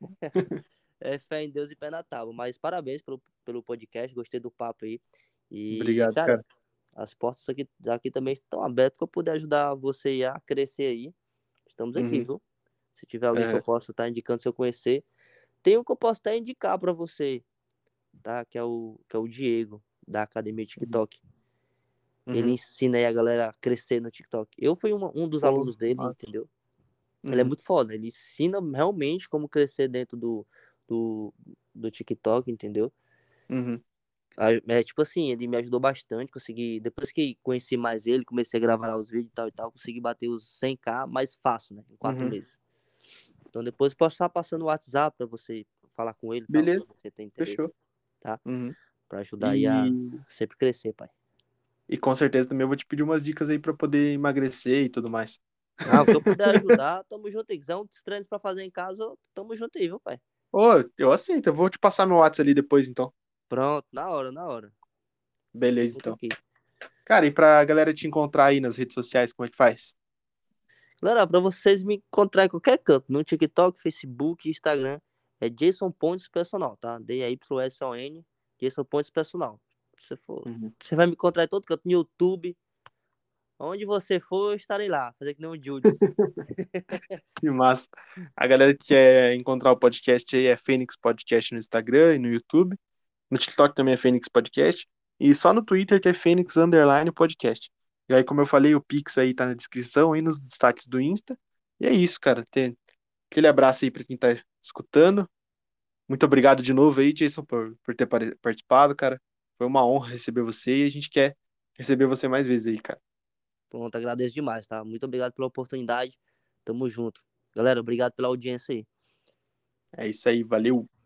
Speaker 2: é fé em Deus e pé na tábua. Mas parabéns pelo podcast, gostei do papo aí. E,
Speaker 1: Obrigado,
Speaker 2: cara,
Speaker 1: cara.
Speaker 2: as portas aqui também estão abertas para eu poder ajudar você a crescer aí. Estamos aqui,
Speaker 1: Uhum.
Speaker 2: viu? Se tiver alguém que eu
Speaker 1: Aham.
Speaker 2: possa estar indicando, se eu conhecer, tem um que eu posso até indicar para você, tá? Que é o Diego, da Academia
Speaker 1: Uhum.
Speaker 2: TikTok. Ele
Speaker 1: Uhum.
Speaker 2: ensina aí a galera a crescer no TikTok. Eu fui um dos
Speaker 1: Pô,
Speaker 2: alunos dele,
Speaker 1: massa.
Speaker 2: entendeu? Ele é
Speaker 1: Uhum.
Speaker 2: muito foda. Ele ensina realmente como crescer dentro do, do TikTok, entendeu?
Speaker 1: Uhum.
Speaker 2: É tipo assim, ele me ajudou bastante. Consegui, depois que conheci mais ele, comecei a gravar os vídeos e tal, consegui bater os 100k mais fácil, né? Em 4
Speaker 1: Uhum.
Speaker 2: meses. Então depois posso estar passando o WhatsApp pra você falar com ele e tal, se
Speaker 1: Beleza.
Speaker 2: você tem interesse,
Speaker 1: Fechou.
Speaker 2: tá?
Speaker 1: Uhum.
Speaker 2: Pra ajudar aí a
Speaker 1: E,
Speaker 2: sempre crescer, pai.
Speaker 1: e com certeza também eu vou te pedir umas dicas aí pra poder emagrecer e tudo mais.
Speaker 2: Ah, o que eu puder ajudar, tamo junto aí. Quiser uns treinos pra fazer em casa, tamo junto aí, viu, pai?
Speaker 1: Ô, eu aceito. Eu vou te passar meu WhatsApp ali depois, então.
Speaker 2: Pronto, na hora, na hora. Tamo
Speaker 1: Beleza,
Speaker 2: junto
Speaker 1: então.
Speaker 2: aqui.
Speaker 1: Cara, e pra galera te encontrar aí nas redes sociais, como é que faz?
Speaker 2: Galera, pra vocês me encontrar em qualquer canto, no TikTok, Facebook, Instagram, é Jason Pontes Personal, tá? D-A-Y-S-O-N, Jason Pontes Personal. Se for,
Speaker 1: Uhum.
Speaker 2: você vai me encontrar em todo canto, no YouTube, onde você for, eu estarei lá, fazer que nem o Julius.
Speaker 1: Que massa. A galera que quer encontrar o podcast aí é Fênix Podcast no Instagram e no YouTube. No TikTok também é Fênix Podcast. E só no Twitter que é Fênix Underline Podcast. E aí, como eu falei, o Pix aí tá na descrição e nos destaques do Insta. E é isso, cara. Tem aquele abraço aí pra quem tá escutando. Muito obrigado de novo aí, Jason, por ter participado, cara. Foi uma honra receber você e a gente quer receber você mais vezes aí, cara.
Speaker 2: Pronto, agradeço demais, tá? Muito obrigado pela oportunidade. Tamo junto. Galera, obrigado pela audiência aí.
Speaker 1: É isso aí, valeu.